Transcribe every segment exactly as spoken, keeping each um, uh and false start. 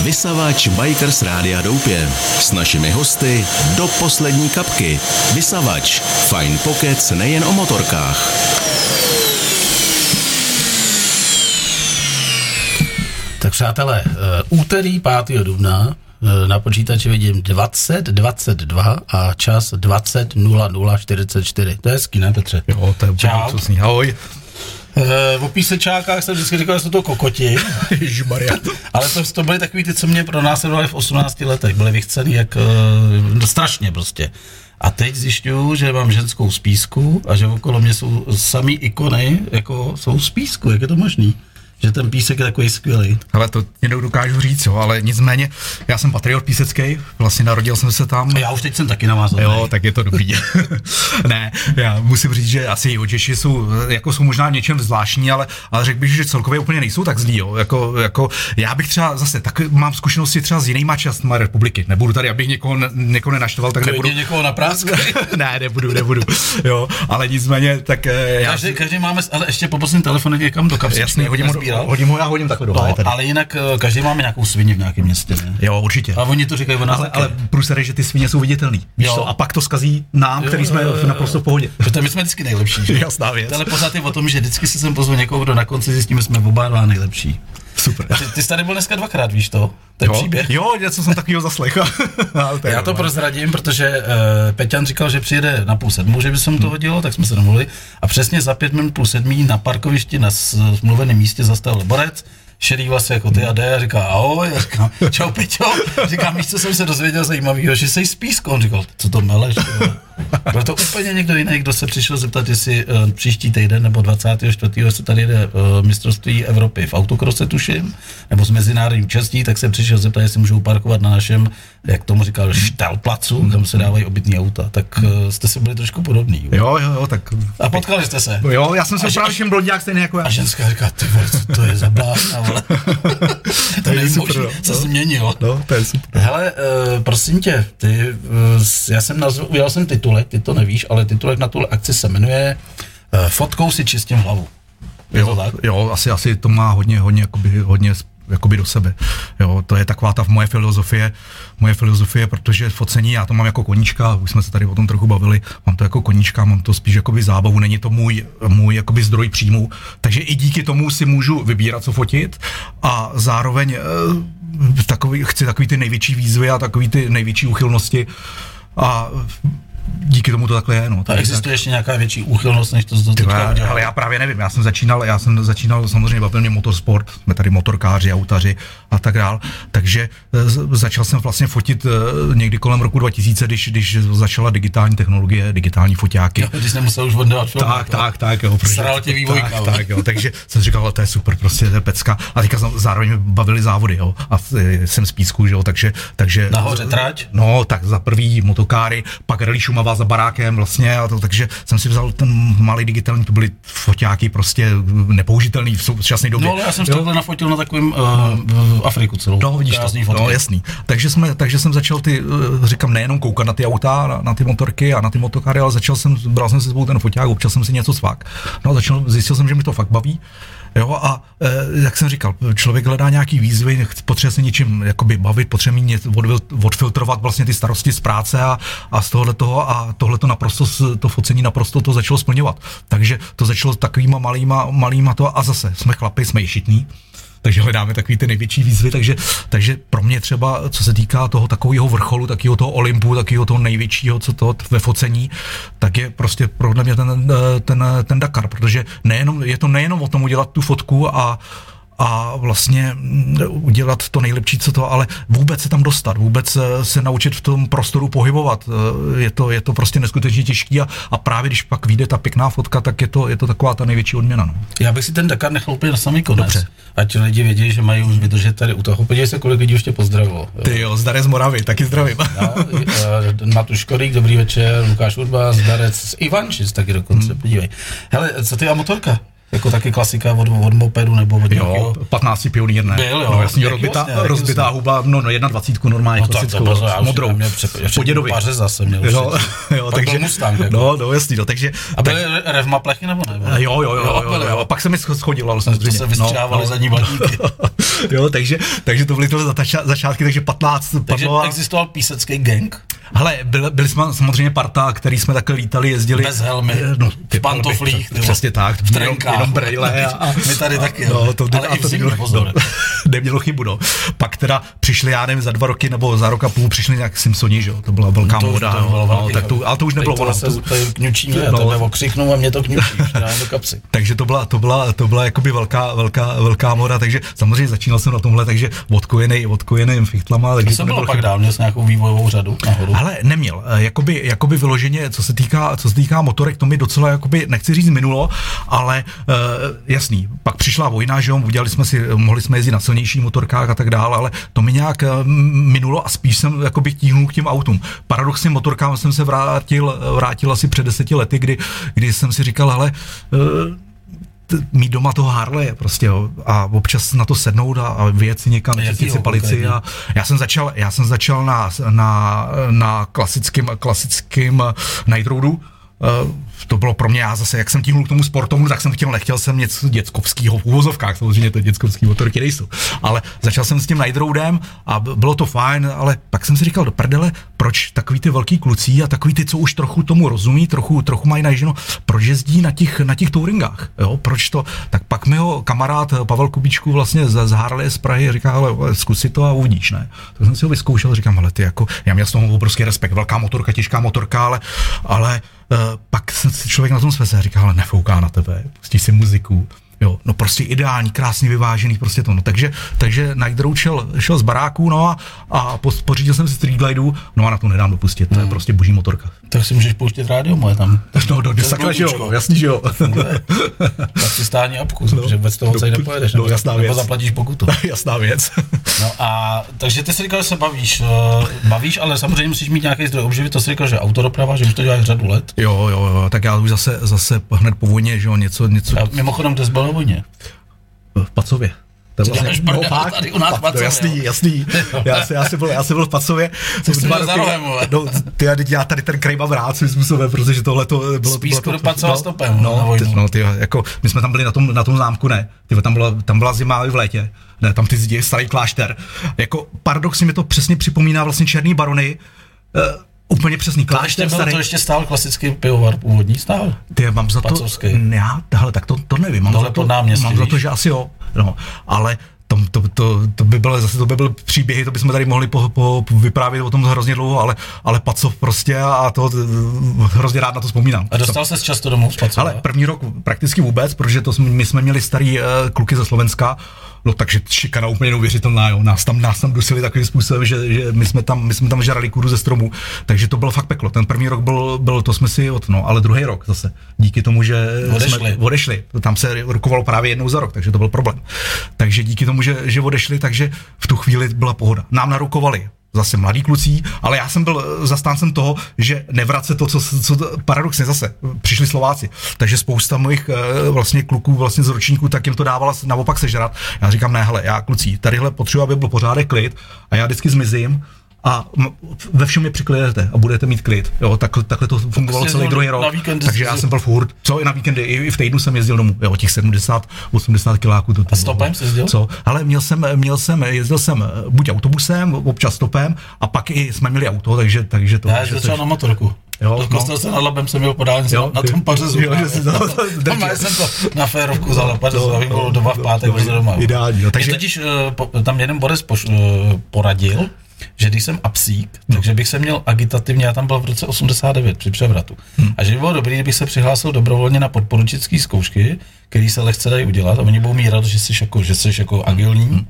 Vysavač Bikers Rádia Doupě. S našimi hosty do poslední kapky. Vysavač. Fajn pokec nejen o motorkách. Tak přátelé, úterý pátého dubna na počítači vidím dvacet dvacet dva a čas dvacet nula nula čtyřicet čtyři. To je hezký, ne Petře? Jo, to je úplně luxusní. Ahoj. E, o písečákách jsem vždycky říkal, že jsou to kokoti. Ježišmarja. Ale to, to byly takový ty, co mě pronásledovali v osmnácti letech. Byly vychcený jak no, strašně prostě. A teď zjišťuju, že mám ženskou spísku a že okolo mě jsou samý ikony, jako jsou spísku. Jak je to možný? Že ten písek je takový skvělý. Ale to nedokážu říct, jo, ale nicméně, já jsem patriot písecký, vlastně narodil jsem se tam. A já už teď jsem taky navázaný. Jo, tak je to dobrý. Ne, já musím říct, že asi Češi jsou, jako jsou možná něčem zvláštní, ale, ale řekl bych, že celkově úplně nejsou tak zlí, jo. Jako, jako, já bych třeba zase, tak mám zkušenosti třeba s jinýma částma republiky. Nebudu tady, abych někoho, někoho nenaštval, tak nebudu. někoho na práci? Ne, nebudu, nebudu. Jo, ale nicméně, tak já... Každý, každý máme, ale ještě poprosím telefonek někam do kapsy. Jasný, hodím Hodím ho, já hodím takhle do no, ale jinak každý máme nějakou svině v nějakém městě, ne? Jo, určitě. A oni to říkají o nás. Ale, ale průser je, že ty svině jsou viditelný. Víš co? A pak to zkazí nám, jo, který jsme jo, jo, naprosto v pohodě. Protože my jsme vždycky nejlepší. Jasná věc. Ale pořád je o tom, že vždycky se sem pozvu někoho, kdo na konci zjistíme, že jsme oba dva nejlepší. Super. Ty, ty jsi tady byl dneska dvakrát, víš to? Ten jo, příběh. Jo, něco jsem takového zaslechl. Já to prozradím, protože uh, Peťan říkal, že přijede na půl sedmou, že by se mu to hodilo, tak jsme se domluvili. A přesně za pět minut půl sedmí na parkovišti na smluveném místě zastavil borec, šedý vlasy jako ty a jde a říká ahoj, a říkám čau Peťo, říkám víš, co jsem se dozvěděl zajímavého, že jsi z Písku, on říkal, co to meleš, byl to úplně někdo jiný, kdo se přišel zeptat, jestli uh, příští týden nebo dvacátého čtvrtého se tady jde uh, mistrovství Evropy v autokrose tuším, nebo s mezinárodní účastí, tak se přišel zeptat, jestli můžou parkovat na našem, jak tomu říkal, štalplacu, kam se dávají obytný auta, tak uh, jste si byli trošku podobný. Jo, jo, jo, tak... A potkali jste se? Jo, já jsem se právě všem blonďák stejně jako já. A ženská říká, ty vole, to je za blázna, vole. To je možný, co se změnilo. No, to je super. Hele, uh, prosím tě, ty, uh, já jsem nazval, udělal jsem titulek, ty to nevíš, ale titulek na tuhle akci se jmenuje uh, Fotkou si čistím hlavu. Je jo, to tak? Jo, asi, asi to má hodně, hodně, jakoby, hodně jakoby do sebe. Jo, to je taková ta moje filozofie, moje filozofie, protože focení, já to mám jako koníčka, už jsme se tady o tom trochu bavili, mám to jako koníčka, mám to spíš jakoby zábavu, není to můj, můj jakoby zdroj příjmu, takže i díky tomu si můžu vybírat, co fotit a zároveň eh, takový, chci takový ty největší výzvy a takový ty největší úchylnosti a díky tomu to takhle je, no. A existuje tak ještě nějaká větší úchylnost, než to, co teďka udělal? Ale já právě nevím, já jsem začínal, já jsem začínal samozřejmě bavil mě motorsport, jsme tady motorkáři, autaři a tak dál, takže e, začal jsem vlastně fotit e, někdy kolem roku dva tisíce, když, když začala digitální technologie, digitální foťáky. Jo, když jsem musel už oddávat film. Tak, tak, tak, jo. Sral tě vývojka. Tak, tak, jo, takže jsem si říkal, ale to je super, prostě to je pecka. A teďka zároveň bavili závody, jo, a e, jsem z Písku, jo, takže, takže... Nahoře trať? No, tak za prvý motokáry, pak rally Šumava za barákem vlastně, a to, takže jsem si vzal ten malý digitální, to byly foťáky prostě nepoužitelný v současné době. No ale já jsem tohle nafotil na takovým uh, Afriku celou. No vidíš to, no jasný. Takže, jsme, takže jsem začal ty, říkám, nejenom koukat na ty auta, na, na ty motorky a na ty motokáry, ale začal jsem, bral jsem si sebou ten foťák, občas jsem si něco svák. No a začal, zjistil jsem, že mi to fakt baví. Jo, a e, jak jsem říkal, člověk hledá nějaký výzvy, potřebuje se něčím jakoby bavit, potřebuje mít od, odfiltrovat vlastně ty starosti z práce a, a z tohle toho a tohle to naprosto, to focení naprosto to začalo splňovat. Takže to začalo takovýma malýma, malýma to a zase jsme chlapi, jsme ješitní. Takže hledáme takový ty největší výzvy, takže, takže pro mě třeba, co se týká toho takového vrcholu, takového toho Olympu, takového toho největšího, co to ve focení, tak je prostě pro mě ten, ten, ten Dakar, protože nejenom, je to nejenom o tom udělat tu fotku a a vlastně udělat to nejlepší, co to, ale vůbec se tam dostat, vůbec se naučit v tom prostoru pohybovat. Je to, je to prostě neskutečně těžký a, a právě když pak vyjde ta pěkná fotka, tak je to, je to taková ta největší odměna. No. Já bych si ten Dakar nechal úplně na samý konec. Dobře. Ať lidi vědí, že mají už vydržet tady u toho. Podívej se, kolik lidí už tě pozdravilo. Ty jo, Zdarec z Moravy, taky zdravím. No, Matuš Korík, dobrý večer, Lukáš Urba, Zdarec z Ivančic, taky dokonce, hmm. podívej. Hele, co ty a motorka? Jako taky klasika od, od mopedu nebo od nějakého... Jo, patnácti pionýr, ne? Byl, jo. No jasně, Jaký rozbitá, vlastně, rozbitá huba, no, no jedna dvacítku normálně no, klasickou, to, to, to, modrou, po dědovi. Paře zase měl. Jo, jo, pak takže, byl Mustang. Jako. No, no, jasný, no, takže... A byly tak, revma plechy nebo ne? Jo, jo, jo, jo, jo, jo, pak se mi schodilo, ale samozřejmě. To se vystřávali no, zadní blatníky. Jo, takže, takže to byly tohle začátky, takže patnáct Takže padlo a... existoval písecký gang? Hele, byli, byli jsme samozřejmě parta, který jsme takhle lítali, jezdili... Bez helmy, no, v pantoflích. Přesně tak, v trenkách. Jenom brejle. A, a, my tady a, taky, no, to, ale a i v to zimě, nemělo, pozor. No, nemělo chybu, no. Pak teda přišli, já nevím, za dva roky nebo za rok a půl přišli nějak Simpsoni, že jo, to byla velká no, móda, jo, no, tak to, ale to už nebylo ono. To, to je kňučí, ne, no, tebe okřiknou a mě to kňučí, dáme do kapsy. Takže to byla, to byla, to byla jakoby velká, velká, velká móda, takže samozřejmě začínal jsem na tomhle, takže odkojenej, odkojenej fichtlama. Takže to bylo pak dál, měl jsi nějakou vývojovou řadu nahoru? Ale neměl, jakoby, jakoby vyloženě, co se týká, co se týká motorek, to mi docela, jakoby, nechci říct minulo, ale uh, jasný, pak přišla vojna, že jo, udělali jsme si, mohli jsme jezdit na silnějších motorkách a tak dále, ale to mi nějak uh, minulo a spíš jsem jakoby tíhnul k těm autům. Paradoxně motorkám jsem se vrátil, vrátil asi před deseti lety, kdy, kdy jsem si říkal, hele, uh, mít doma toho Harleje prostě, jo, a občas na to sednout a, a vyjet si někam, čistit si palici a já jsem začal, já jsem začal na, na, na klasickým, klasickým Night Roadu. Uh, to bylo pro mě, já zase, jak jsem tíhnul k tomu sportovnu, tak jsem chtěl, nechtěl jsem něco děckovského v úvozovkách, samozřejmě to děckovský motorky nejsou, ale začal jsem s tím Night Roadem a bylo to fajn, ale pak jsem si říkal, do prdele, proč takový ty velký kluci a takový ty, co už trochu tomu rozumí, trochu, trochu mají najížděno, proč jezdí na těch, na těch touringách, jo, proč to, tak pak mi ho kamarád Pavel Kubíčku vlastně z, z Harley z Prahy říká, ale zkus si to a uvidíš, ne, tak jsem si ho vyzkoušel, říkám, ale ty jako, já měl z toho obrovský respekt, velká motorka, těžká motorka, ale, ale Uh, pak se člověk na tom svese a říká, ale nefouká na tebe, pustí si muziku, jo, no prostě ideální, krásný, vyvážený, prostě to, no, takže, takže Night Road šel, šel z baráku, no a, a pořídil jsem si Street Glidu, no a na to nedám dopustit, to je prostě boží motorka. Tak si můžeš pouštět rádio moje tam. No, do sakra, že jo, jasný, že jo. Tak si stání apku, no, protože bez toho celý nepojedeš, no, nebo, jasná nebo věc. zaplatíš pokutu. Jasná věc. No a, takže ty si říkal, že se bavíš, uh, bavíš, ale samozřejmě musíš mít nějaký zdroj obživy, to si říkal, že autodoprava, že už to děláš řadu let. Jo, jo, jo, tak já už zase, zase hned po vojně, že jo, něco, něco. A mimochodem, kde jsi byl na vojně? V Pacově. To je vlastně, no, fakt, tady u nás pa, Pacově, jasný, jasný. Já, já, jsem byl, já jsem byl v Pacově. Jsi byl za rohem, no, ty, já tady ten kraj mám rád svým způsobem, protože tohle to bylo... Spíš skoro Pacova no, stopem no, na vojnu. Ty, no, ty, jako, my jsme tam byli na tom, na tom zámku, ne. Ty, tam, byla, tam byla zima i v létě. Ne, tam ty zdi, starý klášter. Jako paradoxně mi to přesně připomíná vlastně Černý barony. Uh, Úplně přesný klášter to starý. To ještě stál klasický pivovar původní, stál? Ty, mám za to... Pacovský. Já, tahle, tak to, to nevím. Mám tohle za to, náměstí, mám za to, že asi jo. No, ale to, to, to, to by bylo zase to by byl příběhy, to bychom tady mohli po, po, po vyprávět o tom hrozně dlouho, ale, ale Pacov prostě a to hrozně rád na to vzpomínám. A dostal ses často domů z Pacova? Ale první rok prakticky vůbec, protože to jsme, my jsme měli starý uh, kluky ze Slovenska, no takže šikana úplně neuvěřitelná, jo. Nás tam, nás tam dusili takovým způsobem, že, že my jsme tam, my jsme tam žrali kůru ze stromu, takže to bylo fakt peklo. Ten první rok byl, byl to jsme si od, no, ale druhý rok zase, díky tomu, že odešli. jsme odešli, tam se rukovalo právě jednou za rok, takže to byl problém. Takže díky tomu, že, že odešli, takže v tu chvíli byla pohoda. Nám narukovali zase mladí kluci, ale já jsem byl zastáncem toho, že nevracet to, co, co paradoxně zase přišli Slováci. Takže spousta mojich vlastně kluků vlastně z ročníků, tak jim to dávala naopak sežrat. Já říkám, ne, hele, já kluci, tadyhle potřebuji, aby byl pořádek klid a já vždycky zmizím a ve všem je přiklidete a budete mít klid. Jo, tak, takhle to fungovalo celý druhý rok. Takže já jsem byl furt, co i na víkendy, i v týdnu jsem jezdil domů, jo, těch sedmdesát osmdesát kiláků. To, to a stopem jsi jezdil? Co? Ale měl jsem, měl jsem, jezdil jsem buď autobusem, občas stopem a pak i jsme měli auto, takže, takže to... Já jezdil třeba na motorku. Jo, do kostela se nad Labem jsem měl podálnic na tom Pařezu. Jo, že si to tam jsem to na férovku vzal na Pařezu, abych byl doma v pátek, byl doma. Ideální. Jo, takže... Mě totiž tam jeden Boris poš, poradil, že když jsem apsík, no. takže bych se měl agitativně, já tam byl v roce osmdesát devět při převratu. Hmm. A že by bylo dobrý, kdybych se přihlásil dobrovolně na podporučické zkoušky, který se lehce dají udělat a oni budou mít radost, že jsi jako, že jsi jako agilní. Hmm.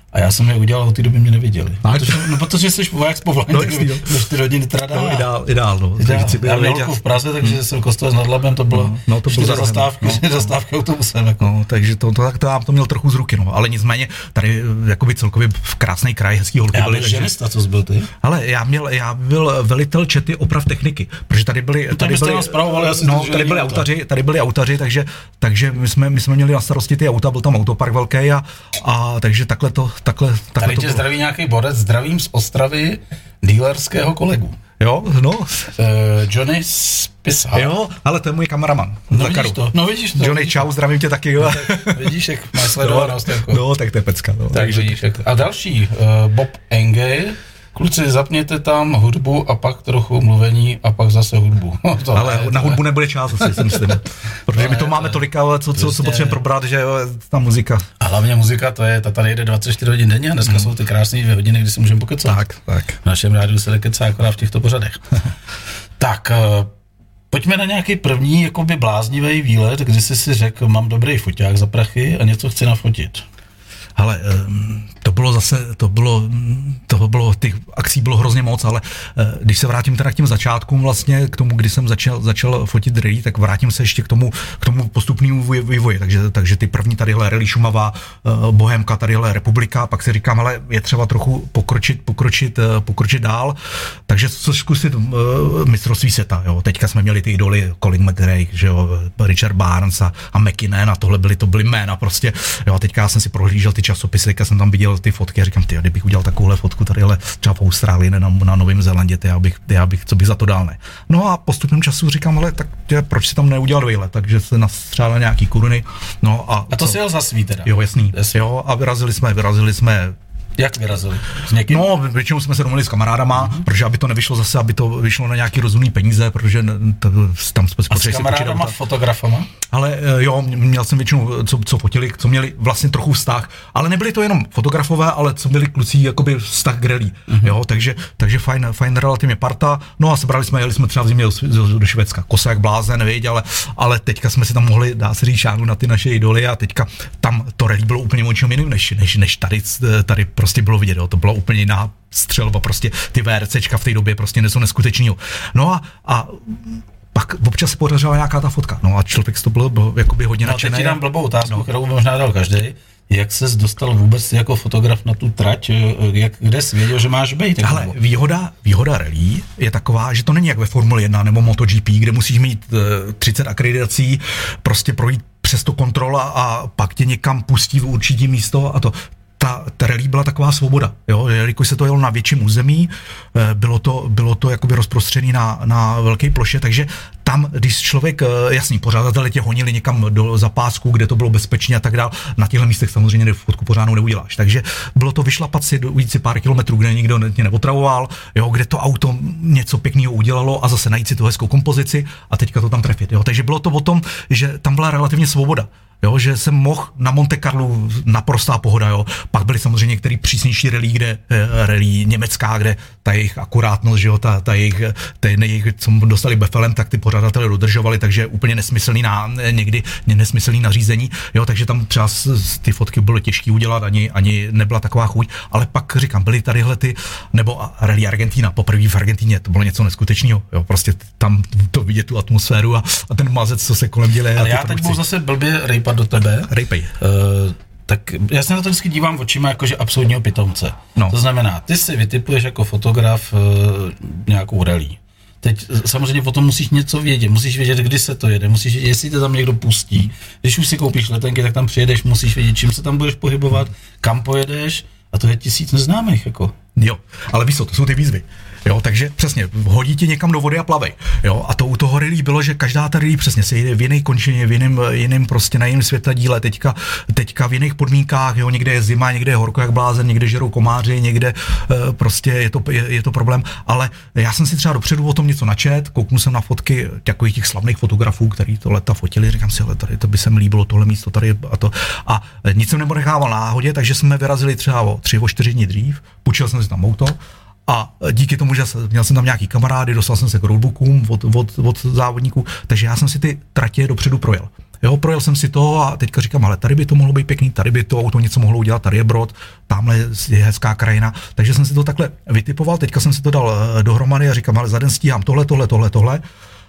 A já jsem je udělal, od té doby mě neviděli. Protože, no protože jsi voják z povolání, no, tak do čtyři hodiny trada. No, ideál, ideál, no. Ideál. Já měl holku v Praze, takže hmm. jsem Kostelec nad Labem, to bylo no, no, to čtyři zastávky, no, no, zastávky autobusem. Jako. No, takže to, to, to, to, to měl trochu z ruky, no. Ale nicméně tady jakoby celkově v krásný kraj, hezký holky já byly. Já byl ženista, co jsi byl ty? Ale já, měl, já byl velitel čety oprav techniky, protože tady byli, no, tady byli, no, tady byli autaři, tady byli autaři, takže, takže my, jsme, my jsme měli na starosti ty auta, byl tam autopark velký a, a takže takhle to, takhle, takhle tady to tě bylo. Zdraví nějaký borec, zdravím z Ostravy, dealerského kolegu. Jo, no. Uh, Johnny Spisa. Jo, ale to je můj kameraman. No vidíš to, no vidíš to. Johnny, čau, zdravím tě taky, jo. No, vidíš, jak má sledovanost. No, jako. no, tak to je pecka. No, tak takže vidíš, jak. A další, uh, Bob Engel. Kluci, zapněte tam hudbu a pak trochu mluvení a pak zase hudbu. to ale ne, na hudbu nebude čas, asi si myslím. Protože my to máme tolik, ale co, co, co potřebujeme probrat, že ta muzika. A hlavně muzika, to je, ta tady jede dvacet čtyři hodin denně a dneska hmm. jsou ty krásné dvě hodiny, kdy si můžeme pokecat. Tak, tak. V našem rádiu se nekecá akorát v těchto pořadech. Tak, uh, pojďme na nějaký první jakoby bláznivý výlet, kdy jsi si řekl, mám dobrý foťák za prachy a něco chci nafotit. Ale to bylo zase, to bylo, to bylo, těch akcí bylo hrozně moc, ale když se vrátím teda k těm začátkům vlastně, k tomu, kdy jsem začal, začal fotit rally, tak vrátím se ještě k tomu, k tomu postupnému vývoji, takže, takže ty první tadyhle rally Šumava, Bohémka, tadyhle Republika, pak si říkám, ale je třeba trochu pokročit, pokročit, pokročit dál, takže co zkusit uh, mistrovství světa, jo, teďka jsme měli ty idoly Colin McRae, že jo, Richard Barnes a, a McKinnon a tohle byly, to byly jména prostě, jo, teďka jsem si prohlížel ty časopisy, teďka jsem tam viděl ty fotky a říkám, ty, kdybych udělal takovouhle fotku tadyhle třeba v Austrálii, ne na, na Novém Zélandě, ty, já bych, ty, já bych, co bych za to dál ne. No a postupným času říkám, ale tak tě, proč si tam neudělat výlet, takže se nastřádal nějaký koruny, no a... A to si jel za svý teda? Jo, jasný, jasný. Jo, a vyrazili jsme, vyrazili jsme Jak vyrazili? S někým? No, většinou jsme se domluvili s kamarádama, mm-hmm. protože aby to nevyšlo zase, aby to vyšlo na nějaký rozumný peníze, protože to, tam jsme A s kamarádama, fotografama? Ale jo, měl jsem většinou, co, co fotili, co měli vlastně trochu vztah, ale nebyli to jenom fotografové, ale co byli kluci, jakoby vztah k rally, mm-hmm. jo, takže, takže fajn, fajn relativně parta, no a sebrali jsme, jeli jsme třeba v zimě do, do, do Švédska, kosa jak blázen, nevědět, ale, ale teďka jsme si tam mohli, dá se říct, šáhnout na ty naše idoly a teďka tam to rally bylo úplně močím jiným, než, než, než tady, tady prostě bylo vidět, jo. To byla úplně jiná střelba, prostě ty VRCčka v té době prostě něco neskutečného. No a, a pak občas se podařila nějaká ta fotka, no a člověk to byl, byl jakoby hodně no, nadšený. No teď ti dám blbou otázku, no. kterou možná dal každý. Jak ses dostal vůbec jako fotograf na tu trať, jak, kde jsi věděl, že máš být? Ale výhoda, výhoda rally je taková, že to není jak ve Formule jedna nebo MotoGP, kde musíš mít uh, třicet akreditací, prostě projít přes to kontrola a pak tě někam pustí v určitý místo a to. Ta, ta rally byla taková svoboda, jo, jelikož se to jelo na větším území, bylo to, bylo to jakoby rozprostřený na, na velké ploše, takže tam, když člověk, jasný, pořadatelé tě honili někam do zapásku, kde to bylo bezpečně a tak dál, na těchto místech samozřejmě fotku pořádnou neuděláš, takže bylo to vyšlapat si, ujít si pár kilometrů, kde nikdo tě neotravoval, jo, kde to auto něco pěkného udělalo a zase najít si tu hezkou kompozici a teďka to tam trefit, jo, takže bylo to o tom, že tam byla relativně svoboda. Jo, že jsem mohl na Monte Carlo naprostá pohoda, jo. Pak byly samozřejmě některé přísnější rally, kde eh, rally německá, kde ta jejich akurátnost, že jo, ta, ta jejich, ten jejich, co dostali befelem, tak ty pořadatelé dodržovali, takže úplně nesmyslný na, někdy nesmyslný nařízení, jo, takže tam třeba z, z ty fotky bylo těžké udělat, ani, ani nebyla taková chuť, ale pak říkám, byly tadyhle ty, nebo rally Argentina, poprvé v Argentíně, to bylo něco neskutečného, jo, prostě tam to vidět tu atmosféru a, a ten mazec, co se kolem dělá. Ale já teď budu zase blbě rejpat do tebe. Rejpej. Uh, tak já se na to vždycky dívám očima jakože absolutního pitomce. No. To znamená, ty si vytipuješ jako fotograf uh, nějakou rally. Teď samozřejmě potom musíš něco vědět, musíš vědět, kdy se to jede, musíš vědět, jestli to tam někdo pustí. Když už si koupíš letenky, tak tam přijedeš, musíš vědět, čím se tam budeš pohybovat, kam pojedeš a to je tisíc neznámých jako. Jo, ale víš co, to jsou ty výzvy. Jo, takže přesně, hodí tě někam do vody a plavej. Jo, a to u toho rally bylo, že každá ta rally přesně se jede v jiné končině, v jiném, jiném prostě na jiném světadíle, teďka, teďka v jiných podmínkách, jo, někde je zima, někde je horko jak blázen, někde žerou komáři, někde e, prostě je to, je, je to problém, ale já jsem si třeba dopředu o tom něco načet, kouknul jsem na fotky takových těch slavných fotografů, který to leta fotili, říkám si, ale tady to by se mi líbilo, tohle místo tady a to. A nic jsem nenechával náhodě, takže jsme vyrazili třeba o tři, o čtyři dní dřív, půjčil jsem si tam auto. A díky tomu, že měl jsem tam nějaký kamarády, dostal jsem se k roadbookům od, od, od závodníků, takže já jsem si ty tratě dopředu projel. Jo, projel jsem si to a teďka říkám, ale tady by to mohlo být pěkný, tady by to auto něco mohlo udělat, tady je Brod, tamhle je hezká krajina, takže jsem si to takhle vytipoval, teďka jsem si to dal dohromady a říkám, ale za den stíhám tohle, tohle, tohle, tohle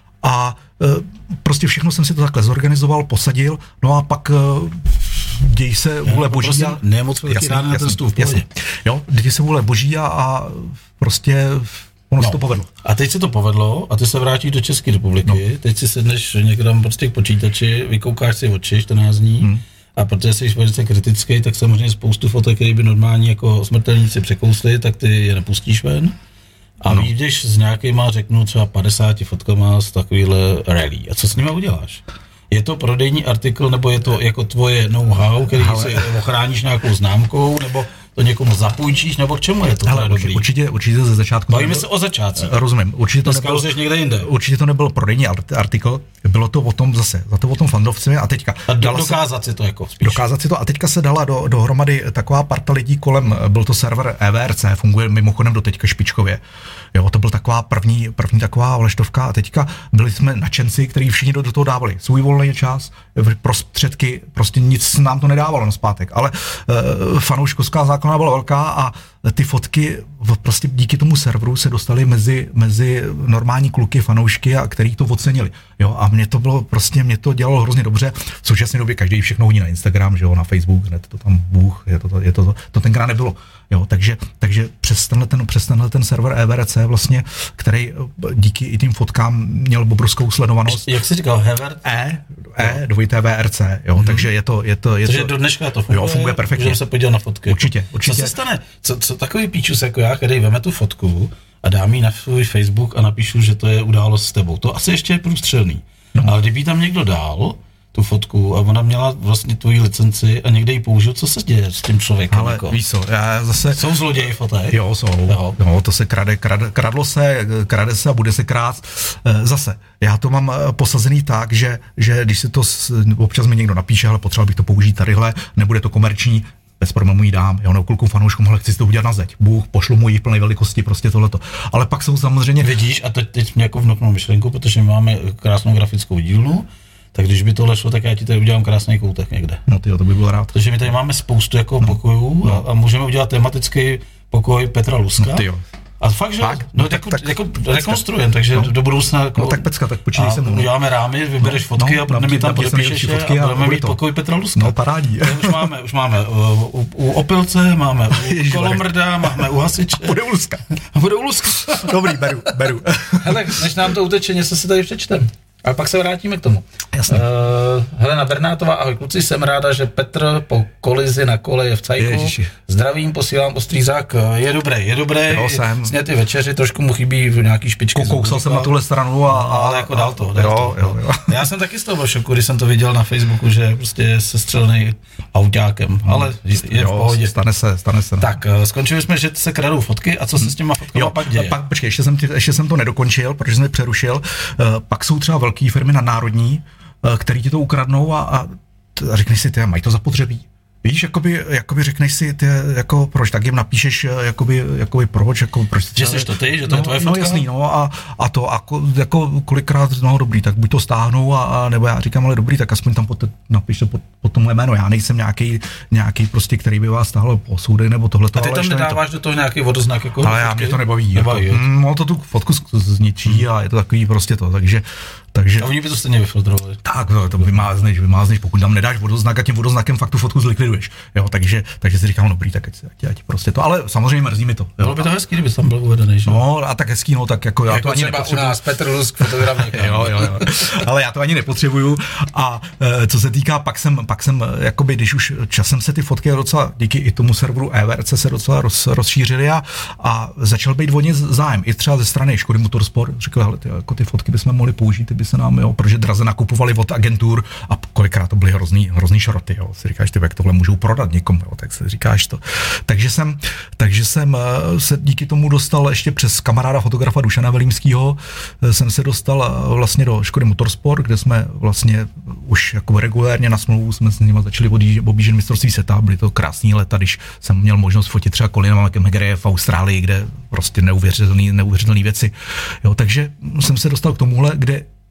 a e, prostě všechno jsem si to takhle zorganizoval, posadil, no a pak e, děj se vůle boží prosím, a... ne moc velký rád na ten stůl v pohodě. Jo, děj se vůle boží a, a prostě ono no. se to povedlo. A teď se to povedlo a ty se vrátíš do České republiky, no. teď si sedneš někde prostě k počítači, vykoukáš si oči čtrnáct dní hmm. a protože jsi velice kritický, tak samozřejmě spoustu fotek, které by normální jako smrtelníci překousli, tak ty je nepustíš ven. A no. vyjdeš s nějakýma, řeknu třeba padesáti fotkama z takovýhle rally. A co s nimi uděláš? Je to prodejní artikl, nebo je to jako tvoje know-how, který ale... si ochráníš nějakou známkou, nebo to někomu zapůjčíš, nebo k čemu je to? Ale dobrý? Určitě, určitě ze začátku... Bavíme se o začátcích. Rozumím. Určitě to, nebyl, někde jinde. určitě to nebyl prodejní artikl, bylo to o tom zase, za to o tom fandovci a teďka... A do, dokázat se, si to jako spíš. Dokázat si to a teďka se dala do, dohromady taková parta lidí kolem, byl to server E V R C, funguje mimochodem do teďka špičkově. Jo, to byl taková první, první taková vlaštovka a teďka byli jsme nadšenci, kteří všichni do, do toho dávali svůj volný čas, prostředky, prostě nic nám to nedávalo na zpátek, ale e, fanouškovská základna byla velká a ty fotky prostě díky tomu serveru se dostaly mezi, mezi normální kluky, fanoušky, a který to ocenili. Jo, a mě to bylo prostě, mě to dělalo hrozně dobře. V současné době každý všechno hodí na Instagram, že jo, na Facebook, hned to tam bůh, je to, je to, to, to tenkrát nebylo. Jo, takže, takže přes tenhle ten, přes tenhle ten server E V R C vlastně, který díky i tím fotkám měl obrovskou sledovanost. Jak jsi říkal, Hever? E, E, dvojité V R C, jo, mm-hmm. takže je to, je to, je takže to, do dneška to funguje, jo, funguje perfektně. Můžeme se podívat na fotky. Určitě, určitě. Co se stane? Co, co takový píčus jako já, který veme tu fotku a dám ji na svůj Facebook a napíšu, že to je událost s tebou. To asi ještě je průstřelný. No. Ale kdyby tam někdo dál tu fotku a ona měla vlastně tvoji licenci a někde ji použil, co se děje s tím člověkem? Ale jako? Víš co, já zase... Jsou zloději fotek? Jo, jsou. Jo. No, to se krade, krade, kradlo se, krade se a bude se krát. Zase, já to mám posazený tak, že, že když se to, občas mi někdo napíše, ale potřeboval bych to použít tadyhle, nebude to komerční, bez problémů jí dám, jo, nekulku fanouškům, ale chci si to udělat na zeď. Bůh, pošlu mu jí v plné velikosti, prostě tohleto. Ale pak jsou samozřejmě... Vidíš, a teď, teď mě jako vnuknou myšlenku, protože my máme krásnou grafickou dílnu, tak když by tohle šlo, tak já ti tady udělám krásný koutek někde. No tyjo, to by byl rád. Protože my tady máme spoustu jako no, pokojů no. A, a můžeme udělat tematický pokoj Petra Luska. No tyjo. A fakt, že? Fakt? No, no tak, tak, jako, jako rekonstruujeme, takže no. do budoucna jako... No tak pecka, tak počítej se mu. Uděláme rámy, vybereš no, fotky no, a potom mi tam podepíšeš fotky a, a budeme mít pokoj Petra Luska. No parádí. Už máme, už máme u, u, u Opilce, máme u Kolomrda, máme u Hasiče. A bude u Luska. A bude u Luska. Dobrý, beru, beru. Hele, než nám to uteče, něco si tady přečtem. Ale pak se vrátíme k tomu. Jasně. Uh, Helena Bernátová, ahoj kluci, jsem ráda, že Petr po kolizi na kole je v cajku. Ježiši. Zdravím, posílám ostrý zák. Je dobrý, je dobrý. Jo, jsem. Sněty večeři, trošku mu chybí v nějaký špičky. Kousal jsem na tuhle stranu a... No, ale jako dal to. Dal jo, to. Jo, jo. Já jsem taky z toho byl šoku, když jsem to viděl na Facebooku, že prostě je sestřelený autákem, hmm. ale je jo, v pohodě. Stane se, stane se. No. Tak, skončili jsme, že se kradou fotky a co se s těma fotkama pak děje? Pak, počkej, ještě jsem, ještě jsem to nedokončil, protože jsem to přerušil. Uh, pak jsou třeba velké firmy nadnárodní, uh, který ti to ukradnou a, a, a řekneš si, ty, mají to zapotřebí. Víš, jakoby, jakoby řekneš si, ty, jako proč, tak jim napíšeš, jakoby, jakoby proč, jako proč. Že jsi to ty, že to no, je tvoje fotka? fotka? No jasný, no a, a to, a jako kolikrát, no dobrý, tak buď to stáhnou, a, a nebo já říkám, ale dobrý, tak aspoň tam pod, napište pod, pod tomu jméno, já nejsem nějaký, nějaký prostě, který by vás stáhl po soudy, nebo tohleto. A ty tam nedáváš to... do toho nějaký vodoznak, jako ale já, mě to nebaví, nebaví jako, mm, no to tu fotku zničí hmm. a je to takový prostě to, takže Takže, a oni by to stejně vyfiltrovali. Tak, no, to vymázneš, vymázneš, pokud tam nedáš vodoznak a tím vodoznakem fakt tu fotku zlikviduješ. Jo, takže, takže si říkám, no dobrý, tak ať, ať, ať prostě to, ale samozřejmě mrzí mi to. Jo. Bylo by to hezký, kdyby tam byl uvedený, že? No, a tak hezký, no, tak jako já jako to ani nepotřebuju. U nás Petr Lusk, fotograf. jo, jo, jo. Ale já to ani nepotřebuju. A e, co se týká, pak jsem, pak jsem, jakoby, když už časem se ty fotky docela, díky i tomu serveru E V R C se docela roz, rozšířily a, a začal být vodně zájem. I třeba ze strany Škody Motorsport, řekl, hele, ty, jako ty fotky bychom mohli použít, ty by se nám, jo, protože draze nakupovali od agentur a kolikrát to byly hrozný, hrozný šroty, jo. Si říkáš, ty, jak tohle můžou prodat někomu, jo, tak si říkáš to. Takže jsem, takže jsem se díky tomu dostal ještě přes kamaráda fotografa Dušana Velímskýho, jsem se dostal vlastně do Škody Motorsport, kde jsme vlastně už jako regulérně na smlouvu jsme s nimi začali objíždět mistrovství světa, byly to krásný leta, když jsem měl možnost fotit třeba Colina McGrath v Austrálii, kde prostě neuvěřitelný, neuvěřitelný věci. Jo, takže jsem se dostal k tomuhle, kde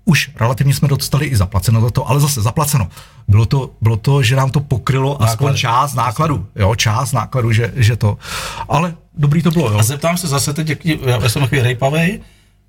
už relativně jsme dostali i zaplaceno za to, ale zase zaplaceno. Bylo to, bylo to, že nám to pokrylo náklady. Aspoň část nákladu, jo, část nákladu, že, že to, ale dobrý to bylo, jo. A zeptám se zase teď, jak, já jsem takový rejpavej,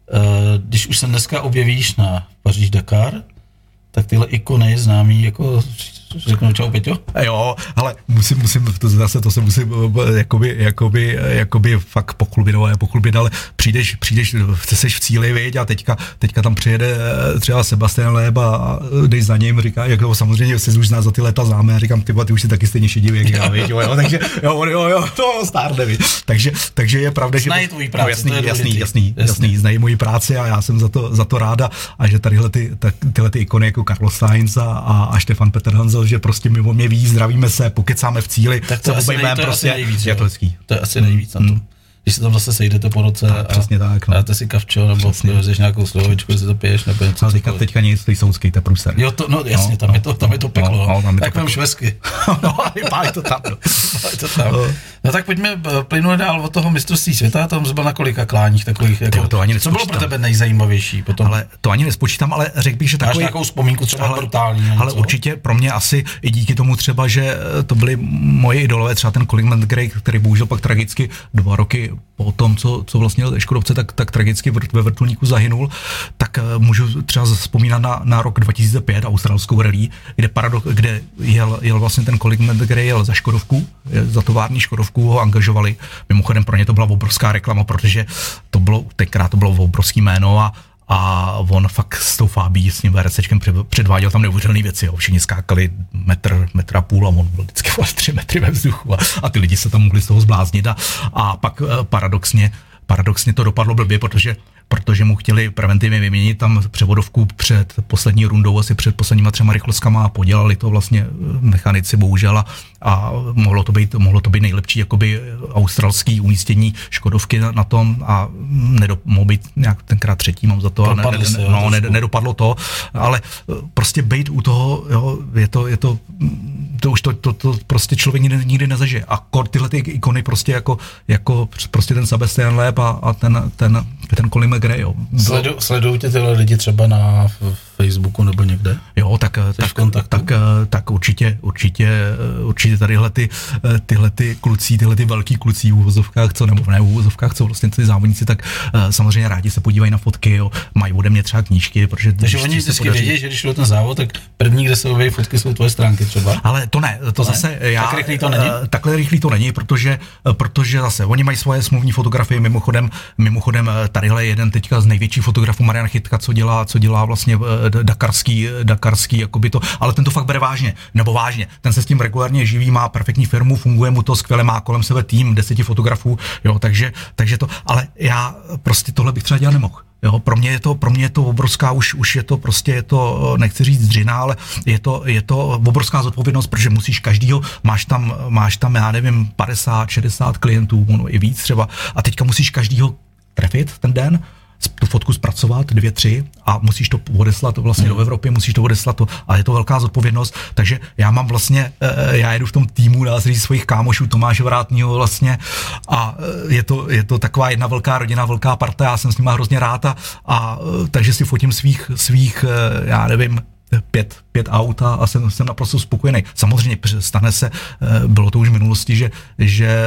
když už se dneska objevíš na Paříž-Dakar, tak tyhle ikony známý jako řeknu čau Peťo? Jo, ale musím, musím, to zase to se musím jakoby, jakoby, jakoby fakt pochlubit, nebo pochlubit, ale přijdeš, přijdeš, seš v cíli, viď, a teďka, teďka tam přijede třeba Sebastian Loeb a jdeš za ním, říká, jak to samozřejmě se už zná za ty léta známe, a říkám, ty, ty už si taky stejně šedivý, jak já, viď, jo, jo, takže jo, jo, jo, to stárne, viď. Takže, takže je pravda, že... Znají tvoji práci, no, jasný, to je jasný, jasný, jasný, jasný, znají moji práci a já jsem za to, za to ráda, a že tadyhle ty, tak, tyhle ty ikony jako Carlos Sainz a, a, a Stefan Peter Hansel, že prostě mimo mě ví, zdravíme se, pokecáme v cíli, tak to, asi, nej, to prostě, je asi nejvíc, je to hezký. To je asi nejvíc na tom. Mm. Když se tam zase sejdete po roce tak, a přesně tak, no. dáte si kavčo, nebo vezeš nějakou slovičku, že si to piješ, nebo něco. Ale teďka, teďka nic, ty soudský, to je průser. Jo, to, no jasně, no, tam, no, je to, tam je to peklo. No, no, tam je tak mám švesky. No, vypálí to tam. No. to tam. No. no tak pojďme plynule dál od toho mistrovství světa, tam byl na kolika kláních takových, jako, to ani co bylo pro tebe nejzajímavější potom? Ale to ani nespočítám, ale řekl bych, že takový... Máš nějakou vzpomínku třeba ale, brutální? Ale určitě pro mě asi i díky tomu třeba, že to byly moje idolové, třeba ten Colin McRae, který bohužel pak tragicky dva roky po tom, co, co vlastně Škodovce, tak, tak tragicky ve vrtulníku zahynul, tak můžu třeba vzpomínat na, na rok dva tisíce pět, australskou rally, kde, paradox, kde jel, jel vlastně ten Colin McRae jel za Škodovku, za tovární Škodovku ho angažovali. Mimochodem pro ně to byla obrovská reklama, protože to bylo, tenkrát to bylo obrovský jméno a a on fakt s tou Fábí, s tím VRCčkem předváděl tam neuvěřitelné věci, jo. Všichni skákali metr, metr a půl a on byl vždycky tři metry ve vzduchu a, a ty lidi se tam mohli z toho zbláznit a, a pak paradoxně, paradoxně to dopadlo blbě, protože protože mu chtěli preventivně vyměnit tam převodovku před poslední rundou, asi před posledníma třema rychlostkama a podělali to vlastně mechanici bohužel a, a mohlo to být, mohlo to být nejlepší jakoby australský umístění Škodovky na, na tom a nedo, mohlo být nějak tenkrát třetí, mám za to, a ne, ne, se, no, ne, nedopadlo to, ale prostě být u toho, jo, je to, je to, to už to, to, to prostě člověk nikdy, nikdy nezažije a tyhle ty ikony prostě jako, jako prostě ten Sebastian Loeb a, a ten, ten, ten Colin McRae, jo. Sledu, sledují tě tyhle lidi třeba na Facebooku nebo někde? Jo, tak, tak, tak, tak určitě, určitě, určitě tadyhle ty, tyhle ty kluci, tyhle ty velký kluci v uvozovkách, co nebo ne v uvozovkách, co vlastně ty závodníci, tak samozřejmě rádi se podívají na fotky, jo, mají ode mě třeba knížky, protože... Takže oni vždycky podaří... vědí, že když jdu ten závod, tak první, kde se objeví fotky, jsou tvoje stránky třeba? Ale to ne, to, to zase ne? já... Tak rychlý to není? Takhle rychlý to není, protože, protože zase oni mají svoje smluvní fotografie, mimochodem, mimochodem tadyhle jeden teďka z největších fotografů Marian Chytka, co dělá, co dělá vlastně dakarský, dakarský, jakoby to, ale ten to fakt bere vážně, nebo vážně. Ten se s tím regulárně živí, má perfektní firmu, funguje mu to skvěle, má kolem sebe tým deseti fotografů, jo, takže, takže to, ale já prostě tohle bych třeba dělat nemohl. Jo, pro mě je to, pro mě je to obrovská, už, už je to prostě, je to, nechci říct dřina, ale je to, je to obrovská zodpovědnost, protože musíš každýho, máš tam, máš tam, já nevím, padesát, šedesát klientů, ono i víc třeba, a teďka musíš každýho trefit ten den, tu fotku zpracovat, dvě, tři a musíš to odeslat vlastně mm. do Evropy, musíš to odeslat to, ale je to velká zodpovědnost, takže já mám vlastně, já jedu v tom týmu, dá se říct, svých kámošů Tomáše Vrátního vlastně a je to, je to taková jedna velká rodina, velká parta, já jsem s nima hrozně rád a, a takže si fotím svých, svých, já nevím, Pět, pět aut a jsem, jsem naprosto spokojený. Samozřejmě stane se, bylo to už v minulosti, že, že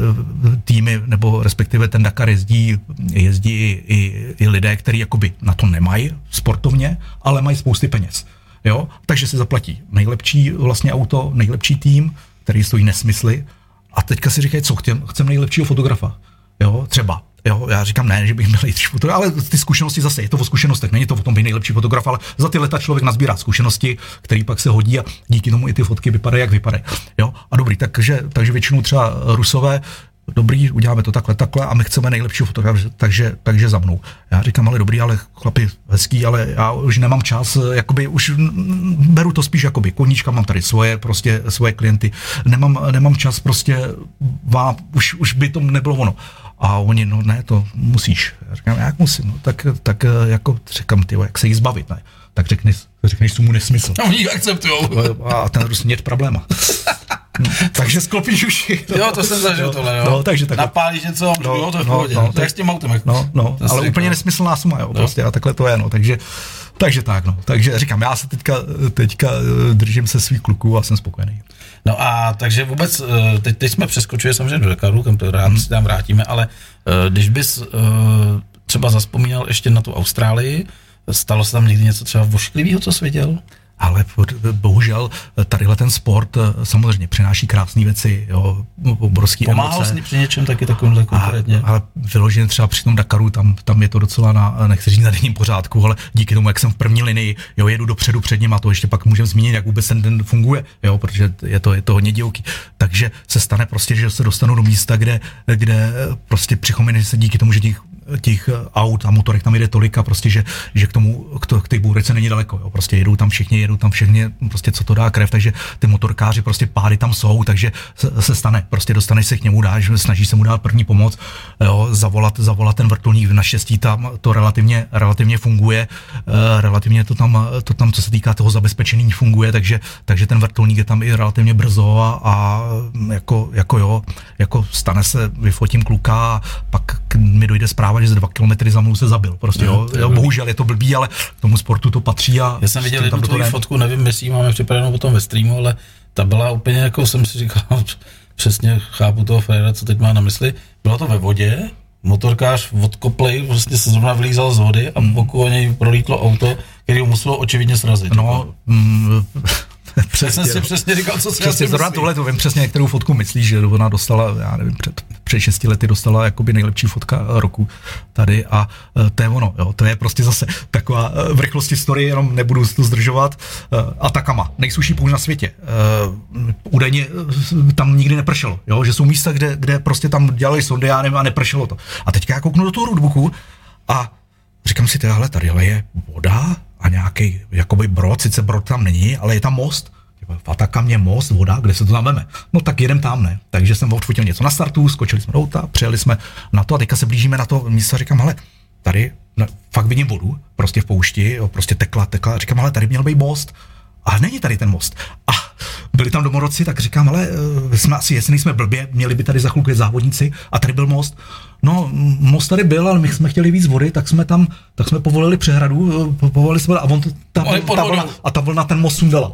týmy, nebo respektive ten Dakar jezdí, jezdí i, i, i lidé, kteří jakoby na to nemají sportovně, ale mají spousty peněz. Jo? Takže si zaplatí nejlepší vlastně auto, nejlepší tým, který stojí nesmysly a teďka si říkají, co chcem, chcem nejlepšího fotografa. Jo? Třeba. Jo, já říkám ne, že bych měl jít fotograf, ale ty zkušenosti zase, je to o zkušenostech, není to o tom být nejlepší fotograf, ale za ty leta člověk nazbírá zkušenosti, který pak se hodí a díky tomu i ty fotky vypadají, jak vypadají. Jo, a dobrý, takže, takže většinou třeba Rusové, dobrý, uděláme to takhle, takhle a my chceme nejlepší fotograf, takže, takže za mnou. Já říkám, ale dobrý, ale chlapi, hezký, ale já už nemám čas, jakoby už beru to spíš jakoby koníčka, mám tady svoje, prostě svoje klienty, nemám, nemám čas, prostě vám, už, už by to nebylo ono. A oni, no ne, to musíš. Já říkám, jak musím, no tak, tak jako říkám, ty, jak se jí zbavit, ne? Tak řekneš, řekneš tomu nesmysl. A oni ji akceptujou. A ten Rus nět probléma. No, takže sklopíš uši. No. Jo, to jsem zažil tohle, jo. No, takže tak. Napálíš něco, no, jo, to je v no, pohodě. No, tak s tím autem. No, no, ale úplně jako... nesmyslná suma, jo, prostě a takhle to je, no, takže Takže tak, no. Takže říkám, já se teďka, teďka držím se svých kluků a jsem spokojený. No a takže vůbec, teď, teď jsme přeskočili samozřejmě do Dakaru, kam to rád hmm. si tam vrátíme, ale když bys třeba zazpomínal ještě na tu Austrálii, stalo se tam někdy něco třeba vošklivého, co jsi viděl? Ale bohužel tadyhle ten sport samozřejmě přináší krásné věci, jo, obrovský emoce. Pomáhal jsi při něčem taky takovýmhle konkrétně? Ale vyloženě třeba při tom Dakaru, tam, tam je to docela na, nechci říct na denním pořádku, ale díky tomu, jak jsem v první linii, jo, jedu dopředu před ním a to ještě pak můžeme zmínit, jak vůbec ten den funguje, jo, protože je to, je to hodně divoký. Takže se stane prostě, že se dostanu do místa, kde, kde prostě přichominy se díky tomu, že těch těch aut a motorek tam jede tolik a prostě, že, že k tomu, k, to, k té bůrce není daleko, jo. Prostě jedou tam všichni, jedou tam všichni, prostě co to dá krev, takže ty motorkáři prostě pády tam jsou, takže se, se stane, prostě dostaneš se k němu, dáš, snaží se mu dát první pomoc, jo, zavolat, zavolat ten vrtulník, naštěstí tam to relativně, relativně funguje, uh, relativně to tam, to tam, co se týká toho zabezpečení, funguje, takže, takže ten vrtulník je tam i relativně brzo a, a jako, jako jo, jako stane se, vyfotím kluka a pak mi dojde zpráva, že za dva kilometry za mnou se zabil. Prostě, no, jo, jo, bohužel je to blbý, ale k tomu sportu to patří. A já jsem viděl jednu tvoji fotku, nevím, jestli máme připravenou potom ve streamu, ale ta byla úplně jako jsem si říkal, přesně chápu toho Freda, co teď má na mysli. Bylo to ve vodě, motorkář odkoplej, prostě se zrovna vlízal z vody a v boku o něj prolítlo auto, který ho muselo očividně srazit. No, mm, přesně, jsem si přesně říkal, co si přesně, zrovna tohle, to vím přesně, některou fotku myslíš, že ona dostala, já nevím, před, před šesti lety dostala jakoby nejlepší fotka roku tady a to je ono, jo, to je prostě zase taková v rychlosti story, jenom nebudu to zdržovat. Atakama, nejsuší použ na světě. Údajně tam nikdy nepršelo, jo, že jsou místa, kde, kde prostě tam dělali sondy, já nevím, a nepršelo to. A teďka já kouknu do toho roadbooku a říkám si, hele, tadyhle je voda a nějaký jakoby brod, sice brod tam není, ale je tam most. V Atakamě most, voda, kde se to tam veme? No tak jedem tam, ne. Takže jsem odfotil něco na startu, skočili jsme do auta, přijeli jsme na to a teďka se blížíme na to místo a říkám, hele, tady no, fakt vidím vodu, prostě v poušti, jo, prostě tekla, tekla, říkám, hele, tady měl být most. A není tady ten most. A byli tam domorodci, tak říkám, ale jsme asi, jestli nejsme blbě, měli by tady za chvilku závodníci a tady byl most. No, most tady byl, ale my jsme chtěli víc vody, tak jsme tam, tak jsme povolili přehradu, povolili jsme a on to, ta, ta vlna, a ta vlna ten most sundala.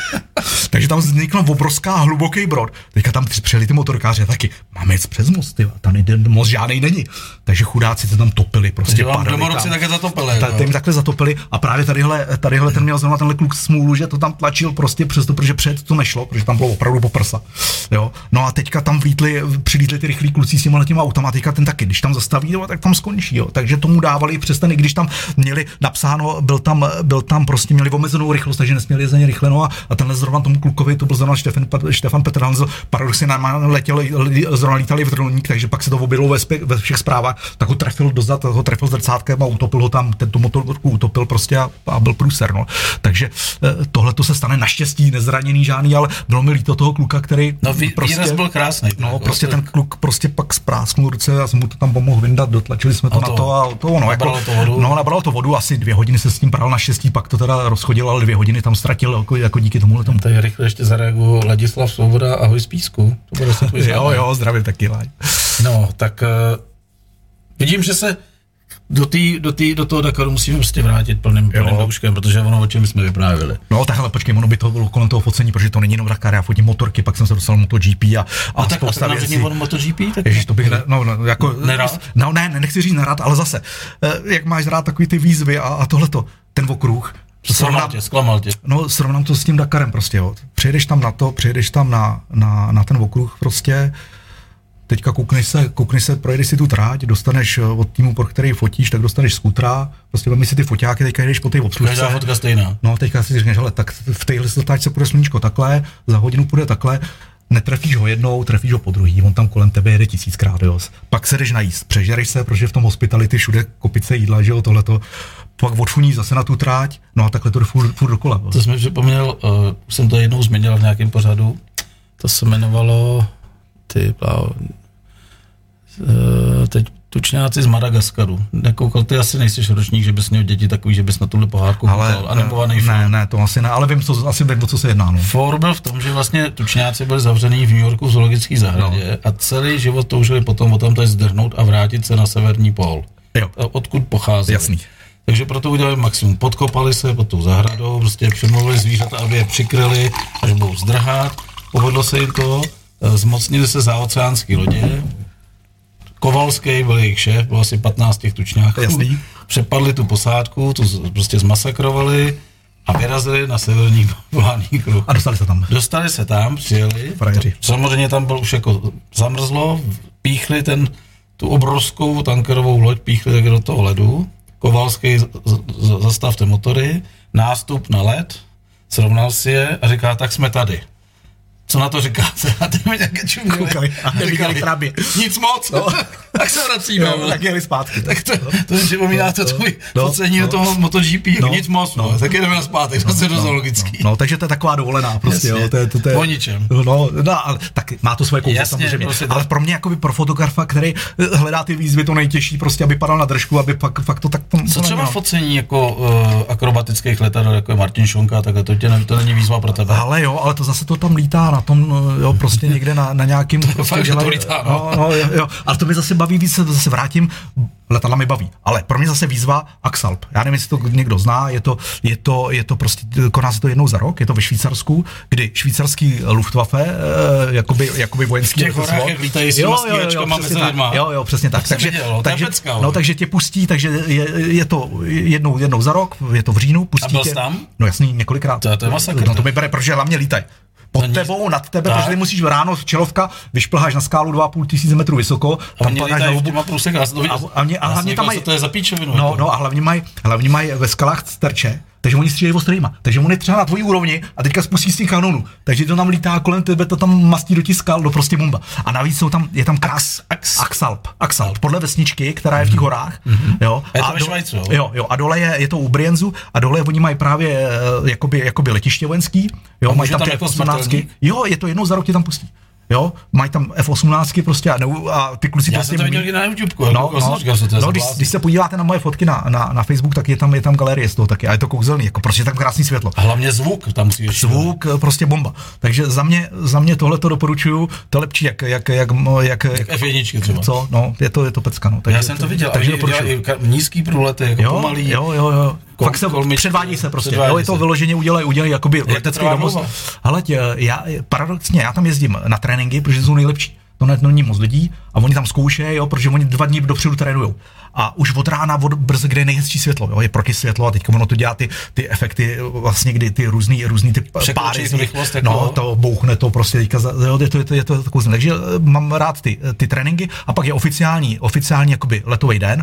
Takže tam vznikla obrovská hluboký brod. Teďka tam přijeli ty motorkáři taky, máme jít přes most, tyva, tam nejde, most žádnej není. Takže chudáci se tam topili, prostě padali. Domorodci také zatopili. Ta, tím takhle zatopili a právě tadyhle, tadyhle ten měl zrovna tenhle kluk smůlu, že to tam tlačil prostě přesto, protože před to nešlo, protože tam bylo opravdu po prsa. Jo? No a teďka tam vlítli, přilítli ty rychlí kluci s těma těma automatika, ten taky, když tam zastaví, jo, tak tam skončí, jo. Takže tomu dávali přes ten, i když tam měli napsáno, byl tam, byl tam prostě měli omezenou rychlost, takže nesměli jezdit rychle, no a, a tenhle zrovna tomu klukovi, to byl zrovna Štefan, Štefan Petr Hanzel, paradoxně letěl, zrovna lítali vrtulník, takže pak se to objevilo ve, ve všech zprávách, tak ho trefil dozad, ho trefil zrcátkem a utopil ho tam, tento motorku utopil prostě a, a byl průser, no. Takže tohle to se stane naštěstí nezraněný žádný, ale bylo mi líto toho kluka, který no, vý, prostě byl krásný. No, jako prostě ten kluk prostě pak sprásknul ruce a jsem mu to tam pomohl vyndat, dotlačili jsme to, to na to a to ono, jako, to vodu. No, nabralo to vodu, asi dvě hodiny se s tím pral naštěstí, pak to teda rozchodil, ale dvě hodiny tam ztratil, jako, jako díky tomu tomu. Tady rychle ještě zareaguju Ladislav Svoboda, ahoj z Písku. To bude se jo, jo, zdravím taky, Láď. No, tak uh, vidím, že se do, tý, do, tý, do toho Dakaru musíme prostě vrátit plným, plným douškem, protože ono, o čem jsme vyprávěli. No takhle, počkej, ono by to bylo kolem toho focení, protože to není jenom Dakar, já fotím motorky, pak jsem se dostal MotoGP a, a no, spousta tak, věcí. A tak MotoGP? Tak Ježiš, to bych, ne, no, no, jako, nerad? No ne, nechci říct nerad, ale zase, jak máš rád takový ty výzvy a, a tohleto, ten okruh. Zklamal tě, zklamal tě. No, srovnám to s tím Dakarem prostě, jo. Přijedeš tam na to, přijedeš tam na, na, na ten okruh prostě, teďka koukneš se, koukneš se, projedeš si tu tráť, dostaneš od týmu, pro který fotíš, tak dostaneš skutra, prostě vemi si ty foťáky, teďka jdeš po té obslužce. Každá fotka stejná. No, teďka si říkáš, hele, tak v téhle se půjde sluníčko takhle, za hodinu půjde takhle, netrefíš ho jednou, trefíš ho po druhý, on tam kolem tebe jede tisíckrát, jo. Pak se jdeš najíst, přežereš se, protože v tom hospitality všude kopice jídla, že jo, tohleto. Pak odfuní zase na tu tráť, no a takhle to jde furt, furt dokola. To jsem mi připomněl, uh, už jsem to jednou změnil v nějakém pořadu, to se jmenovalo, ty, uh, teď tučňáci z Madagaskaru. Nekoukal, ty asi nejsi ročník, že bys měl děti takový, že bys na tuhle pohádku koukal, animovaný film. Ne, ne, to asi ne, ale vím, co, asi vím, o co se jedná. No. For byl v tom, že vlastně tučňáci byli zavřený v New Yorku v zoologické zahradě no. a celý život toužili potom o tom tady zdrhnout a vrátit se na severní pól. Jo. Odkud pochází. Jasný. Takže proto udělali maximum. Podkopali se pod tou zahradou, prostě přemluvili zvířata, aby je přikryli, až budou zdrhat. Povedlo se jim to, zmocnili se záoceánský lodě. Kovalský byl jejich šéf, bylo asi patnáct těch tučňáků. Jasný. Přepadli tu posádku, tu prostě zmasakrovali a vyrazili na severní polární kruh. A dostali se tam. Dostali se tam, přijeli. Frajeři. Samozřejmě tam byl už jako zamrzlo, píchli ten, tu obrovskou tankerovou loď, píchli tak do toho ledu. Kovalský, zastavte motory, nástup na led, srovnal si je a říká, tak jsme tady. Co na to říkáte? A ty mi nějaké čuměli. Koukali a neviděli krabě. Nic moc. No. Tak se vracíme. No, tak jeli zpátky. Tak to, to je připomíná to tvůj no, focení no, do toho MotoGP, no, nic moc. no, No. Tak jdeme na zpátek, to je dost logický. No, no, takže to je taková dovolená prostě. Jasně, jo, to je, to, to je, o ničem. No, no, ale tak má to svoje kouzlo samozřejmě. Prostě ale pro mě jakoby pro fotografa, který hledá ty výzvy, to nejtěžší, prostě aby padal na držku, aby fakt, fakt to tak... To, Co to třeba nemělo. focení jako uh, akrobatických letadel, jako je Martin Šonka, tak to, tě, to není výzva pro tebe. Ale jo, ale to zase to tam lítá na tom, jo, prostě někde na, na nějakým... To fakt, že to lítá, no. no, no jo, jo, ale to mi zase baví víc, zase vrátím, letadla mi baví, ale pro mě zase výzva Axalp. Já nevím, jestli to někdo zná, je to, je to, je to prostě, koná se to jednou za rok, je to ve Švýcarsku, kdy švýcarský Luftwaffe, eh, jakoby, jakoby vojenský... V těch horách, jak lítají s těma stíhačkama mezi lidma. Jo, jo, přesně tak. To Takže, viděl, takže, pecka, no, takže tě pustí, takže je, je to jednou, jednou za rok, je to v říjnu, pustí A byl tě. jsi tam? No jasný, několikrát. To, to je masakr. No to mi bere, protože hlavně lítaj. Pod No, tebou, nad tebe, tak. protože ty musíš ráno čelovka, vyšplháš na skálu dva a půl tisíce metrů vysoko, A tam oni padáš na lítají v hubu. těma průsekách, já jsem to viděl. A, a, mě, a Já jsem hlavně tam říkal, mají, co to je za píčovinu. no, jako. no a hlavně mají, hlavně mají ve skalách terče, takže oni střílejí ostrýma, takže on je třeba na tvojí úrovni a teďka spustí z těch kanonů, takže to tam lítá kolem tebe, to tam mastí do těch skal, do prostě bomba. A navíc jsou tam, je tam krás, Ax, Axalp, Axalp, podle vesničky, která je v těch horách, mm-hmm. jo. A je to a ve do- Švajcu, jo? Jo, jo, a dole je, je to u Brienzu a dole oni mají právě eh, jakoby, jakoby letiště vojenský, jo, A mají může tam tam ty jako F osmnáct. smrtelník? Jo, je to jednou za rok tě tam pustí. Jo, mají tam F osmnáct prostě a, ne, a ty kluci Já prostě jsem to viděl mluví- i na YouTubeku, No, no, no, říkal, že to je no když, když se podíváte na moje fotky na, na, na Facebook, tak je tam, je tam galerie z toho taky a je to kouzelný, jako prostě tam krásný světlo. A hlavně zvuk tam musí ještě. Zvuk, prostě bomba. Takže za mě, za mě tohle to doporučuju, to je lepší jak, jak, jak, jak, jak F jedna třeba. co, no, je to, je to pecka, no. Takže, Já jsem to viděl, takže takže doporučuju. i ka- nízký průlety, jako Jo, pomalý. jo, jo, jo. Kol- Fakt se kolmičky, předvádí se prostě, předvádí jo, je to se. vyloženě udělají, udělají jakoby to letecký trvá dovoz. dlouho? Ale tě, já, paradoxně, já tam jezdím na tréninky, protože jsou nejlepší. To ne, není moc lidí a oni tam zkoušejí, jo, protože oni dva dní dopředu trénujou. A už od rána, od brze, kde je nejhezčí světlo, jo, je protisvětlo a teďka ono to dělá ty, ty efekty, vlastně kdy ty různý, různý ty Překročí páry, tu rychlost, jako- no, to bouchne to prostě teďka, za- jo, je to, je to, je to takový, takže eh, mám rád ty, ty tréninky a pak je oficiální, oficiální jakoby letový den.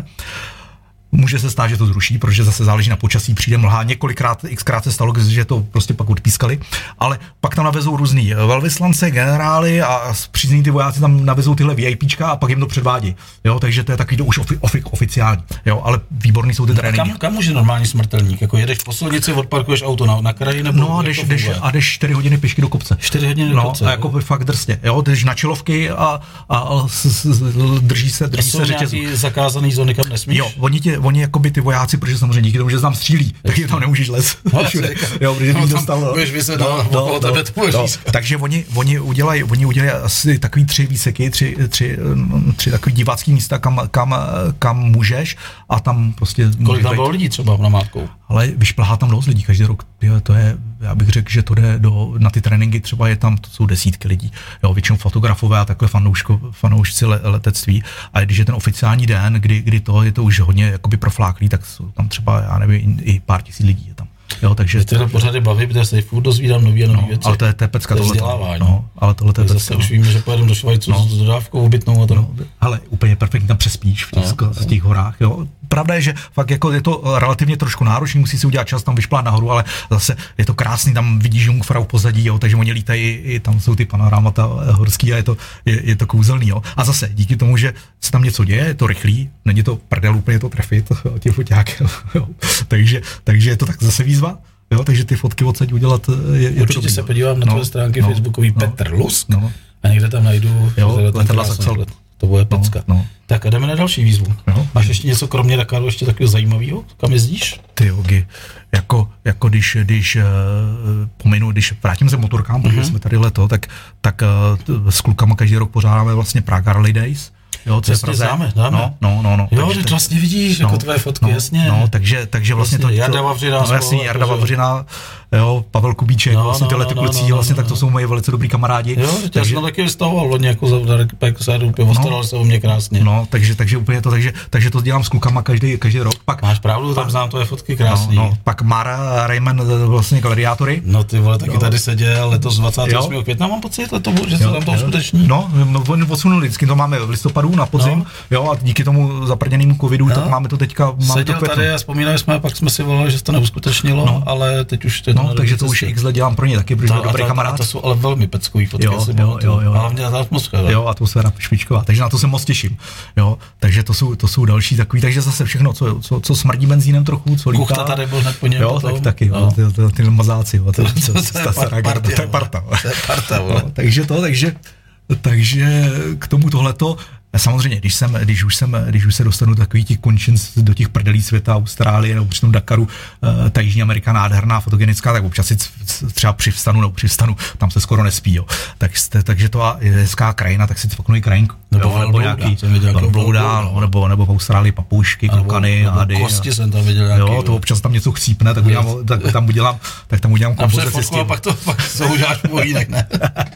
Může se stát, že to zruší, protože zase záleží na počasí, přijde mlha, několikrát, xkrát se stalo, že to prostě pak odpískali, ale pak tam navezou různý velvyslance, generály a přízní ty vojáci tam navezou tyhle VIPčka a pak jim to předvádí, jo, takže to je takový to už ofi, ofi, oficiální, jo, ale výborný jsou ty tréninky. Kam, kam může normální smrtelník? Jako jedeš po silnici, odparkuješ auto na, na kraji, nebo No a jak jdeš, to jdeš, funguje? a jdeš čtyři hodiny pěšky do kopce. čtyři hodiny do No, kopce, a jo? jako fakt drsně, jo, jdeš na čilovky a, a, a s, s, drží se, To drží jsou se řetězu. nějaký zakázaný zóny, kam nesmíš? Jo, oni, tě, oni jakoby ty vojáci, protože samozřejmě díky tomu, že tam střílí, tak je tam nemůžeš les. No, Všude. říkám, Jo, protože no, bych tam dostal. budeš vyset a okolo tebe to budeš říkat. Takže oni, oni udělají, oni udělají asi takový tři výseky, tři, tři, tři takový divácký místa, kam, kam, kam můžeš a tam prostě Kolik tam být. bylo lidí třeba na mátkou? Ale vyšplhá tam dost lidí každý rok. Jo, to je, já bych řekl, že to jde do, na ty tréninky třeba je tam, to jsou desítky lidí. Jo, většinou fotografové a takové fanouško, fanoušci le, letectví. A když je ten oficiální den, kdy, kdy to je to už hodně jakoby profláklý, tak jsou tam třeba, já nevím, i pár tisíc lidí je tam. Jo, takže Tyhle pořady baví, protože se furt dozvídám nový a nový no, věci. ale to je, to je pecka To je tohleto. vzdělávání. No, ale tohle to je Zase pecka. už víme, že pojedeme do Švajcu No. s dodávkou obytnou a tam. No, ale úplně perfektně tam přespíš v těch, No. v těch horách. Jo. Pravda je, že fakt jako je to relativně trošku náročný, musí si udělat čas tam vyšplát nahoru, ale zase je to krásný, tam vidíš Jungfrau pozadí, jo, takže oni lítají, i tam jsou ty panorámata horský a je to, je, je to kouzelný. Jo. A zase díky tomu, že se tam něco děje, je to rychlý, není to prdel úplně to trefit tím foťákem. Jo. takže, takže je to tak zase výzva. Jo, takže ty fotky odsaď udělat je, je Určitě to dobrý, se no. podívám na No, tvoje stránky no, Facebookový no, Petr Lusk no. a někde tam najdu Jo, tenhle ten letadla krásný Saxel. let. To bude pecka. No, no. Tak a jdeme na další výzvu. Jo. Máš ještě něco kromě Dakaru, ještě takového zajímavého? Kam jezdíš? Ty jogi, jako, jako když, když uh, pominu, když vrátím se motorkám, protože Mhm. jsme tady leto, tak, tak uh, s klukama každý rok pořádáme vlastně Prague Rally Days. Jo, co je v Jasně, Praze. známe, známe. No, no, no, no. Jo, Jo, ty to vlastně vidíš, no, jako tvé fotky, no, jasně. No, takže, takže vlastně jasně, to... Jarda Vavřina. No jasně, Jarda Vavřina, jo, Pavel Kubíček, no, vlastně tyhle no, no, kluci, no, no, vlastně no, tak to jsou moji velice dobrý kamarádi. Jo, takže... já jsem taky vystavoval loni jako za Darek Sádu, postaral se o mě krásně. No, takže, takže úplně to, takže, takže to dělám s klukama každý, každý rok. Pak, máš pravdu, tam znám tvoje fotky krásný. No, no, pak Mara Rayman, vlastně gladiátory. No ty vole, taky jo. Tady seděl letos dvacátého osmého května, mám pocit, letos, že se tam to uskuteční. No, no, oni odsunuli, vždycky to máme v listopadu na podzim, no. Jo, a díky tomu zaprděnému covidu, no. Tak máme to teďka, máme seděl to tady a vzpomínali jsme, pak jsme si volali, že se to neuskutečnilo, no. Ale teď už to no, takže to už x let dělám pro ně taky, protože to, dobrý ta, kamarád. A to jsou ale velmi peckový fotky, jo, jo, jo, jo. Hlavně ta atmosféra. Jo, atmosféra špičková, takže na to se moc těším. Jo, takže to jsou, to jsou další takový, takže zase všechno, co, co, co smrdí benzínem trochu, co lítá. Kuchta tady byl hned po něm. Jo, tak taky, no. ty, ty, ty mazáci, jo, to, to, to, to, to, to je parta. To je parta, no, takže to, takže, takže k tomu tohleto. Samozřejmě, když, jsem, když, už jsem, když už se dostanu do takových těch končin do těch prdelí světa, Austrálie nebo při tom Dakaru, ta Jižní Amerika nádherná, fotogenická, tak občas si třeba přivstanu nebo přivstanu, tam se skoro nespí, jo. Tak jste, takže to je hezká krajina, tak si cvaknu i krajinku. Nebo, jo, nebo nějaký velblouda, no, nebo, nebo v Austrálii papoušky, klukany, hady. Kosti jsem tam viděl nějaký. Jo, to občas tam něco chcípne, tak, udělám, tak tam udělám, tak tam udělám kompozici s tím. A pak to pak se uděláš povínek, ne?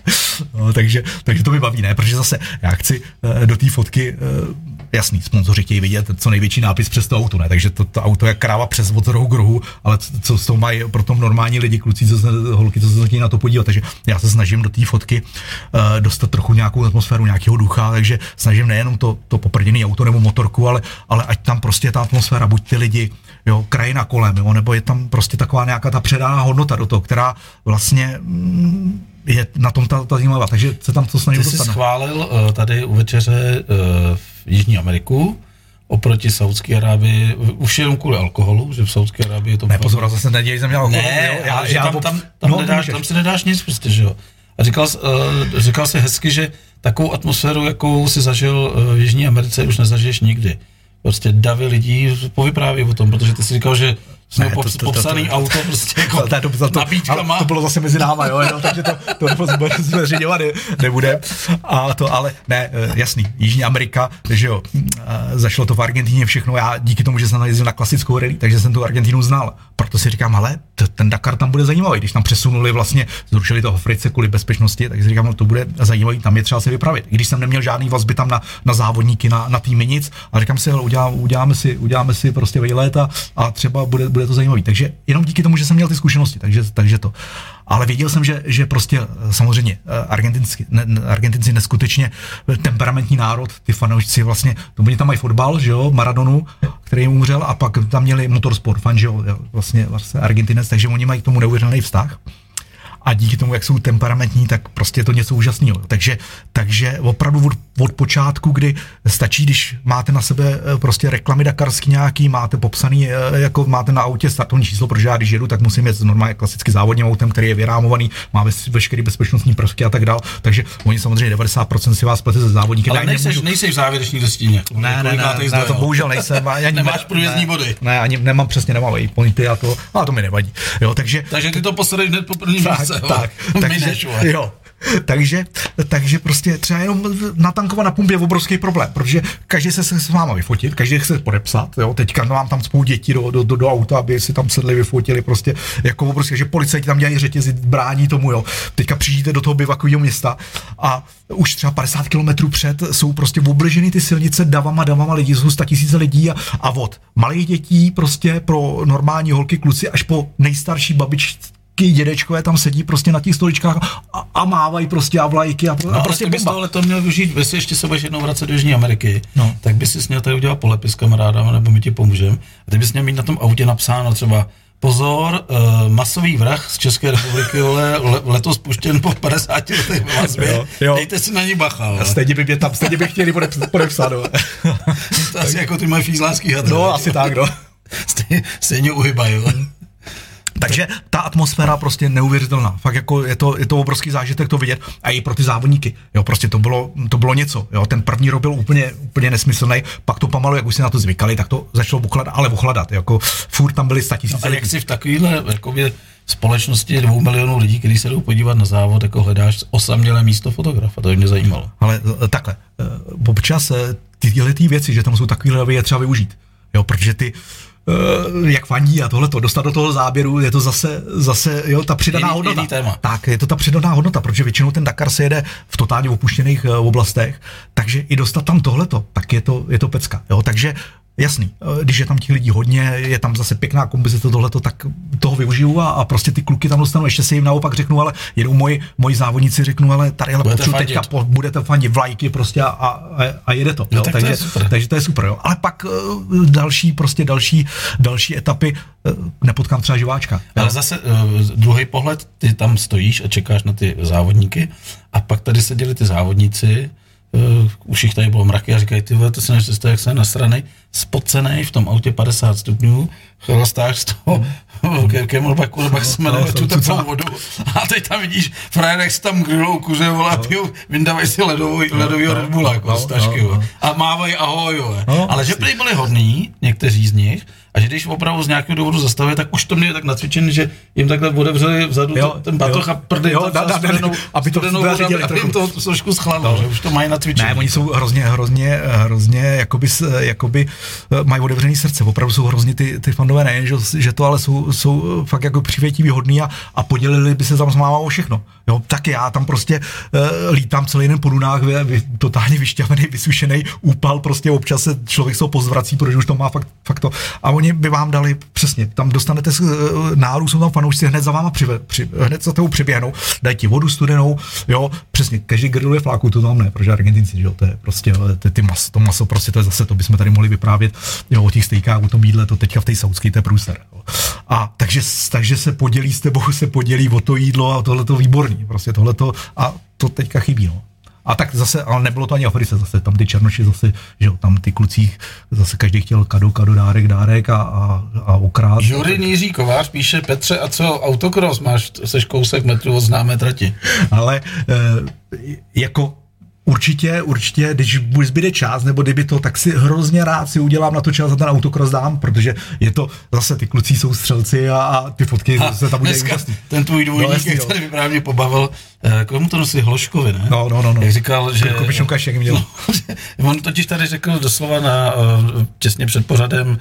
No, takže, takže to mi baví, ne? Protože zase já chci do té fotky, jasný, sponzoři chtějí vidět co největší nápis přes to auto, ne? Takže to, to auto je kráva přes od rohu k rohu, ale co z toho mají pro tom normální lidi, kluci, co se, holky, co se chtějí na to podívat. Takže já se snažím do té fotky uh, dostat trochu nějakou atmosféru, nějakého ducha, takže snažím nejenom to, to poprděné auto nebo motorku, ale, ale ať tam prostě je ta atmosféra, buď ty lidi, jo, krajina kolem, jo, nebo je tam prostě taková nějaká ta předána hodnota do toho, která vlastně mm, je na tom ta, ta zajímavá, takže se tam to snažím dostat. Ty jsi schválil uh, tady u večeře uh, v Jižní Ameriku oproti Saúdské Arábii, už jenom kvůli alkoholu, že v Saúdské Arábii je to... Ne, pozor, zase neději jsem měl alkohol. Ne, jo, já, já, já, tam, tam, tam, no, nedáš, tam si nedáš nic prostě, že jo. A říkal, uh, říkal si hezky, že takovou atmosféru, jakou si zažil uh, v Jižní Americe, už nezažiješ nikdy. Prostě davy lidí, povypráví o tom, protože ty si říkal, že jsme ne, pop, to, to, popsaný to, to, auto prostě jako to, to, to, nabídkama. To bylo zase mezi náma, jo, jo, takže to, to, to zveřejňovat ne, nebude. A to, ale ne, jasný, Jižní Amerika, takže jo, zašlo to v Argentíně všechno, já díky tomu, že jsem jezdil na klasickou rally, takže jsem tu Argentínu znal. Proto si říkám, ale ten Dakar tam bude zajímavý, když tam přesunuli vlastně, zrušili to v Africe kvůli bezpečnosti, takže si říkám, no, to bude zajímavý, tam je třeba se vypravit. I když jsem neměl žádný vazby tam na, na závodníky, na, na týmy nic, a říkám si, hele, udělám, uděláme si, uděláme si prostě výlet a, a třeba bude, bude to zajímavý. Takže jenom díky tomu, že jsem měl ty zkušenosti, takže, takže to. Ale věděl jsem, že, že prostě samozřejmě Argentinci, ne, Argentinci neskutečně temperamentní národ, ty fanoušci vlastně, to oni tam mají fotbal, že jo, Maradonu, který jim umřel, a pak tam měli motorsport, fan, že jo, vlastně, vlastně Argentinec, takže oni mají k tomu neuvěřitelný vztah. A díky tomu, jak jsou temperamentní, tak prostě je to něco úžasného. Takže, takže opravdu od, od počátku, kdy stačí, když máte na sebe prostě reklamy dakarský nějaký, máte popsaný, jako máte na autě startovní číslo, protože já když jedu, tak musím jet normálně klasicky závodním autem, který je vyrámovaný, má veškerý bezpečnostní prvky a tak dál. Takže oni samozřejmě devadesát procent si vás plete ze závodníky. Ale nejseš, nemůžu... nejseš v závěrečný dostině. Ne, ne, ne, ne, to bohužel nejsem. Ani nemáš průjezdní body. Ne, ani nemám přesně, nemám pointy a to, ale to mi nevadí. Jo, takže, takže ty to posadeš hned po prvním místě. Tak, takže, jo. Takže, takže prostě třeba jenom natankovat na pumpě je obrovský problém, protože každý se s váma vyfotit, každý chce podepsat, jo, teďka mám tam spolu děti do, do, do, do auta, aby si tam sedli, vyfotili, prostě jako obrovský, že policajti tam dělají řetězy, brání tomu, jo. Teďka přijdete do toho bivakového města a už třeba padesát kilometrů před jsou prostě obleženy ty silnice davama, davama lidí, jsou sta tisíce lidí a, a od malých dětí prostě pro normální holky, kluci až po nejstarší babičky, dědečkové tam sedí prostě na těch stoličkách a, a mávají prostě a vlajky a, no, a prostě bomba. No, ale to měl využít, jestli ještě se budeš jednou vracet do Jižní Ameriky, no. Tak bys si měl tady udělat polepis s kamarádama, nebo my ti pomůžeme. A ty bys měl mít na tom autě napsáno třeba pozor, uh, masový vrah z České republiky, le, le, letos puštěn po padesáti letech ve vazbě, dejte si na ní bacha. Stejně by mě tam, stejně by chtěli podepsat. podepsat to asi jako ty mají fízlářský hadry. No, asi tak, no. Stejně, stejně uhybají. Takže ta atmosféra prostě neuvěřitelná. Fakt jako je to, je to obrovský zážitek to vidět a i pro ty závodníky. Jo, prostě to bylo, to bylo něco. Jo, ten první rok byl úplně, úplně nesmyslný, pak to pomalu, jak už si na to zvykali, tak to začalo ochladat, ale ochladat. Jako furt tam byly statisíce. No, ale jak si v takovéhle jakoby společnosti dvou milionů lidí, kteří se jdou podívat na závod, jako hledáš osamělé místo fotografa, to by mě zajímalo. Ale takhle, občas tyhle ty věci, že tam jsou takovýhle věci, je třeba využít. Jo, protože ty Uh, jak fandí a tohleto, dostat do toho záběru, je to zase, zase jo, ta přidaná jiný, hodnota. Jiný téma. Tak, je to ta přidaná hodnota, protože většinou ten Dakar se jede v totálně opuštěných uh, oblastech, takže i dostat tam tohleto, tak je to, je to pecka. Jo, takže jasný, když je tam těch lidí hodně, je tam zase pěkná kompozice tohleto, tak toho využiju a, a prostě ty kluky tam dostanu, ještě si jim naopak řeknu, ale jedou moji, moji závodníci, řeknu, ale tady ale potřebuji teďka, po, budete fandit vlajky prostě a, a, a jede to. Jo, jo, tak takže, to je takže to je super. Jo. Ale pak uh, další, prostě další, další etapy uh, nepotkám třeba živáčka. Jo. Ale zase uh, druhý pohled, ty tam stojíš a čekáš na ty závodníky a pak tady seděli ty závodníci, Uh, už jich tady bylo mraky a říkají, ty vole, to se než jak se nasrany, spocenej v tom autě padesát stupňů, chlastáš z toho mm. Camelbacku, nebo jak se jmenuje, tu teplou vodu a teď tam vidíš, frajerek si tam grillou kuře, vole, pijou, vyndávají si ledový, ledový Red Bulla, jako z tašky, a mávají ahoj, vole. Ale že prý byli hodní, někteří z nich, a že když opravdu z nějakého důvodu zastavili, tak už to měli tak nacvičený, že jim takhle otevřeli vzadu jo, ten batoh a prdej studenou, aby to aby, aby jim to trošku schladlo, no. Že už to mají nacvičený. Ne, oni jsou hrozně, hrozně, hrozně, jakoby, jakoby mají otevřený srdce, opravdu jsou hrozně ty, ty fandové, ne, že, že to ale jsou, jsou fakt jako přivětivý, hodný a, a podělili by se tam s máma o všechno. Jo, tak já tam prostě uh, lítám celý den po dunách, vy, vy, totálně vyšťavený, vysušený, úpal, prostě občas se člověk se ho pozvrací, protože už to má fakt, fakt to. A oni by vám dali přesně, tam dostanete uh, náru, jsou tam fanoušci, hned za váma přive, při, hned za tebou přiběhnou, dají ti vodu studenou, jo, přesně, každý griluje fláku, to tam ne, protože Argentinci, jo, to je prostě, ty, ty mas, to maso, prostě to je zase, to bychom tady mohli vyprávět, jo, o těch stejkách, o tom jídle, to teďka v té saudské, to je průser. Jo. A takže, takže se podělí s tebou, se podělí o to jídlo a tohle to výborný, prostě tohleto a to teďka chybí, no. A tak zase, ale nebylo to ani v Africe, zase tam ty černoši zase, že jo, tam ty kluci, zase každý chtěl kado, kado, dárek, dárek a, a, a okrát. Žury Jiří Kovář píše, Petře, a co autokros, máš, seš kousek metru od známé trati. Ale e, jako určitě, určitě, když buď zbyde čas, nebo kdyby to, tak si hrozně rád si udělám na to čas a ten autokros dám, protože je to, zase ty kluci jsou střelci a, a ty fotky a se tam udělají úžasný. Ten tvůj dvojník, no, jak tady právě pobavil, komu to nosí Hloškovi, ne? No, no, no. no. Jak říkal, že... Kopičnou kaši, jak měl. No, on totiž tady řekl doslova na, těsně před pořadem,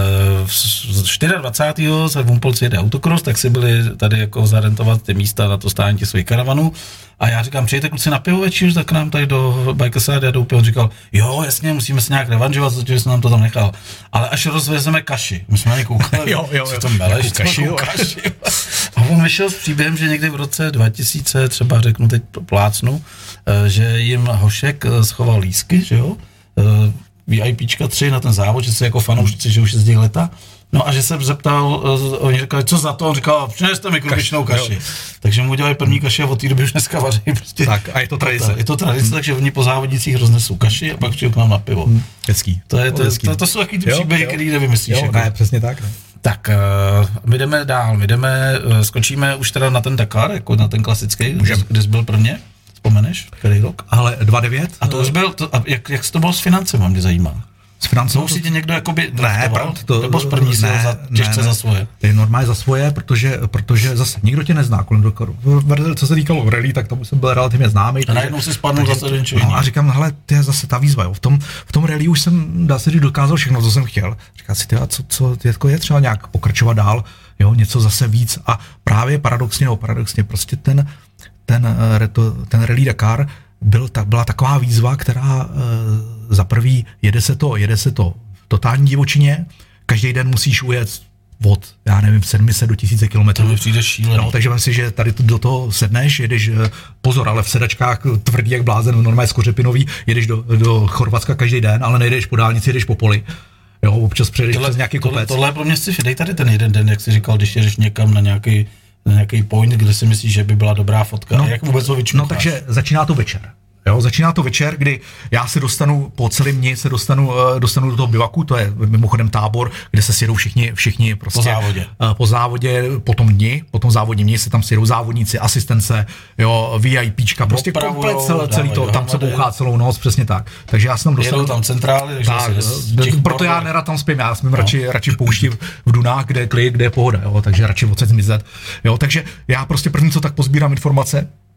dvacátého čtvrtého se v Humpolci jede autokros, tak si byli tady jako zarentovat ty místa na to stání těch svých karavanů. A já říkám, přijďte kluci na pivo večer, tak nám tady do Bajkasády a do Upy. On říkal, jo, jasně, musíme se nějak revanžovat, protože jsem nám to tam nechal. Ale až rozvezeme kaši. My jsme na ně koukali, jo, jo, co to meleš, kaši, jo. kaši. A on vyšel s příběhem, že někdy v roce dva tisíce, třeba řeknu teď plácnu, že jim Hošek schoval lístky, že jo, VIPčka tři na ten závod, že se jako fanoušci, že už jezdí leta. No a že se zeptal, oni říkali, co za to? On říkal, přineste mi krupičnou kaši. Jo. Takže mu udělali první kaši a od té doby už dneska vaří. Prostě. Tak a je to tradice. Je to tradice, hmm. takže oni po závodnicích roznesou kaši a pak přijdu k nám na pivo. Hmm. Hezký. To, je, to, je, to, to jsou taky ty příběhy, který nevymyslíš. Jo, jako. Ne, přesně tak. Ne. Tak uh, my jdeme dál, my jdeme, uh, skočíme už teda na ten Dakar, jako na ten klasický, kde jsi byl prvně. Vzpomeneš, který rok? Ale dva devět. A to už byl, to, a jak, jak to bylo s financem, mě zajímá. S financem? To už si tě někdo jakoby ne, to, nebo z první si za, těžce ne, za svoje? To je normálně za svoje, protože, protože zase nikdo tě nezná kolem Dakaru. Co se týkalo rally, tak tomu jsem byl relativně známý. A najednou si spadnul zase jeden člověk. No a říkám, hele, to je zase ta výzva, jo. V tom, v tom rally už jsem, dá se říct, dokázal všechno, co jsem chtěl. Říkám si, tyhle, co, co jako je třeba nějak pokračovat dál, jo, něco zase víc. A právě paradoxně, no, paradoxně, prostě ten, ten, ten, ten rally Dakar byl, ta, byla taková výzva, která e, za prvý jede se to, jede se to totální divočině, každý den musíš ujet od, já nevím, sedm set do tisíce kilometrů. To mi přijde šílený. No, takže myslím si, že tady do toho sedneš, jedeš, pozor, ale v sedačkách tvrdý jak blázen, normálně skořepinový, jedeš do, do Chorvatska každý den, ale nejdeš po dálnici, jedeš po poli. Jo, občas přejdeš přes nějaký kopec. Tohle, tohle je pro mě sci-fi, dej tady ten jeden den, jak jsi říkal, když jedeš někam na nějaký, na nějaký point, kde si myslíš, že by byla dobrá fotka. No, a jak vůbec ho vyčmucháš? No, takže začíná to večer. Jo, začíná to večer, kdy já se dostanu po celém dni, se dostanu, dostanu do toho bivaku, to je mimochodem tábor, kde se sjedou všichni, všichni prostě po závodě. Po závodě, po tom dni, po tom závodním dni se tam sjedou závodníci, asistence, jo, VIPčka, prostě komplet celé, celý to, tam se bouchá celou noc, přesně tak. Takže já se tam dostanu. Jedou tam centrály, takže tak, těch proto já nerad tam spím, já smím no. radši, radši pouští v Dunách, kde je klid, kde je pohoda, jo, takže radši odsaď zmizet. Jo, takže já prostě první co tak pozbírám informace,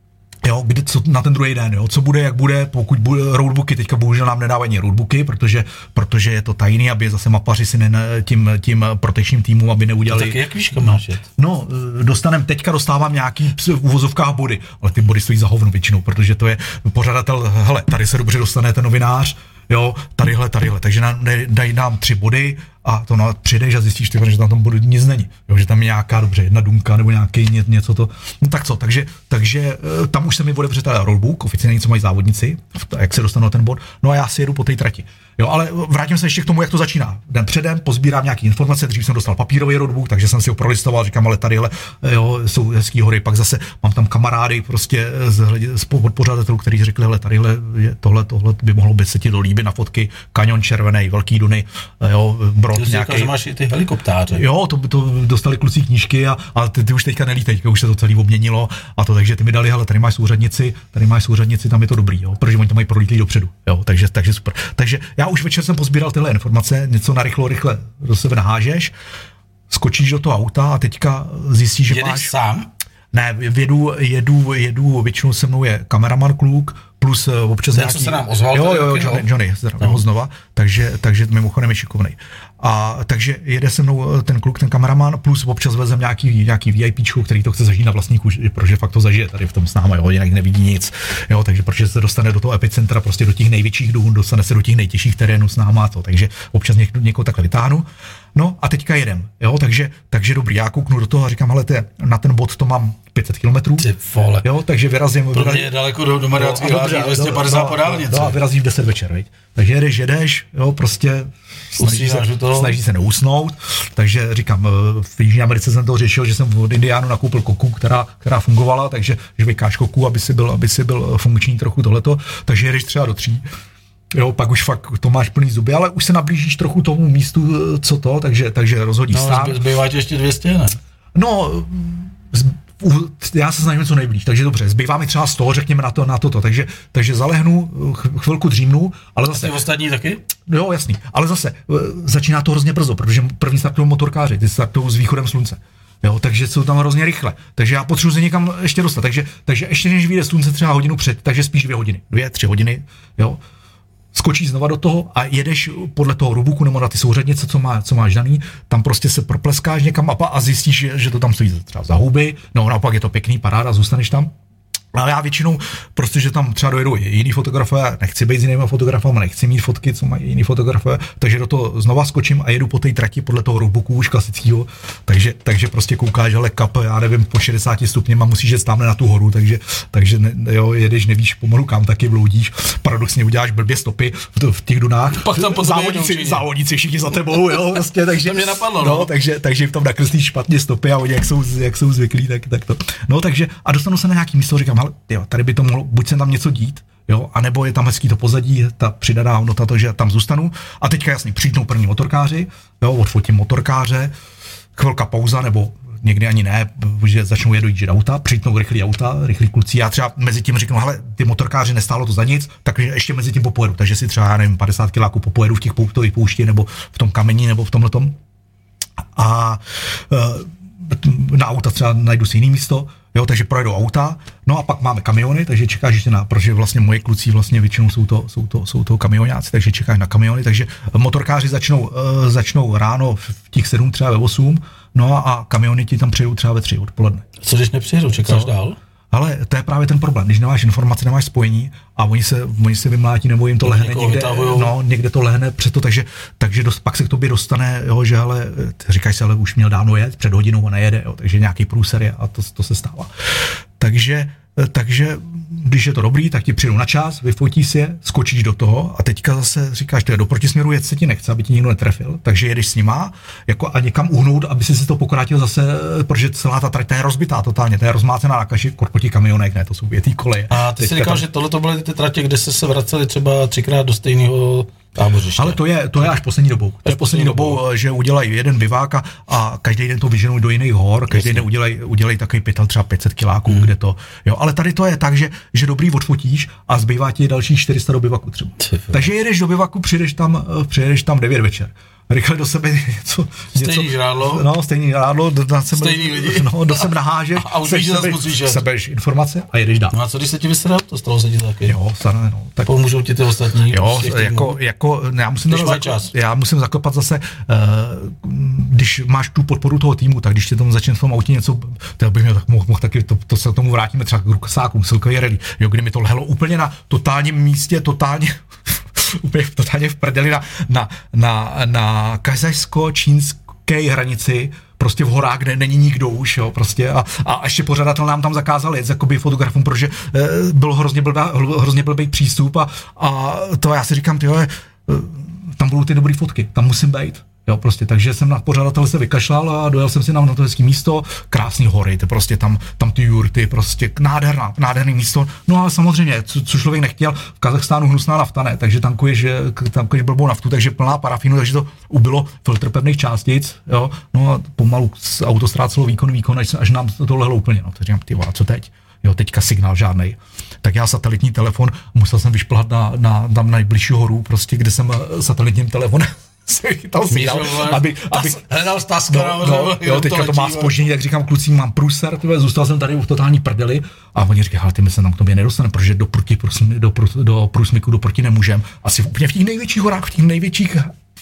Jo, kdy, co na ten druhý den, jo, co bude, jak bude, pokud bude roadbooky, teďka bohužel nám nedávají roadbooky, protože, protože je to tajný, aby zase mapaři si ne, tím, tím protečním týmům, aby neudělali. Tak jak víš, kam máš jet? No, dostanem, teďka dostávám nějaký v uvozovkách body, ale ty body stojí za hovno většinou, protože to je pořadatel, hele, tady se dobře dostane ten novinář, jo, tadyhle, tadyhle, takže nám, dají nám tři body a to no, přijdeš a zjistíš, tyhle, že tam tam bodu nic není, jo, že tam je nějaká, dobře, jedna dunka nebo nějaký ně, něco to, no tak co, takže, takže tam už se mi odebře teda rollbook, oficiálně co mají závodníci, jak se dostanou na ten bod, no a já si jedu po té trati. Jo, ale vrátím se ještě k tomu, jak to začíná. Den předem pozbírám nějaké informace, dřív jsem dostal papírový roadbook, takže jsem si ho prolistoval, říkám, ale tadyhle, jo, jsou hezký hory, pak zase mám tam kamarády prostě z, z podpořadatelů, kteří řekli, hele, tadyhle je tohle, tohle by mohlo být se ti dolíbit na fotky, kaňon červený, velký duny, jo, brod nějaký. Říkal, že máš i ty helikoptáře. Jo, to, to dostali kluci knížky a, a ty, ty už teďka nelítají, už se to celý obměnilo a to, takže ty mi dali, hele, tady máš souřadnici, tady máš souřadnici, tam je to dobrý, jo, protože oni to mají prolítlý dopředu, jo, takže, takže super. Takže já už večer jsem pozbíral tyhle informace, něco na rychlo, rychle do sebe nahážeš, skočíš do toho auta a teďka zjistíš, že Jedeš máš... sám? Ne, jedu, jedu, jedu, většinou se mnou je kameraman kluk, plus občas nějaký... se nám ozval? Jo, jo, jo, Johnny, Johnny zdravím ho znova, takže, takže mimochodem je šikovnej. A takže jede se mnou ten kluk, ten kameraman, plus občas vezem nějaký, nějaký VIPčku, který to chce zažít na vlastní kůži, protože fakt to zažije tady v tom s náma, jo, jinak nevidí nic, jo, takže protože se dostane do toho epicentra, prostě do těch největších dun, dostane se do těch nejtěžších terénů s náma, to, takže občas něk, někoho takhle vytáhnu. No a teďka jedem, jo, takže, takže dobrý, já kouknu do toho a říkám, hele, te, na ten bod to mám pět set kilometrů, jo, takže vyrazím. Pro mě je daleko do, do Mariánských Lázní, dvě stě padesát po dálnici. No a vyrazí v deset večer, veď. Takže jedeš, jedeš, jo, prostě snaží se, snaží se neusnout, takže říkám, v Jižní Americe jsem to řešil, že jsem od Indiánu nakoupil koku, která, která fungovala, takže že vykáš koku, aby si byl, aby si byl funkční trochu tohleto, takže jedeš třeba do tří. Jo, pak už fakt to máš plný zuby, ale už se nablížíš trochu tomu místu, co to, takže, takže rozhodíš no, sám. No, zbývá ti ještě dvě stě, ne? No, z, u, já se snažím co nejblíž, takže dobře, zbývá mi třeba sto, řekněme na to, na toto, takže, takže zalehnu, chvilku dřímnu, ale zase... A ty ostatní taky? Jo, jasný, ale zase začíná to hrozně brzo, protože první startují motorkáři, ty startují s východem slunce. Jo, takže jsou tam hrozně rychle. Takže já potřebuji se někam ještě dostat. Takže, takže ještě než vyjde slunce třeba hodinu před, takže spíš dvě hodiny, dvě, tři hodiny, jo. Skočíš znova do toho a jedeš podle toho roadbooku nebo na ty souřadnice, co, má, co máš daný, tam prostě se propleskáš někam a, a zjistíš, že, že to tam stojí třeba za huby, no naopak je to pěkný, paráda, zůstaneš tam. Ale já většinou, prostě, že tam třeba dojedou jiný fotografové, nechci být s jinými fotografami, nechci mít fotky, co mají jiný fotografové, takže do toho znova skočím a jedu po té trati podle toho roadbooku už klasického, takže, takže prostě koukáš, ale kap, já nevím, po šedesáti stupněma musíš jet tamhle na tu horu, takže, takže ne, jo, jedeš, nevíš pomalu kam, taky bloudíš, paradoxně uděláš blbě stopy v, v těch dunách, pak tam závodníci, závodníci všichni za tebou, jo, prostě, takže, to mě napadlo, no, takže, takže tam nakreslíš špatně stopy a oni jak jsou, jak jsou zvyklí, tak, tak to, no, takže a dostanu se na nějaký místo, říkám, jo, tady by to mohlo, buď se tam něco dít, jo, anebo je tam hezký to pozadí, ta přidaná hodnota to, že tam zůstanu. A teďka jasně, přijdou první motorkáři, jo, odfotím motorkáře, chvilka pauza, nebo někdy ani ne, že začnou jedojít auta, přijďnou rychlý auta, rychlí kluci. Já třeba mezi tím řeknu, hele, ty motorkáři nestálo to za nic, takže ještě mezi tím popojedu. Takže si třeba, já nevím, padesát kiláků popojedu v těch poutových poušti, nebo v tom kameni, nebo v tomhletom. A na auta třeba najdu si jiný místo, jo, takže projedou auta, no a pak máme kamiony, takže čekáš ještě na, protože vlastně moje kluci vlastně většinou jsou to, jsou to, jsou to kamionáci, takže čekáš na kamiony, takže motorkáři začnou, uh, začnou ráno v těch sedm, třeba ve osm, no a, a kamiony ti tam přijedou třeba ve tři odpoledne. Co když nepřijedou, čekáš Co? dál? Ale to je právě ten problém, když nemáš informace, nemáš spojení a oni se, oni se vymlátí nebo jim to lehne někde, no, někde to lehne před to, takže, takže dost, pak se k tobě dostane, jo, že ale, říkáš si, ale už měl dávno jet, před hodinou a nejede, jo, takže nějaký průser je a to, to se stává. Takže, takže když je to dobrý, tak ti přijdou na čas, vyfotí si je, skočíš do toho a teďka zase říkáš, že do protisměru jet se ti nechce, aby ti nikdo netrefil, takže jedeš s nima jako a někam uhnout, aby si si to pokrátil zase, protože celá ta trať je rozbitá totálně, ta je rozmácená na kaši, po těch kamionech, ne, to jsou větý koleje. A ty jsi říkal, tam... že tohle to byly ty tratě, kde se se vraceli třeba třikrát do stejného tábořiště. Ale to je, to je až poslední dobou. To je poslední dobou, dobou, že udělají jeden bivák a každý den to vyženou do jiných hor, každý den udělají, udělají takový pytel třeba pět set kiláků, hmm. kde to, jo, ale tady to je tak, že, že dobrý odfotíš a zbývá ti další čtyři sta do bivaku třeba. Takže jedeš do bivaku, přijedeš tam, přijedeš tam devět večer. rychle do sebe něco... Stejný žrádlo. No, stejný žrádlo, do, na sebe, stejný lidi. No, do sebe nahážeš, a už víš, že zase musíš jet. Sebeš informace a jedeš dál. No a co když se ti vysral? To stalo se ti taky. Jo, staré, no. Tak pomůžou ti ty ostatní. Jo, jako, jako, já musím, zako, já musím zakopat zase, uh, když máš tu podporu toho týmu, tak když ti tomu začne v tom autě něco, to bych měl, tak mohl, mohl taky, to, to se k tomu vrátíme třeba k rukasákům, silkový rally, jo, kdy mi to lehlo úplně na totálním místě, totálně úplně totálně v prdeli na, na, na, na kazajsko-čínské hranici, prostě v horách, kde není nikdo už, jo, prostě a, a ještě pořadatel nám tam zakázal jet, jakoby fotografům, protože e, byl hrozně blbý, hrozně blbý přístup a, a to já si říkám, tyjo, e, tam budou ty dobrý fotky, tam musím být. Jo, prostě, takže jsem na pořadatele se vykašlal a dojel jsem si na, na to hezký místo, krásný hory, ty prostě tam, tam ty jurty, prostě nádherná, nádherný místo. No ale samozřejmě, co, co člověk nechtěl, v Kazachstánu hnusná nafta, ne, takže tankuješ, tankuješ blbou naftu, takže plná parafínu, takže to ubilo filtr pevných částic, jo, no a pomalu auto ztrácelo výkon, výkon, až, až nám to lehlo úplně, no, takže říkám, ty vole, co teď? Jo, teďka signál žádnej. Tak já satelitní telefon, musel jsem vyšplhat na, na, na nejbližší horu, prostě, kde jsem satelitním telefonem se chytal signál, aby, aby hledal Staska, no, no, jo, teďka to má zpoždění, tak říkám klucím, mám průser, tyhle, zůstal jsem tady v totální prdeli a oni říkají, ale ty my se tam k tobě nedostaneme, protože do, proti, do, do, do průsmyku do proti nemůžem. Asi úplně v těch největších horách, v těch největších,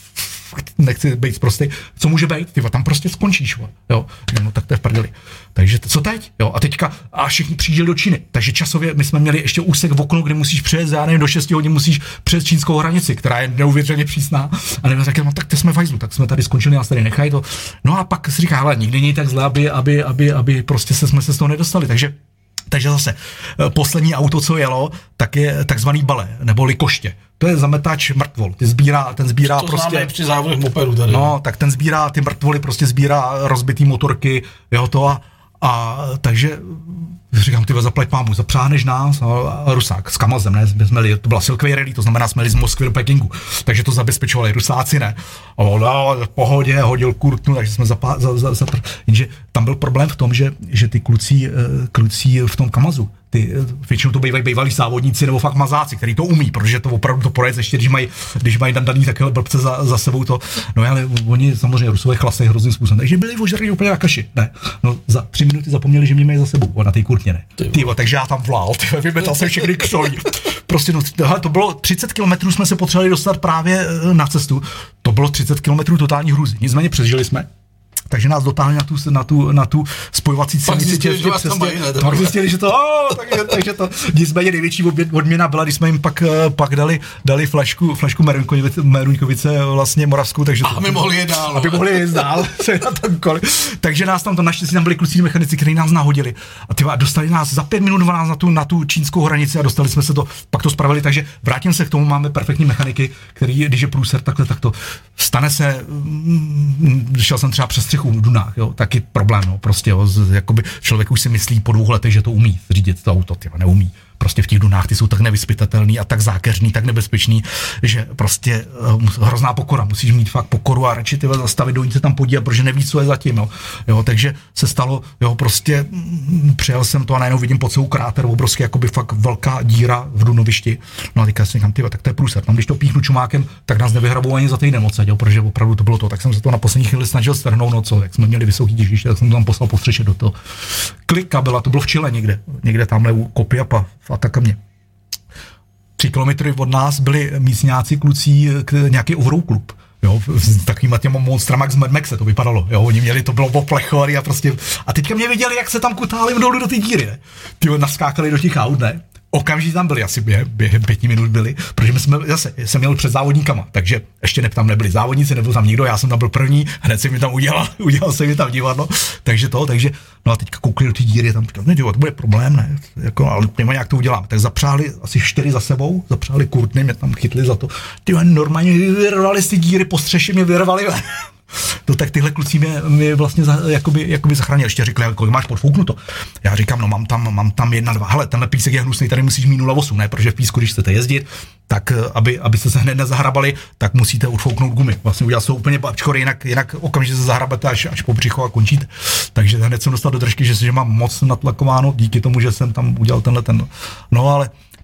nechci být prostý, co může být, ty tam prostě skončíš, jo, no tak to je v prdeli. Takže co teď, jo, a teďka, a všichni přijížděli do Číny, takže časově my jsme měli ještě úsek v oknu, kde musíš přejet, já nevím, do šesti hodin musíš přejet čínskou hranici, která je neuvěřitelně přísná, a nevím, tak, no, tak to jsme fajzlu, tak jsme tady skončili, nás tady nechají to, no a pak si říká, hele, nikdy není tak zle, aby, aby, aby, aby prostě se jsme se z toho nedostali, takže Takže zase poslední auto, co jelo, tak je takzvaný bale, neboli koště. To je zametač mrtvol. Ty sbírá, ten sbírá to prostě... To při závodech mopedu tady. No, tak ten sbírá ty mrtvoly, prostě sbírá rozbitý motorky, jo to a, a takže říkám, ty zaplať pámu, zapřáhneš nás, a Rusák s Kamazem, ne, jsme, to byla silkový rally, to znamená, jsme jeli z Moskvy do Pekingu, takže to zabezpečovali Rusáci, ne, a on, no, v pohodě, hodil kurtnu, takže jsme zapá, za, za, za, jenže tam byl problém v tom, že, že ty kluci, kluci v tom Kamazu, ty, většinou to bývají bývalí závodníci nebo fakt mazáci, který to umí, protože to opravdu to poradí, ještě když mají, když mají daný takové blbce za, za sebou to, no ale oni samozřejmě Rusové chlasejí hrozným způsobem, takže byli ožrali úplně na kaši, ne, no za tři minuty zapomněli, že mě mají za sebou, na té kurtně, ne, tyvo, takže já tam vlál, tyvo, vymetal jsem všechny křolí, prostě no, hele, to bylo třicet kilometrů jsme se potřebovali dostat právě na cestu, to bylo třicet kilometrů totální hrůzy, nicméně přežili jsme. Takže nás dotáhli na tu, na tu, na tu spojovací silnici. Zjistili, že vás tam mají, ne? Pak zjistili, že to, oh, takže, takže to, nicméně největší odměna byla, když jsme jim pak, pak dali, dali flašku, flašku Meruňkovice, Meruňkovice vlastně moravskou, takže to, aby mohli jít dál. Aby mohli jít dál, takže nás tam to naštěstí, tam byli kluci mechanici, kteří nás nahodili a tyva, dostali nás za pět minut dvanáct na tu, na tu čínskou hranici a dostali jsme se to, pak to spravili, takže vrátím se k tomu, máme perfektní mechaniky, který, když je průser takhle, tak to stane se, šel jsem třeba přes střechu v Dunách, jo, taky problém, no, prostě, jo, z, jakoby člověk už si myslí po dvou letech, že to umí řídit to auto, tyva, neumí. Prostě v těch Dunách ty jsou tak nevyspytatelný a tak zákeřný, tak nebezpečný, že prostě uh, hrozná pokora, musíš mít fakt pokoru a radši tyhle zastavit, dojít se tam podívat, protože nevíš, co je zatím, jo. jo takže se stalo, jo, prostě mm, přijel jsem to a najednou vidím pod sebou kráter, obrovský, jakoby fakt velká díra v Dunovišti, no a teďka si říkám, tyva, tak to je průser, tam když to píchnu čumákem, tak nás nevyhrabou ani za týden odsaď, jo, protože opravdu to bylo to, tak jsem se to na poslední chvíli snažil strhnout, no co, jak jsme měli vysoký těžiště, tak jsem to tam poslal po střeše do toho. Klika byla, to bylo v Chile někde, někde tamhle u Copiapa a tak a mě. Tři kilometry od nás byli místňáci, kluci, nějaký overall klub. Jo, s takovýma těma monstrama z Mad Maxe to vypadalo, jo, oni měli, to bylo oplechovaný a prostě, a teďka mě viděli, jak se tam kutáli dolů do ty díry, ne, ty naskákali do těch aut, ne, okamžitě tam byli, asi během, během pěti minut byli, protože my jsme, zase, jsem měl před závodníkama, takže ještě ne, tam nebyli závodníci, nebyl tam nikdo, já jsem tam byl první, hned jsem mi tam udělal, udělal jsem mi tam divadlo, takže to, takže, no a teďka koukli do ty díry, tam říkali, ne, to bude problém, ne, jako, ale nevím, jak to uděláme, tak zapřáhli asi čtyři za sebou, zapřáhli kurtny, mě tam chytli za to, ty normálně vyrvali z ty díry, po střeše mě vyrvali, no tak tyhle kluci mě, mě vlastně za, jakoby, jakoby zachránili. Ještě řekli, kolik máš podfouknuto. Já říkám, no mám tam, mám tam jedna, dva. Hele, tenhle písek je hnusný, tady musíš mít nula celá osm, ne? Protože v písku, když chcete jezdit, tak aby, abyste se hned nezahrabali, tak musíte odfouknout gumy. Vlastně udělat to úplně bačkory, jinak, jinak okamžitě se zahrabete až, až po břicho a končíte. Takže hned jsem dostal do držky, že, že mám moc natlakováno, díky tomu, že jsem tam udělal tenhle ten. No ale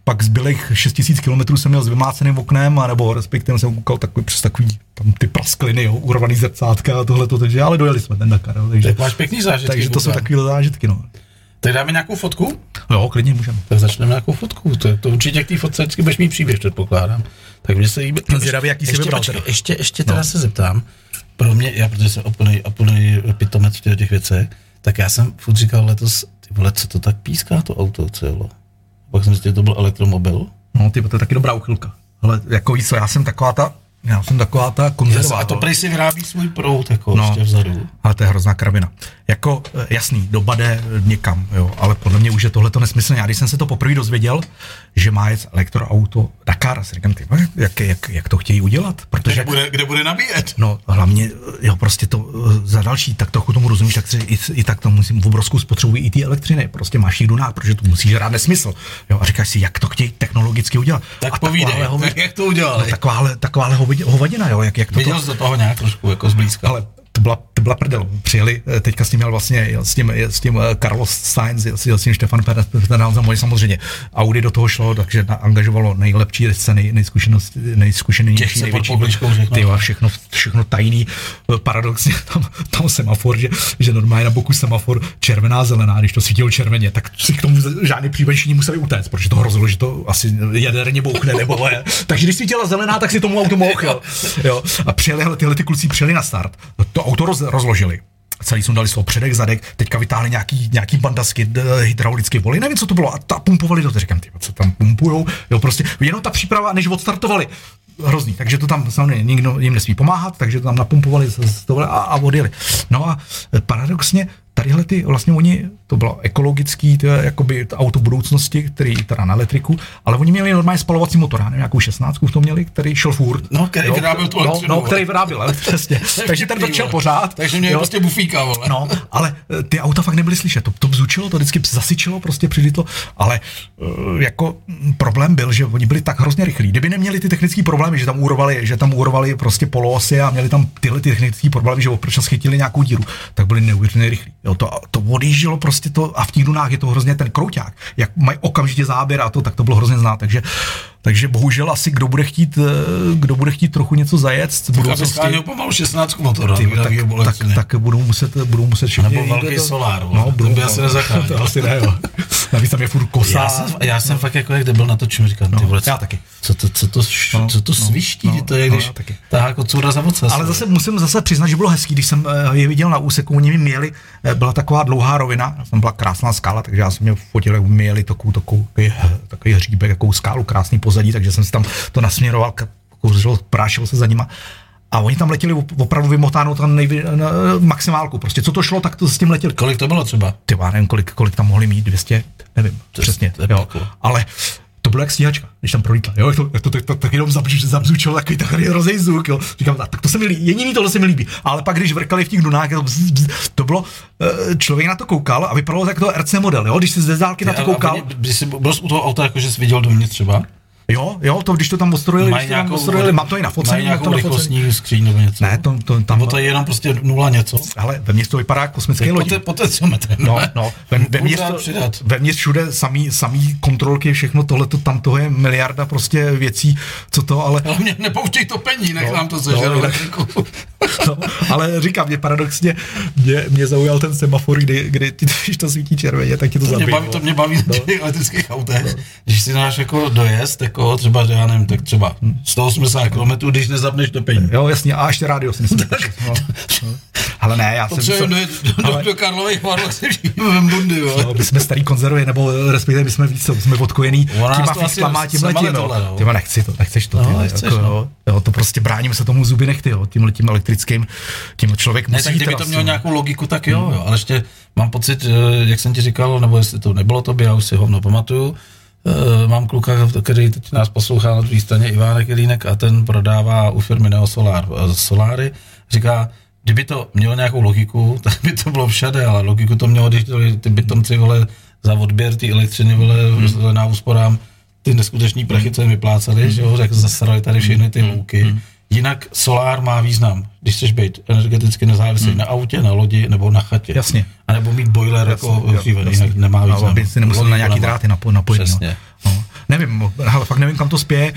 pak zbylých šest tisíc kilometrů jsem měl s vymláceným oknem, anebo respektive jsem koukal takový, přes takový tam ty praskliny, jo, urvaný zrcátka a tohleto, takže ale dojeli jsme ten Dakar. Jo, takže, tak máš pěkný zážitky. Takže to jsou takové zážitky, no. Tak dáme nějakou fotku? Jo, klidně můžeme. Tak začneme nějakou fotku, to, to určitě k té fotce vždycky budeš mít příběh, předpokládám. Tak mě se líbí. Zvědavý, jaký jsi vybral. Počkej, ještě, ještě teda no. se zeptám, pro mě, já protože jsem úplnej, úplnej pitomec v těch věcech, tak já jsem furt říkal letos, ty vole, co to tak píská to auto celo? Pak jsem zjistil, že to byl elektromobil. No, ty, to je taky dobrá uchylka. Ale jako víš co, já jsem taková ta, já jsem taková ta konzerva. A to prej si vyrábí svůj proud, jako no, ještě vzadu. Ale to je hrozná kravina. Jako, jasný, doba jde někam, jo, ale podle mě už je tohleto nesmyslné. Já když jsem se to poprvé dozvěděl, že má jet elektroauto Dakar, si říkám, ty, jak, jak, jak to chtějí udělat? Protože, kde, bude, kde bude nabíjet? No, hlavně, jo, prostě to za další, tak trochu tomu rozumíš, tak si, i, i tak to musím, v obrovskou spotřebují i ty elektřiny, prostě máš jich dunák, protože to musíš rád nesmysl. Jo, a říkáš si, jak to chtějí technologicky udělat. Tak a povídej, hoved... jak to udělali? No, takováhle, takováhle hovadina, jo, jak, jak to. Viděl jsi do toho nějak trošku, jako zblízka. Ale to byla, to byla prdel. Přijeli, teďka s tím měl vlastně, s tím, s tím Carlos Sainz, s tím Stefan Perez, samozřejmě. Audi do toho šlo, takže angažovalo nejlepší jezdce, nej, nejzkušenější, největší. Tyva, všechno, všechno tajný. Paradoxně tam, tam semafor, že, že normálně na boku semafor červená, zelená, když to svítilo červeně, tak si k tomu žádný příbenční museli utéct, protože to hrozilo, že to asi jaderně bouchne, nebo je. Takže když svítila zelená, tak si tomu auto mohl. Jo. Jo. A přijeli, tyhle ty kluci přijeli na start. To auto roz, rozložili. Celý jsou dali svou předek, zadek, teďka vytáhli nějaký, nějaký bandasky, hydraulické voly, nevím, co to bylo, a ta pumpovali do toho, říkám, ty, co tam pumpujou, jo, prostě, jenom ta příprava, než odstartovali, hrozný, takže to tam samozřejmě nikdo jim nesmí pomáhat, takže to tam napumpovali z toho a, a odjeli. No a paradoxně, tadyhle ty, vlastně oni, to bylo ekologický, to je jakoby to auto budoucnosti, který teda na elektriku, ale oni měli normálně spalovací motor, nevím, nějakou šestnáctku v tom měli, který šel furt. No, který jo, vyráběl tu elektřinu. No, no, který vyráběl, ale přesně. Takže ten točil pořád. Takže měli prostě bufíka, vole. No, ale ty auta fakt nebyly slyšet, to, to bzučilo, to vždycky zasyčilo, prostě přilítlo, ale uh, jako problém byl, že oni byli tak hrozně rychlí. Kdyby neměli ty technické problémy, že tam úrovali, že tam úrovali prostě poloosy a měli tam tyhle ty technické problémy, že občas chytili nějakou díru, tak byli neuvěřitelně rychlí. Jo, to, to odjíždělo prostě to a v těch dunách je to hrozně ten krouťák, jak mají okamžitě záběr a to, tak to bylo hrozně znát, takže takže bohužel asi kdo bude chtít, kdo bude chtít trochu něco zajet v budoucnosti. Tak pomalu šestnáct motor, tak, tak, tak budou muset, budou muset všichni. Nebo velký to, solár, no, to by asi nezachránil. To asi ne, jo. Navíc tam je furt kosa. Já jsem, já jsem no. fakt jako jak debil na to, čím říkám, ty vole, já taky. Co to, co to, no, co to no, sviští, no, to je, když no, tahá kocůra za ocas. Ale zase musím zase přiznat, že bylo hezký, když jsem je viděl na úseku, oni mi měli, byla taková dlouhá rovina, tam byla krásná skála, takže já jsem mě fotil, jak měli takovou, takovou, takový hříbek, takovou skálu, krásný pozadí, takže jsem si tam to nasměroval, kouřil, prášil se za nima. A oni tam letěli opravdu vymotánou tam nejvě, na, maximálku. Prostě co to šlo, tak to s tím letěli. Kolik to bylo třeba? Ty nevím, kolik, kolik tam mohli mít, dvě stě, nevím, to přesně. Jo. Ale to bylo jak stíhačka, když tam prolítla. Jo, jak to, jak to, to, to tak jenom zabzučilo, takový takový hrozný zvuk. Jo. Říkám, tak to se mi líbí, jediný tohle se mi líbí. Ale pak, když vrkali v těch dunách, to, bzz, bzz, to bylo, člověk na to koukal a vypadalo tak to R C model, jo, když jsi ze dálky na to koukal. Když jsi byl u toho auta, jako že jsi viděl dovnitř třeba? Jo, jo, to když to tam ostrojili, když to tam ostrojili, mám to i na focení. Mají nějakou rychlostní skříň nebo něco. Ne, to, to tam... Nebo to je jenom prostě nula něco. Ale ve městě to vypadá jako kosmický lodí. Potenciometr. No, no, ve, ve, město, ve městě všude samý, samý kontrolky, všechno tohleto, tam toho je miliarda prostě věcí, co to, ale... Ale mě nepouštěj to pení, nech nám to sežerou. No, no, ale říkám, mě paradoxně, mě, mě zaujal ten semafor, kdy, kdy ti, když to svítí červeně, tak ti to, to zabije. Baví, to mě baví no. těch elektrických autech, no. Když si dáš jako dojezd, jako třeba, já nevím, tak třeba sto osmdesát kilometrů, když nezapneš topení. Jo, jasně, a ještě rádio si myslím. no, no. Ale ne, já jsem... Potřebujeme do, do, ale... do Karlových Varů, jak se vžijeme v bundy, jo. No, my jsme starý konzervy, nebo respektive my jsme víc, jsme odkojený těma fixlama, tím letím, jo. Těma nechci to, nechceš to. No, tyhle, nechceš, jako, no. Jo, to prostě bráním se tomu zuby nechty, jo, tím letím elektrickým, tím člověk musí... Ne, tak kdyby to mělo nějakou logiku, tak jo, jo, ale ještě mám pocit, jak jsem ti říkal, nebo jestli to nebylo tobě, já už si hovno pamatuju, Uh, mám kluka, který teď nás poslouchá na druhé straně, Ivánek Jelínek, a ten prodává u firmy Neosolar uh, soláry. Říká, kdyby to mělo nějakou logiku, tak by to bylo všade, ale logiku to mělo, když ty bytomci, vole, za odběr ty elektřiny, vole, hmm. na úsporám, ty neskuteční prachy, co jim vypláceli, hmm. že jo, jak zastarali tady všechny ty louky. Hmm. Jinak solár má význam, když chceš být energeticky nezávislý hmm. na autě, na lodi nebo na chatě. Jasně. A nebo mít boiler jasně, jako hřívený, jinak nemá význam. Aby si nemusel na nějaký dráty napojit. No. Ne, nevím, hele, fakt nevím, kam to spěje.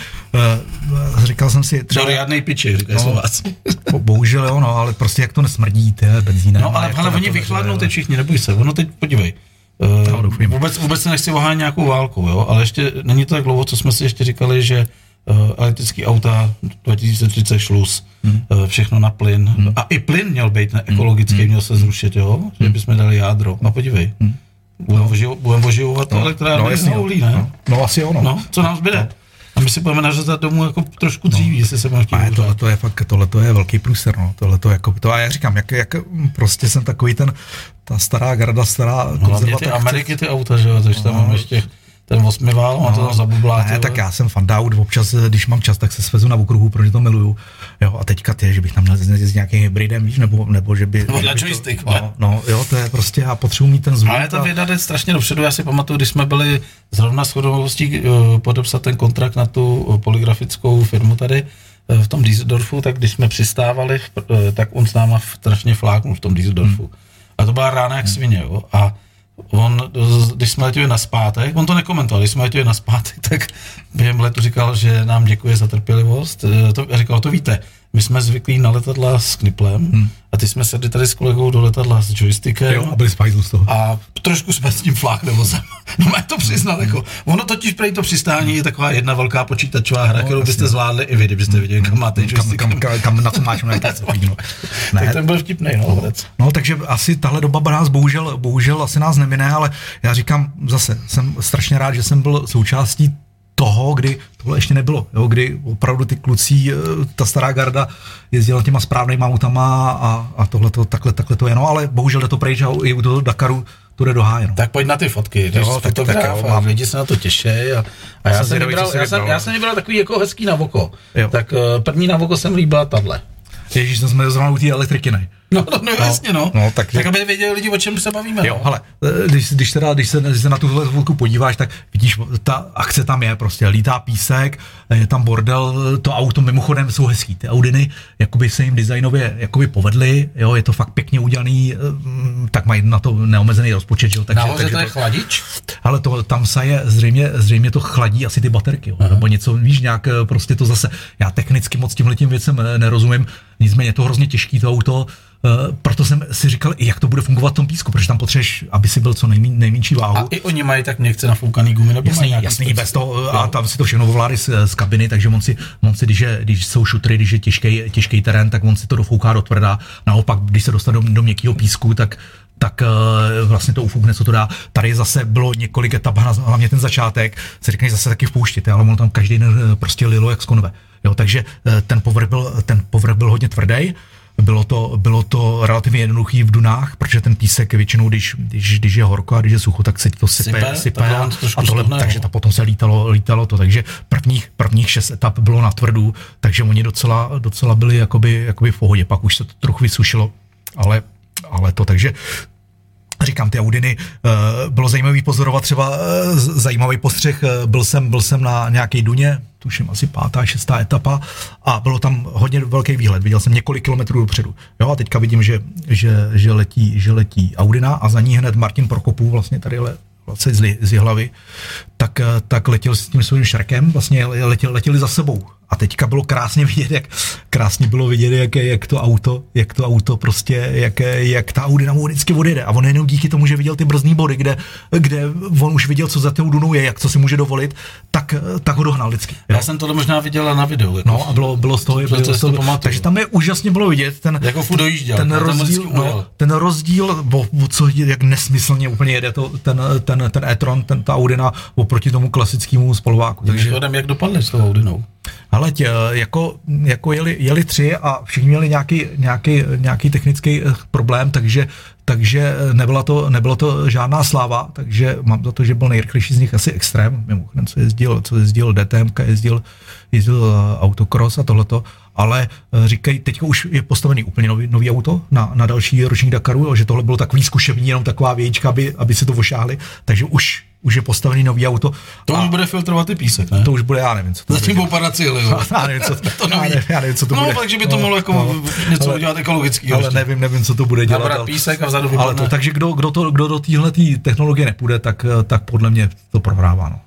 Uh, říkal jsem si... Třeba... Do riadnej piči, říkají no, Slováci. Bo, bohužel jo, no, ale prostě jak to nesmrdí, ty benzínem. No, ale, ale oni vychladnou teď všichni, neboj se, ono teď, podívej. Uh, no, vůbec, vůbec se nechci ohánět nějakou válku, jo, ale ještě není to tak dlouho, co jsme si ještě říkali, že uh, elektrický auta dva tisíce třicet šluz, hmm. uh, všechno na plyn. Hmm. A i plyn měl být neekologický, hmm. měl se zrušit, jo, hmm. že bychom dali jádro. A podívej. Hmm. Budeme oživo, budem oživovat no, elektrárny no, na uhlí, ne? No, no asi jo, no. no. Co nám zbyde? No. A my si budeme nařezat domů jako trošku dříví, no. jestli se budeme chtít. Tohle to je fakt, tohle to je velký průser, no. Tohle to jako, to a já říkám, jak, jak prostě jsem takový ten, ta stará garda, stará no, konzervativní. Ty Ameriky, ty auta, že jo, takže tam no. mám ještě ten osmivál, má to tam zabublá. Ne, tak já jsem fandout, občas, když mám čas, tak se svezu na okruhu, protože to miluju. Jo, a teďka ty, že bych tam měl s nějakým hybridem, víš, nebo, nebo že by... No, na joystick, to, no, no, jo, to je prostě, já potřebuji mít ten zvuk. Ale ta věda jde strašně dopředu, já si pamatuju, když jsme byli zrovna s chodovostí podepsat ten kontrakt na tu polygrafickou firmu tady v tom Düsseldorfu, tak když jsme přistávali, tak on s náma strašně fláknul v tom Düsseldorfu. Hmm. A to byla rána jak svině, jo, a on, když jsme letěli naspátek, on to nekomentoval, když jsme letěli naspátek, tak během letu říkal, že nám děkuje za trpělivost. To, říkal, to víte, my jsme zvyklí na letadla s kniplem hmm. a ty jsme sedli tady s kolegou do letadla s joystickem. Jo, a byli spajzlu z toho. A trošku jsme s tím flákli vozem. No má to přiznat, jako, ono totiž prej to přistání je taková jedna velká počítačová hra, no, kterou byste zvládli i vy, kdybyste viděli, kam máte joystick. Kam, kam, kam na co máš na no. Tak ten byl vtipnej, no, no, no, takže asi tahle doba nás bohužel, bohužel asi nás nemine, ale já říkám zase, jsem strašně rád, že jsem byl součástí toho, kdy tohle ještě nebylo, jo, kdy opravdu ty kluci, ta stará garda jezdila těma správnýma autama a, a tohle to, takhle, takhle to je, no, ale bohužel jde to pryč a i u toho Dakaru to jde do háje, no. Tak pojď na ty fotky, jo, tak, tak, jo, a lidi se na to těší a, a já, jsem vybral, já, jsem, já jsem vybral takový jako hezký na oko, jo. Tak první na oko jsem líbila tahle. Ježíš, to jsme zrovna u té elektriky, ne? No, no, no, jasně, no. no tak, tak aby věděli lidi, o čem se bavíme. Jo, hele, když, když, teda, když, se, když se na tuhle fotku podíváš, tak vidíš, ta akce tam je prostě, lítá písek, je tam bordel, to auto mimochodem jsou hezký, ty Audiny, jakoby se jim designově jakoby povedly, jo, je to fakt pěkně udělaný, tak mají na to neomezený rozpočet, jo. Takže, nahoře takže to je to, chladič? Ale to, tam se je, zřejmě, zřejmě to chladí asi ty baterky, jo, nebo něco, víš, nějak prostě to zase, já technicky moc tímhletím věcem nerozumím, nicméně je to hrozně těžký to auto. Uh, proto jsem si říkal, jak to bude fungovat v tom písku, protože tam potřebuješ, aby si byl co nejmín, nejmenší váhu. A i oni mají tak měkce nafoukaný gumy, nebo jasný, mají jasný, bez toho, a tam si to všechno ovládá z, z kabiny, takže on si, on si když, je, když jsou šutry, když je těžký, těžký terén, tak on si to dofouká do tvrdá. Naopak, když se dostane do, do měkkého písku, tak tak uh, vlastně to ufukne, co to dá. Tady zase bylo několik etap, hlavně ten začátek, se říkají zase taky vpouštět, ale ono tam každý den prostě lilo jak z konve. Jo, takže uh, ten povrch byl, ten povrch byl hodně tvrdý. Bylo to, bylo to relativně jednoduchý v dunách, protože ten písek většinou, když, když, když je horko a když je sucho, tak se to sype, sype, sype a, a tohle, takže ta potom se lítalo, lítalo to, takže prvních, prvních šest etap bylo na tvrdu, takže oni docela, docela byli jakoby, jakoby v pohodě, pak už se to trochu vysušilo, ale, ale to, takže říkám, ty Audiny, bylo zajímavý pozorovat třeba zajímavý postřeh, byl jsem, byl jsem na nějaké duně, tuším asi pátá, šestá etapa a bylo tam hodně velký výhled, viděl jsem několik kilometrů dopředu. Jo, a teďka vidím, že, že, že, letí, že letí Audina a za ní hned Martin Prokopů, vlastně tady vlastně z, z Jihlavy, tak, tak letěl s tím svým šarkem, vlastně letěl, letěli za sebou. A teďka bylo krásně vidět, jak krásně bylo vidět, jak, jak to auto, jak to auto prostě, jak, jak ta Audina mu vždycky odjede. A on jenom díky tomu, že viděl ty brzdní body, kde, kde on už viděl, co za tou dunou je, jak co si může dovolit, tak, tak ho dohnal vždycky. Já jo? jsem tohle možná viděla na videu. Jako no a bylo, bylo z toho, bylo to, z toho takže tam je úžasně bylo vidět ten, jako furt dojížděl, ten, rozdíl, no, ten rozdíl, bo, bo, co, jak nesmyslně úplně jede to, ten, ten, ten e-tron, ten, ta Audina oproti tomu klasickému spalováku. Takže hodem, jak dopadne s tou Audinou? Ale tě, jako, jako jeli, jeli tři a všichni měli nějaký, nějaký, nějaký technický problém, takže, takže nebyla, to, nebyla to žádná sláva, takže mám za to, že byl nejrychlejší z nich asi Extrém, mimochodem, co jezdil, co jezdil D T M, jezdil, jezdil autocross a tohleto, ale říkají, teďka už je postavený úplně nový, nový auto na, na další ročník Dakaru, jo, že tohle bylo takový zkušební, jenom taková vějíčka, aby, aby se to vošáhli, takže už už je postavený nový auto. To už bude filtrovat i písek, ne? To už bude, já nevím, co to bude. Zatím budou padat cíly, jo. Já nevím, co to, to já nevím, já nevím, co to no, bude. No, takže by to mohlo jako no, něco ale, udělat ekologický. Ale ještě. nevím, nevím, co to bude dělat. Nabrat písek a vzadu vypadne. Ale to, takže kdo, kdo, to, kdo do téhletý technologie nepůjde, tak, tak podle mě to prohrává, no.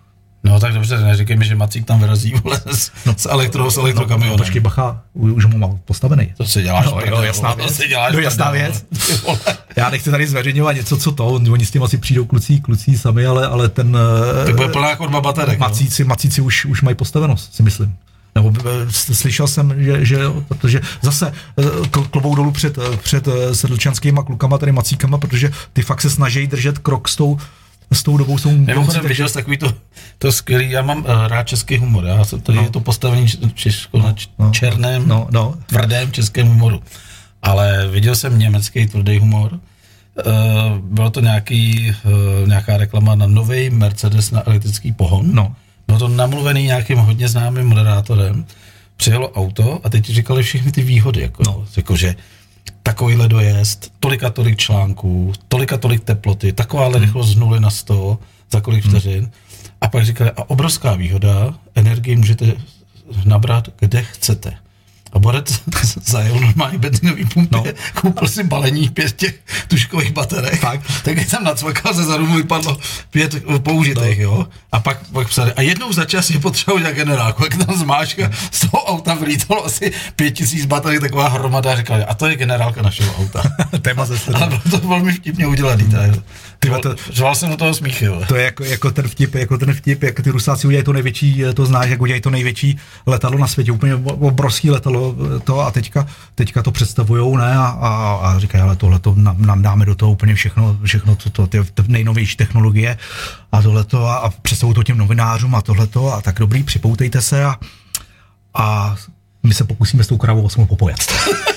No tak dobře, neříkej mi, že Macík tam vyrazí vole, s, no, s, elektro, s elektrokamionem. No, počkej, bacha, už ho mám postavený. To si děláš, no, jo, jasná věc. To děláš, no, jasná věc. Já nechci tady zveřejňovat něco, co to, oni s tím asi přijdou kluci, kluci sami, ale, ale ten... Tak bude plná chodba baterek. Macíci, macíci už, už mají postavenost, si myslím. Nebo slyšel jsem, že, že protože zase klobou dolů před, před sedlčanskýma klukama, tady Macíkama, protože ty fakt se snaží držet krok s tou s tou dobou. Mimochodem viděl jsi takový to, to skvělý, já mám uh, rád český humor, já jsem tady no. je to postavení Česko na č- no. černém, no. No. tvrdém českém humoru, ale viděl jsem německý tvrdý humor, uh, bylo to nějaký, uh, nějaká reklama na nový Mercedes na elektrický pohon, no. Bylo to namluvený nějakým hodně známým moderátorem, přijelo auto a teď říkali všechny ty výhody, jako, no. jako že takovýhle dojezd, tolik a tolik článků, tolik a tolik teploty, takováhle hmm. rychlost z nuly na sto za kolik vteřin. Hmm. A pak říkali, a obrovská výhoda, energii můžete nabrat, kde chcete. A Borec zajel normálně benzinový pumpě, no. koupil si balení pět těch tuškových baterek, tak, tak je tam nacvakal, ze zadu mu vypadlo pět použitých, no. jo. A pak, pak psali, a jednou za čas je potřeba udělat generálku, jak tam zmáčka, z toho auta vlítalo asi pět tisíc baterek, taková hromada, a říkali, a to je generálka našeho auta. Téma ze Ale bylo to velmi vtipně udělaný. Řval jsem do toho smíchy. Jo. To je jako, jako ten vtip, jako ten vtip, jak ty Rusáci udělají to největší, to znáš, jak udělají to největší letadlo na světě, úplně obrovský letadlo, to a teďka, teďka to představujou, ne, a, a, a říkají, ale tohle to nám, nám dáme do toho úplně všechno, všechno to, to, ty nejnovější technologie a tohleto a, a představují to těm novinářům a tohleto a tak dobrý, připoutejte se a, a my se pokusíme s tou krávou osmou popojet.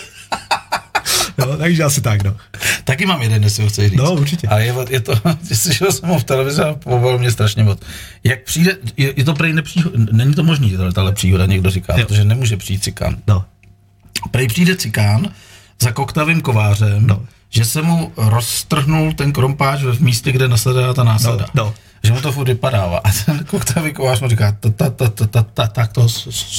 Jo, takže asi tak, no. Taky mám jeden, jestli ho chci říct. No, určitě. Ale je, je to, slyšel jsem ho v televizi a pobavil mě strašně moc. Jak přijde, je, je to prej nepříhoda, není to možný, tahle příhoda, někdo říká, jo. protože nemůže přijít cikán. No. Prej přijde cikán za koktavým kovářem, no. že se mu roztrhnul ten krompáč v místě, kde nasadá ta násada. No, no. Že mu to furt vypadává. A ten koktavý kovář mu říká, tak to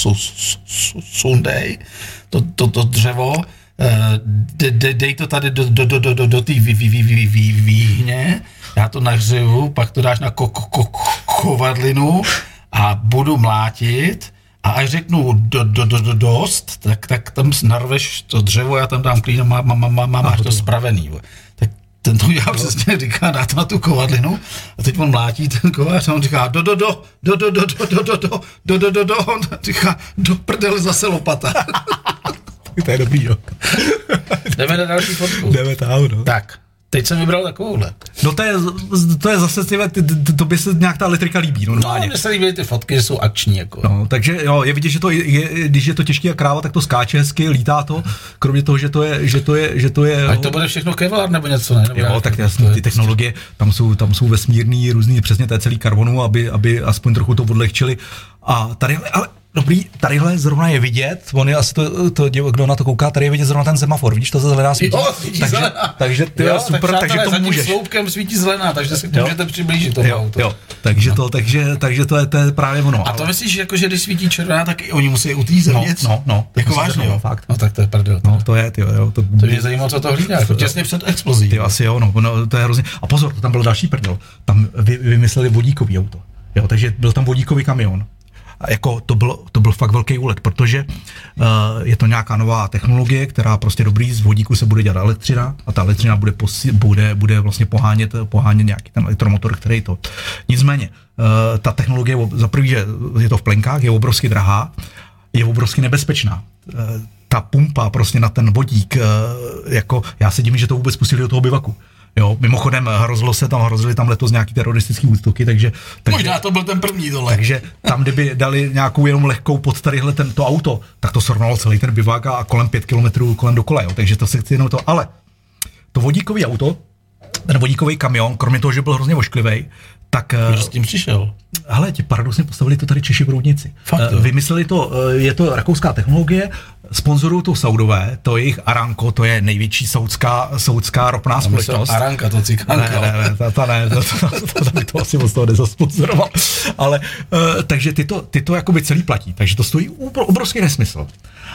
sundej, to dřevo, De, de, dej to tady do, do, do, do, do, do té výhně, já to nahřeju, pak to dáš na ko, ko, ko, kovadlinu a budu mlátit a až řeknu do, do, do, do, dost, tak, tak tam narveš to dřevo, já tam dám klín a má, má, má, má, máš to spravený. Tak ten to udělá přesně, říká, dá to na tu kovadlinu a teď on mlátí ten kovář a on říká do, do, do, do, do, do, do, do, do, do, do, do, do, do, on říká do prdele zase lopata. To je dobrý, jo. Jdeme na další fotku. Jdeme tam, no. Tak, teď jsem vybral takovouhle. No to je, to je zase, tyhle, ty, to by se nějak ta elektrika líbí, normálně. No, mně se líbily ty fotky, že jsou akční, jako. No, takže jo, je vidět, že to je, když je to těžký a kráva, tak to skáče hezky, lítá to, kromě toho, že to je, že to je, že to je... Ať to bude všechno Kevlar nebo něco, ne? Nebo jo, jak, tak jasně, ty technologie, tam jsou, tam jsou vesmírný, různý, přesně to je celý karbonu, aby, aby aspoň trochu to odlehčili. A tady, ale dobrý, tadyhle zrovna je vidět, on je asi to, to kdo na to kouká, tady je vidět zrovna ten semafor, vidíš, to zelená svítí. Jo, svítí takže, zelená. Takže ty jo, super, tak takže to můžeš. Za tím sloupkem svítí zelená, takže se k tomu můžete přiblížit to jo, auto. Jo, takže to, takže, takže to je, to je právě ono. A to ale... myslíš, že jako, že když svítí červená, tak i oni musí utízet no, něco? No, no. Jako vážně, jo? Fakt. No tak to je prdel. No, to je, tyjo, jo. To, to mě zajímalo, co to hlídá, jako těsně před explozí. Ty asi jo, no, no, to je hrozně. A pozor, to tam byl další prdel. Tam vy, vymysleli vodíkový auto. Jo, takže byl tam vodíkový kamion. A jako to byl, to byl fakt velký úlet, protože uh, je to nějaká nová technologie, která prostě dobrý, z vodíku se bude dělat elektřina a ta elektřina bude, posi, bude, bude vlastně pohánět, pohánět nějaký ten elektromotor, který to. Nicméně, uh, ta technologie, za prvý, že je to v plenkách, je obrovsky drahá, je obrovsky nebezpečná. Uh, ta pumpa prostě na ten vodík, uh, jako já se divím, že to vůbec pustili do toho bivaku. Jo, mimochodem hrozilo se tam, hrozili tam letos nějaký teroristický útoky, takže, takže... Možná to byl ten první dole. Takže tam, kdyby dali nějakou jenom lehkou pod tadyhle tento auto, tak to srovnalo celý ten bivák a kolem pět kilometrů kolem dokola, jo, takže to se chci jenom to, ale to vodíkový auto, ten vodíkový kamion, kromě toho, že byl hrozně ošklivej, tak... Kdo s tím přišel? Hele, ti paradoxně postavili to tady Češi v Roudnici. Fakt, vymysleli to, je to rakouská technologie, sponzorují to Saudové, to je jejich Aramco, to je největší saudská, saudská ropná společnost. Aranka, to cikánka. Ne, ne, ne, to, to ne, to, to, to, to, to, to asi moc toho nezasponzoroval. Ale, uh, takže ty to, ty to jakoby celý platí, takže to stojí obrovský nesmysl.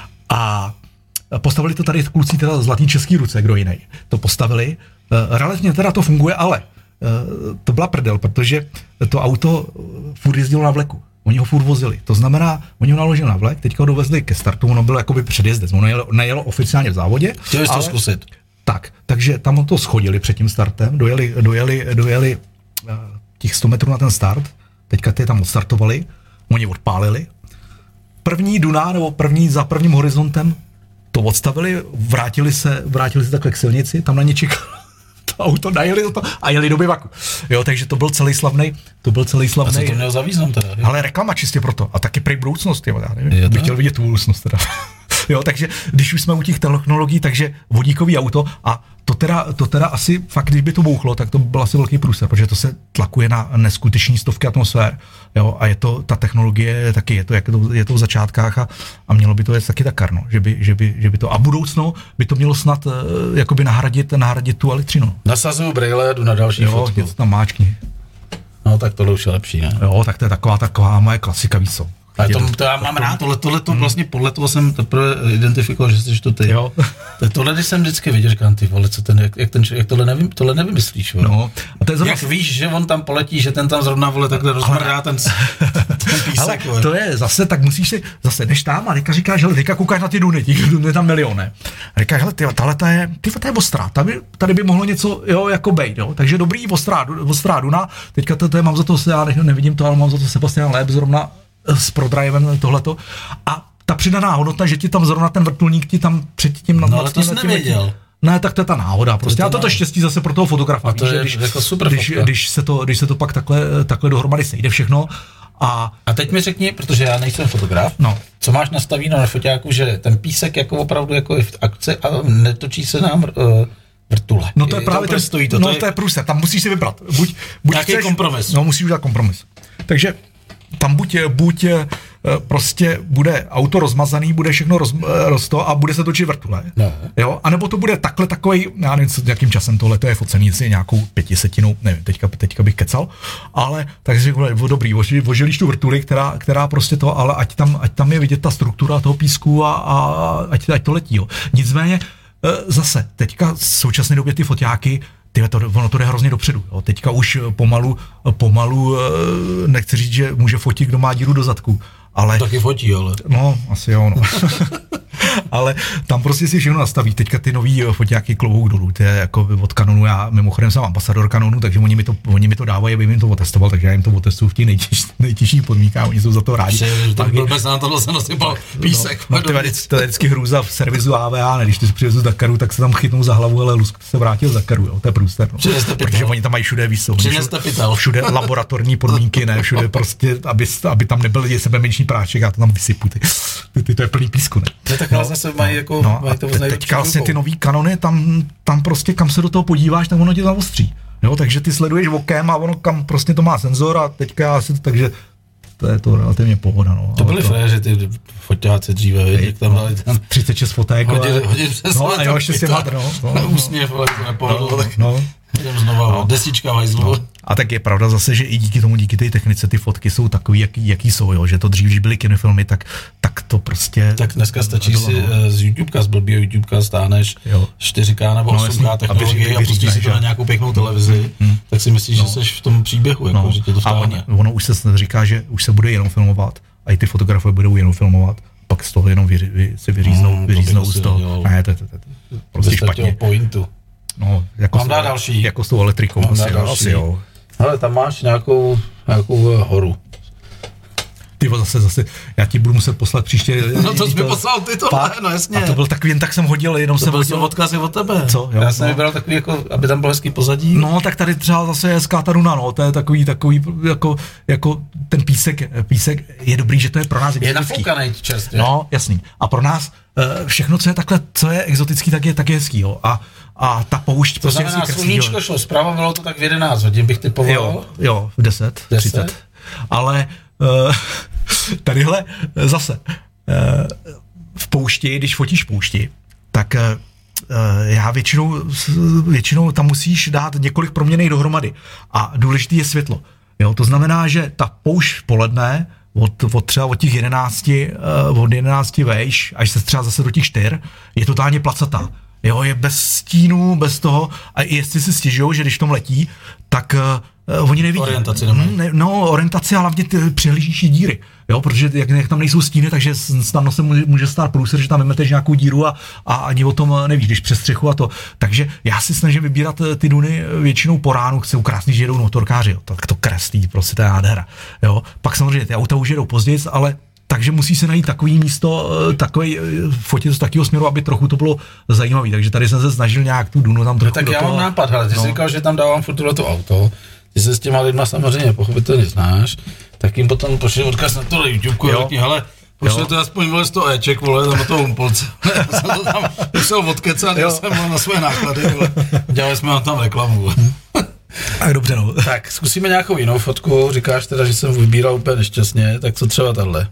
A postavili to tady kluci teda zlatý český ruce, kdo jiný. To postavili, uh, relativně teda to funguje, ale to byla prdel, protože to auto furt jezdilo na vleku. Oni ho furt vozili. To znamená, oni ho naložili na vlek, teďka ho dovezli ke startu, ono bylo jakoby předjezdec, ono nejelo, nejelo oficiálně v závodě. Chtěli jsi to zkusit. Tak, takže tam to schodili před tím startem, dojeli, dojeli, dojeli těch sto metrů na ten start, teďka ty tam odstartovali, oni odpálili. První Duna, nebo první za prvním horizontem to odstavili, vrátili se, vrátili se takhle k silnici, tam na ně čekalo to auto, najeli to a jeli do bivaku. Jo, takže to byl celý slavnej, to byl celý slavnej. A co to měl za význam teda? Je? Ale reklama čistě proto. A taky prej budoucnost, jo, já nevím, bych chtěl vidět tu budoucnost teda. Jo, takže když už jsme u těch technologií, takže vodíkový auto a to teda, to teda asi fakt, když by to bouchlo, tak to byl asi velký průser, protože to se tlakuje na neskutečný stovky atmosfér, jo, a je to, ta technologie taky, je to, jak to, je to v začátkách a, a mělo by to jest taky tak, no, že by, že by, že by to, a budoucno by to mělo snad uh, jakoby nahradit, nahradit tu elektřinu. Nasazuju brejle, jdu na další jo, fotku. Jo, tam máčkni. No, tak tohle už je lepší, ne? Jo, tak to je taková, taková moje klasika, víc co. Ale to, to já mám rád, tohle, tohle to vlastně podle toho jsem teprve identifikoval, že jsi to ty. Jo. Tohle, když jsem vždycky viděl, říkám, ty vole, co ten, jak, jak, ten, jak tohle, nevím, tohle nevymyslíš, vole. No, a to je zrovna... Jak víš, že on tam poletí, že ten tam zrovna, vole, takhle rozmrdá ten, ten písek, ale to je zase, tak musíš si, zase jdeš tam a teďka říkáš, hele, teďka koukáš na ty duny, těch dun je tam miliony. A říkáš, hele, tyhle, tahle ta je, tyhle ta je ostrá, tady, tady by mohlo něco, jo, jako bejt, jo, takže dobrý, ostrá, ostrá duna, teďka to, to je, mám za to, já nevidím to, ale mám za to Sebastian Loeb zrovna s prodrivem tohleto a ta přidaná hodnota, že ti tam zrovna ten vrtulník ti tam před tím nad, no, ale to jsi nevěděl. Ne, tak to je ta náhoda prostě. To a to je to štěstí zase pro toho fotografa. A to víš, je když, jako super když, když, se to, když se to pak takhle, takhle dohromady sejde všechno. A, a teď mi řekni, protože já nejsem fotograf, no. Co máš nastavíno na foťáku, že ten písek jako opravdu jako je v akci a netočí se nám uh, vrtule. No to je, je právě to ten, stojí to. No to je, to je průser, tam musíš si vybrat. Buď, buď nějaký chceš, kompromis. No musíš udělat kompromis. Takže tam buď, buď prostě bude auto rozmazaný, bude všechno roz, rosto a bude se točit vrtule. No. Jo? A nebo to bude takhle takovej, já nevím, s jakým časem tohle to je focený, si nějakou pětisetinou, nevím, teďka, teďka bych kecal, ale takže dobrý, ožilíš tu vrtuli, která, která prostě to, ale ať tam, ať tam je vidět ta struktura toho písku a, a ať, ať to letí. Jo. Nicméně zase, teďka v současné době ty foťáky, Tyhle, to, ono to jde hrozně dopředu. Jo. Teďka už pomalu, pomalu, nechci říct, že může fotit, kdo má díru do zadku. Ale, taky fotí, ale. No, asi jo, no. Ale tam prostě si všechno nastaví. Teďka ty nový foťáky klobouk dolů, to je jako od Canonu, já mimochodem jsem ambasador Canonu, takže oni mi to, oni mi to dávají, aby jim to otestoval, takže já jim to otestuju v těch nejtěž, nejtěžších podmínkách, oni jsou za to rádi. Tak blbec na tohle se nasypal písek. No, no, to, je, to je vždycky hrůza v servisu A V A, ne, když ty přivezou z Dakaru, tak se tam chytnou za hlavu, ale Lusk se vrátil z Dakaru, jo, to je průster. No. Protože oni tam mají všude výsou. Všude laboratorní podmínky, ne, všude prostě, aby, aby tam nebyl sebemenší práček, já to tam vysypu, ty, ty, ty, to je plný písku, ne. To je tak no, zase mají jako, no, mají to te, teďka vlastně ty nový Canony, tam, tam prostě kam se do toho podíváš, tam ono tě zaostří. Jo, takže ty sleduješ okem a ono kam prostě to má senzor a teďka asi, takže to je to relativně pohoda, no. To byly fréři, ty foťáci dříve, jak tam dali ten... třicet šest fotek. Hodili, hodili přes no, a jo, ještě si hadr, no. no, no úsměv, ale to nepovedlo, no, tak no. jdem znova, no. Desíčka vajzlu. No. A tak je pravda zase, že i díky tomu, díky té technice, ty fotky jsou takový, jaký, jaký jsou, jo, že to dřív, když byly kinofilmy, tak, tak to prostě... Tak dneska stačí si no. z YouTubeka, z blbýho YouTubeka stáhneš jo. čtyři ká nebo osm ká no, technologie a pustíš si to na nějakou pěknou televizi, hmm. tak si myslíš, no. že jsi v tom příběhu, jako, no. že tě to vtáhne. A ono už se říká, že už se bude jenom filmovat a i ty fotografové budou jenom filmovat, pak z toho jenom vyři, vy, si vyříznou, hmm, vyříznou z toho. Ne, to je prostě špatně. Pointu. No, jako mám dát další. Jako s tou elektrikou. Mám dát další. Jo. Ale tam máš nějakou, nějakou horu. Ty zase, zase, já ti budu muset poslat příště. No to jsi mi poslal ty tohle, no jasně. A to byl takový, jen tak jsem hodil, jenom to jsem hodil. To byl odkazy od tebe. Co? Jo, já jsem no. vybral takový, jako, aby tam byl hezký pozadí. No, tak tady třeba zase je hezká ta Duna, no, to je takový, takový, jako, jako ten písek, písek je dobrý, že to je pro nás je nafoukanej čerstvě. No, jasný. A pro nás všechno, co je takhle, co je exotický, tak je, tak je hezký, jo. A, a ta poušť to prostě znamená, sluníčko šlo zprava, bylo to tak v jedenáct hodin, bych typoval. Jo, jo, v deset, třicet. Ale uh, tadyhle zase, uh, v poušti, když fotíš poušti, tak uh, já většinou, většinou tam musíš dát několik proměnných dohromady. A důležitý je světlo. Jo, to znamená, že ta poušť v poledne Od, od třeba od těch jedenácti, uh, od jedenácti vejš, až se třeba zase do těch čtyř, je totálně placatá. Jo, je bez stínu, bez toho, a jestli si stěžují, že když v tom letí, tak uh, oni nevidí. Orientaci nemají. Ne, no, orientaci a hlavně ty přihlížící díry, jo, protože jak, jak tam nejsou stíny, takže snadno se může, může stát průser, že tam vymeteš nějakou díru a, a ani o tom nevíš, když přes střechu a to. Takže já si snažím vybírat ty duny většinou po ránu, jsou krásný, že jedou motorkáři, jo, tak to kreslí, prostě to je nádhera, jo. Pak samozřejmě ty auta už jedou později, ale takže musí se najít takový místo, takový fotit z takového směru, aby trochu to bylo zajímavé. Takže tady jsem se snažil nějak tu dunu tam trochu no, tak do já toho. mám nápad, hele, ty no. jsi říkal, že tam dávám furt tohleto auto, ty se s těma lidma samozřejmě pochopitelně znáš, tak jim potom pošli odkaz na to YouTubeku a řekni, hele, pošli to aspoň vole sto éček, vole, tam o toho Humpolce. Já jsem to tam musel odkecat, já jsem byl na své náklady, vole. Dělali jsme tam reklamu. Tak dobře, no. Tak, zkusíme nějakou jinou fotku, říkáš teda, že jsem vybíral úplně nešťastně, tak co třeba tahle?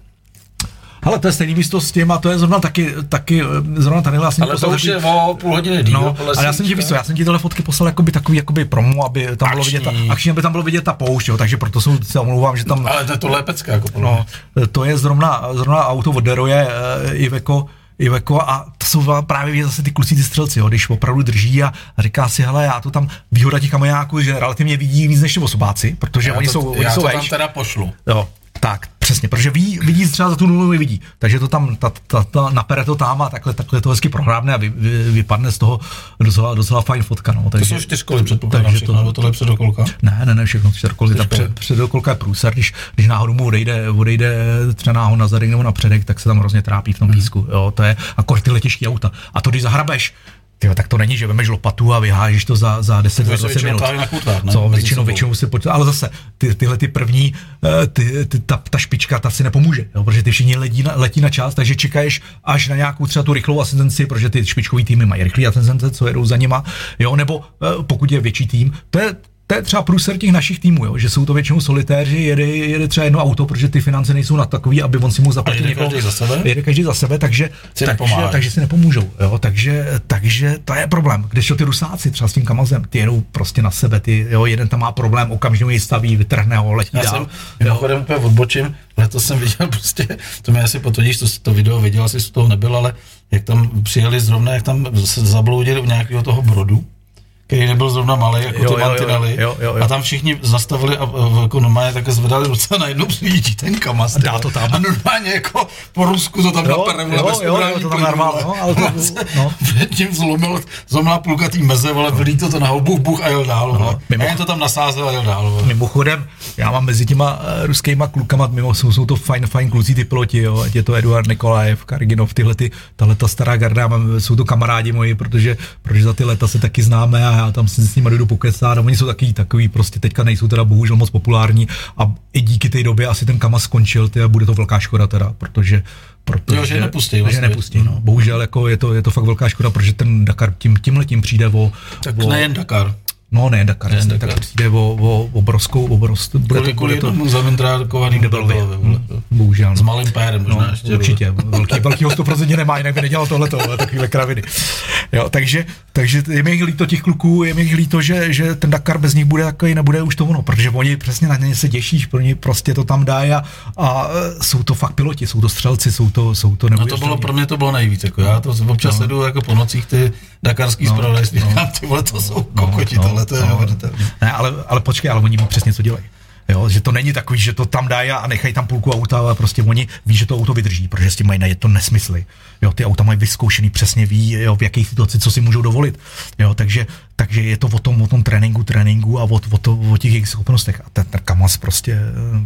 Ale to je stejný místo s tím a to je zrovna taky, taky zrovna tady vlastně. Ale to už je o půl hodiny díl. No, ale já jsem ti víš, já jsem ti tyhle fotky poslal jakoby takový jakoby promo, aby tam akční. Bylo vidět ta, akční, aby tam bylo vidět ta poušť, jo, takže proto jsem se omlouvám, že tam. Ale to je to lepecká jako podle no, to je zrovna, zrovna auto od Deroje, Iveco, Iveco a to jsou právě zase ty kluci, ty střelci, jo, když opravdu drží a říká si, hele, já to tam výhoda těch kamionáků, že relativně vidí víc než osobáci, protože já oni to, jsou, já oni jsou to tam teda pošlu. Jo. Tak, přesně, protože ví, vidí třeba za tu nulu vidí, takže to tam, ta, ta, ta, napere to tam a takhle, takhle to hezky prohrábne a vy, vy, vypadne z toho docela, docela fajn fotka, no. Takže, to jsou čtyřkoly předpokládám všechno, nebo tohle předokolka? Ne, ne, ne, všechno čtyřkoly, ta před, předokolka je průser, když, když náhodou mu odejde, odejde třeba náhodou na zadek nebo na předek, tak se tam hrozně trápí v tom písku, jo, to je akor tyhle těžký auta. A to když zahrabeš, tyjo, tak to není, že vemeš lopatu a vyhážeš to za, za deset dvacet minut. Na kutách, ne? Co, většinou, většinou si počítá, ale zase ty, tyhle ty první, ty, ty, ta, ta špička, ta si nepomůže, jo, protože ty všichni letí na, letí na čas, takže čekáš až na nějakou třeba tu rychlou asistenci, protože ty špičkový týmy mají rychlý asistence, co jedou za nima, jo, nebo pokud je větší tým, to je To je třeba průser těch našich týmů, jo, že jsou to většinou solitéři, jede, jede třeba jedno auto, protože ty finance nejsou na takový, aby on si mohl zaplatit někoho. Každý za sebe? Jede každý za sebe, takže, si takže, takže si nepomůžou. Jo, takže, takže to je problém. Když ty Rusáci třeba s tím Kamazem, ty jedou prostě na sebe, ty, jo, jeden tam má problém, okamžitě ji staví, vytrhne ho, letí Já dál. jsem mimochodem úplně odbočím, letos jsem viděl prostě, to mi asi potvrdíš, to, to video viděl, asi z toho nebyl, ale jak tam přijeli zrovna, jak tam se zabloudili u nějakého toho brodu, který nebyl zrovna malý, jako jo, ty mantinely, jo, jo, jo. A tam všichni zastavili a jako normálně tak zvedali ruce a najednou přijítí ten Kamaz. Dá to tam. A normálně jako po Rusku to tam napere, vole, bez ubrání to tam normálně, no, ale to, no. Tím zlomil, zlomila půlka tý meze, vole, vylítl to nahoru, buch, buch a jel dál, vole. No, a jen to tam nasázel a jel dál, vole. Mimochodem, já mám mezi těma uh, ruskýma klukama, mimo jsou, jsou to fajn, fajn kluci ty piloti, jo, ať je to Eduard Nikolajev, Karginov, tyhle ty, tahle ta stará garda, mám, jsou to kamarádi moji, protože, protože za ty leta se taky známe a já tam si s nimi jdu pokecát a oni jsou takový, takový prostě teďka nejsou teda bohužel moc populární a i díky té době asi ten Kamaz skončil, ty, a bude to velká škoda teda, protože protože jo, že nepustí, vlastně. Že nepustí, no. Bohužel jako je to, je to fakt velká škoda, protože ten Dakar tím, tímhletím přijde o... Tak o, nejen Dakar. No ne, Dakar, nejen Dakar. Tak přijde o, o obrovskou, obrovskou... Bude to, bude to zamindrádkovaný debelově. Bohužel. S malým pérem možná no, ještě. Určitě, velký, velkýho sto procent nemá, jinak by nedělal tohleto, takovýhle kraviny. Jo, takže, takže je mi líto těch kluků, je mi líto, že, že ten Dakar bez nich bude takový, nebude už to ono, protože oni přesně na ně se těšíš, pro ně prostě to tam dají a, a jsou to fakt piloti, jsou to střelci, jsou to, jsou to no to bylo, pro mě to bylo nejvíc, jako já to občas no. sleduju jako po nocích ty dakarský no, zpravodajství, no, ty vole, to jsou no, kokoti, no, tohle to je no, ne, ale, ale počkej, ale oni ví přesně, co dělají. Jo, že to není takový, že to tam dají a nechají tam půlku auta, ale prostě oni ví, že to auto vydrží, protože s tím mají na je to nesmysly. Jo, ty auta mají vyzkoušený, přesně ví, jo, v jakých situaci, co si můžou dovolit. Jo, takže, takže je to o tom, o tom tréninku, tréninku a o, o, to, o těch jejich schopnostech. A ten, ten Kamaz prostě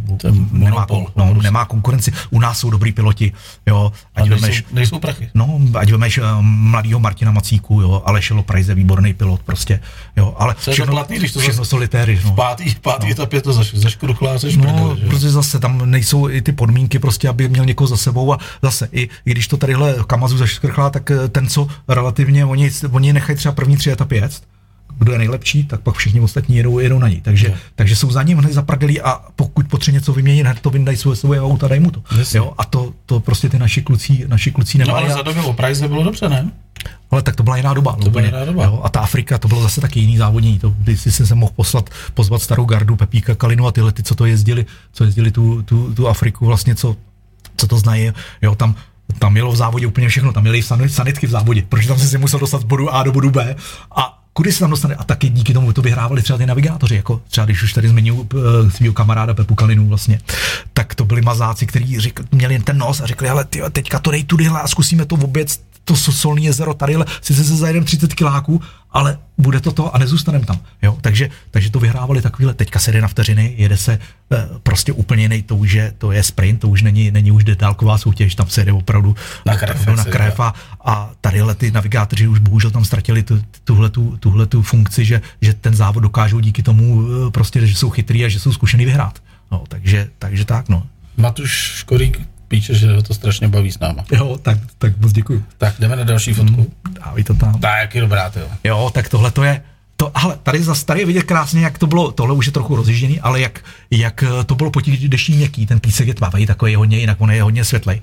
nemá, no, nemá konkurenci. U nás jsou dobrý piloti, jo. Ať nejsou, vemeš, nejsou prachy. No, ať vemeš mladýho Martina Macíku, jo, Aleš Loprajze, výborný pilot prostě, jo, ale co všechno, platný, když to všechno zase, solitéry. No. V pátý, pátý no. etapě to zaš, zašku dochláceš. No, prdele, protože zase tam nejsou i ty podmínky prostě, aby měl někoho za sebou a zase, i, i když to tadyhle Kamazu zaškrchlá, tak ten, co relativně, oni, oni nechají třeba první tři etapy jet, kdo je nejlepší, tak pak všichni ostatní jedou, jedou na ní. Takže, yeah. takže jsou za ním hned zaprdelí a pokud potřebuje něco vyměnit, hned to vyndají svoje, svoje auta, daj mu to. Yes. Jo? A to, to prostě ty naši kluci, naši kluci nemají. No ale za dobu Loprajze bylo dobře, ne? Ale tak to byla jiná doba. To byla jiná doba. Jo? A ta Afrika, to bylo zase taky jiný závodní. To by si se mohl poslat, pozvat starou gardu, Pepíka, Kalinu a tyhle, ty, co to jezdili, co jezdili tu, tu, tu Afriku vlastně, co, co to znají. Jo? Tam tam jelo v závodě úplně všechno, tam jeli sanitky v závodě, protože tam si musel dostat z bodu A do bodu B a kudy se tam dostane a taky díky tomu to vyhrávali třeba ty navigátoři, jako třeba když už tady zmiňuji uh, svýho kamaráda Pepu Kalinu vlastně, tak to byli mazáci, kteří řekl, měli ten nos a řekli, ale tyjo, teďka to dej tudyhle a zkusíme to vůbec, to solní jezero tadyhle, sice se zajedeme třicet kiláků, ale bude to to a nezůstaneme tam, jo, takže, takže to vyhrávali takovýhle, teďka se jde na vteřiny, jede se eh, prostě úplně jiný, to už je, to je sprint, to už není, není už dálková soutěž, tam se jede opravdu na krev, na krev a, a tadyhle ty navigátoři už bohužel tam ztratili tu, tuhletu, tuhletu funkci, že, že ten závod dokážou díky tomu prostě, že jsou chytrý a že jsou zkušený vyhrát, no, takže, takže tak, no. Matuš Škorík píše, že ho to strašně baví s náma. Jo, tak, tak moc děkuju. Tak jdeme na další fotku. Dávaj to tam. Tak je dobrá, to jo. Jo, tak tohle to je, to, ale tady zase tady je vidět krásně, jak to bylo, tohle už je trochu rozjížděný, ale jak, jak to bylo po těch deštích měkký, ten písek je tmavý, takový hodně, jinak on je hodně světlej.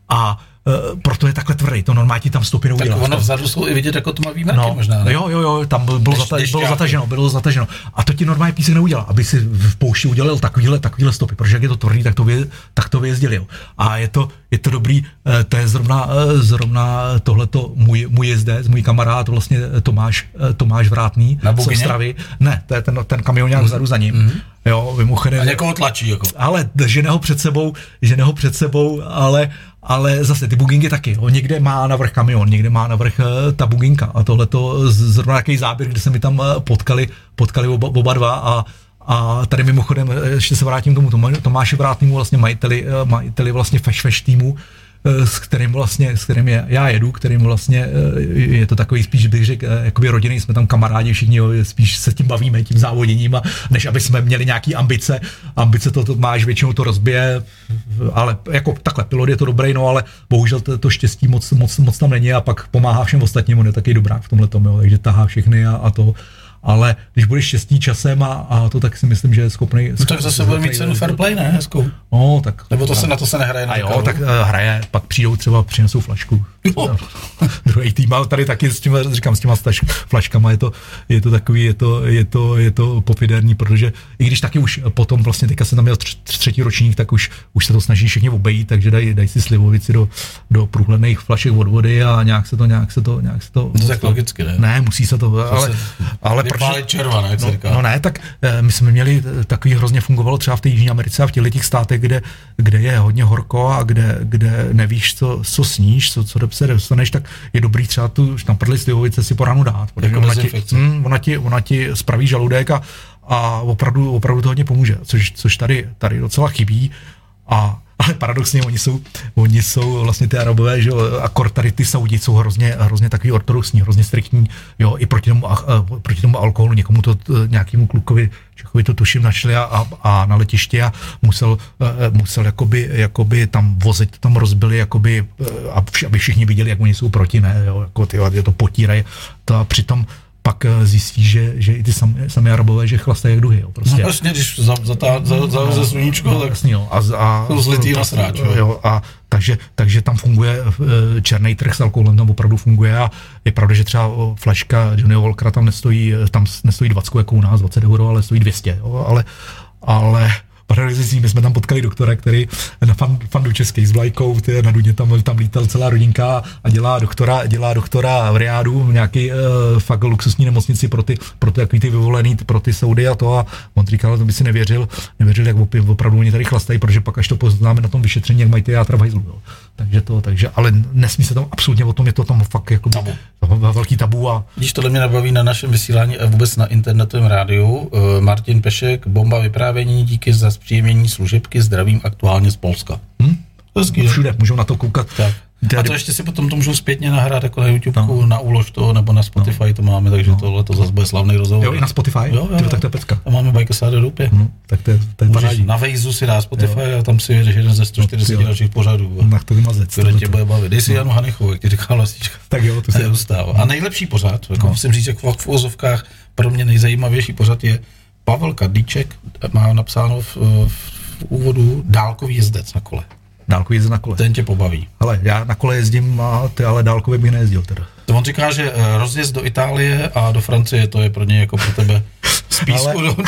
A Uh, proto je takhle tvrdý, to normálně ti tam stopy neudělá. Tak ono vzadu jsou i vidět jako tmavý mrky no, možná, ne? Jo, jo, jo, tam bylo, Deš, zata, bylo zataženo, bylo zataženo. A to ti normálně písek neudělá, aby si v poušti udělal takovýhle, takovýhle stopy, protože jak je to tvrdý, tak to, vy, tak to vyjezdili, jo. A je to, je to dobrý, to je zrovna, zrovna tohleto můj, můj jezdec, můj kamarád, vlastně Tomáš, Tomáš Vrátný z Ostravy. Ne, to je ten, ten kamionák vzadu za ním. Mm-hmm. Jo, mimochodem. A někoho tlačí, jako. Ale žene ho před sebou, žene ho před sebou, ale ale zase ty bugingy taky, jo. Někde má navrch kamion, někde má navrch uh, ta buginka a tohleto zrovna nějaký záběr, kde se mi tam uh, potkali, potkali oba, oba dva a, a tady mimochodem, ještě se vrátím k tomu Tomáši Vrátnému, vlastně majiteli, uh, majiteli vlastně Feš Feš týmu, s kterým vlastně, s kterým je, já jedu, kterým vlastně je to takový spíš, bych řekl, jakoby rodinný, jsme tam kamarádi všichni, jo, spíš se tím bavíme, tím závoděním, a než aby jsme měli nějaký ambice, ambice to, to máš, většinou to rozbije, ale jako takhle, pilot je to dobrý, no ale bohužel to, to štěstí moc, moc, moc tam není a pak pomáhá všem ostatním, on je taky dobrák v tomhletom, jo, takže tahá všechny a, a to. Ale když budeš štěstí časem a, a to, tak si myslím, že je schopný. No tak zase bude mít cenu fair play, ne? Hezkou. No, tak. Nebo to se na to se nehraje na a jo, karu. Tak uh, hraje, pak přijdou třeba, přinesou flašku. Druhý tým, ale tady taky s tím, říkám, s těma staž, flaškama je to, je to takový, je to, je to, je to pofiderní, protože i když taky už potom vlastně teďka se tam měl tř, třetí ročník, tak už, už se to snaží všichni obejít, takže dají daj si slivovici do, do průhledných flašek od vody a nějak se to, nějak se to, nějak se to. No tak logicky, ne? Ne, musí se to, ale, ale vypálit červa, jak no, se říká. No ne, tak my jsme měli, takový hrozně fungovalo třeba v té Jižní Americe a v těch státech, kde, kde je hodně horko a kde, kde nevíš, co, co sníš, co, co se dostaneš, tak je dobrý třeba tu štamprli slivovice si po ránu dát. Jako ona, ti, hm, ona, ti, ona ti spraví žaludek a, a opravdu, opravdu to hodně pomůže, což, což tady, tady docela chybí. A ale paradoxně oni jsou, oni jsou vlastně ty Arabové, že jo, akor tady ty Saudi jsou hrozně, hrozně takový ortodoxní, hrozně striktní, jo, i proti tomu, a, a, proti tomu alkoholu, někomu to, nějakému klukovi, Čechovi to tuším našli a, a, a na letiště a musel, a, musel jakoby, jakoby tam vozit, tam rozbili, jakoby, aby všichni viděli, jak oni jsou proti, ne, jo, jako ty, je to potírají, to a přitom pak zjistí, že, že i ty sami, sami Arabové, že chlastají jak duhy, jo, prostě. No vlastně, když za, za, ta, za, za, no, za sluníčko, no, tak jasný, jo. A, a, jsou zlitý na sráč, jo. Jo, a takže, takže tam funguje černý trh s alkoholem, tam opravdu funguje a je pravda, že třeba flaška Johnnyho Walkera tam nestojí, tam nestojí dvacet jako u nás, dvacet euro, ale stojí dvě stě, jo, ale, ale paradoxní, my jsme tam potkali doktora, který na fan, fandu český s vlajkou, ty, na Duně tam, tam lítal celá rodinka a dělá doktora, dělá doktora v Riádu, v nějaký uh, fakt luxusní nemocnici pro ty, pro ty, ty vyvolený, pro ty Saudy a to a on říkal, to by si nevěřil, nevěřil, jak opravdu oni tady chlastají, protože pak až to poznáme na tom vyšetření, jak mají ty játra v hajzlu, jo. Takže to, takže, ale nesmí se tam absolutně o tom, je to tam fakt jako tabu. Velký tabu a... Když tohle mě nabaví na našem vysílání a vůbec na internetovém rádiu, uh, Martin Pešek, bomba vyprávění, díky za zpříjemnění služebky, zdravím aktuálně z Polska. Hmm? Hezky, všude, můžou na to koukat. Tak. A to ještě si potom to můžou zpětně nahrát jako na YouTubeku, no. Na úlož to, nebo na Spotify no. To máme, takže no. Tohle to zase bude slavný rozhovor. Jo, i na Spotify? Jo, jo, Tyvo, tak to je pecka. A máme Bajkosáda Doupě. No, tak to je, to je parádí. Na Vejzu si dá Spotify jo. A tam si jedeš jeden ze sto čtyřicet no, dalších pořadů. Na to vymazec. Kdo tě bude bavit. Dej si no. Janu Hanichovou, jak ti říká Vlastička. Tak jo, to se neustává. A nejlepší pořad, jako no. Musím říct, jako v uvozovkách, pro mě nejzajímavější pořad je Pavel Kadlíček, má napsáno v, v úvodu dálkový jezdec na kole. Dálkový jezdec na kole. Ten tě pobaví. Hele, já na kole jezdím, a ty ale dálkově bych nejezdil teda. To on říká, že rozjezd do Itálie a do Francie, to je pro ně jako pro tebe z písku ale... do,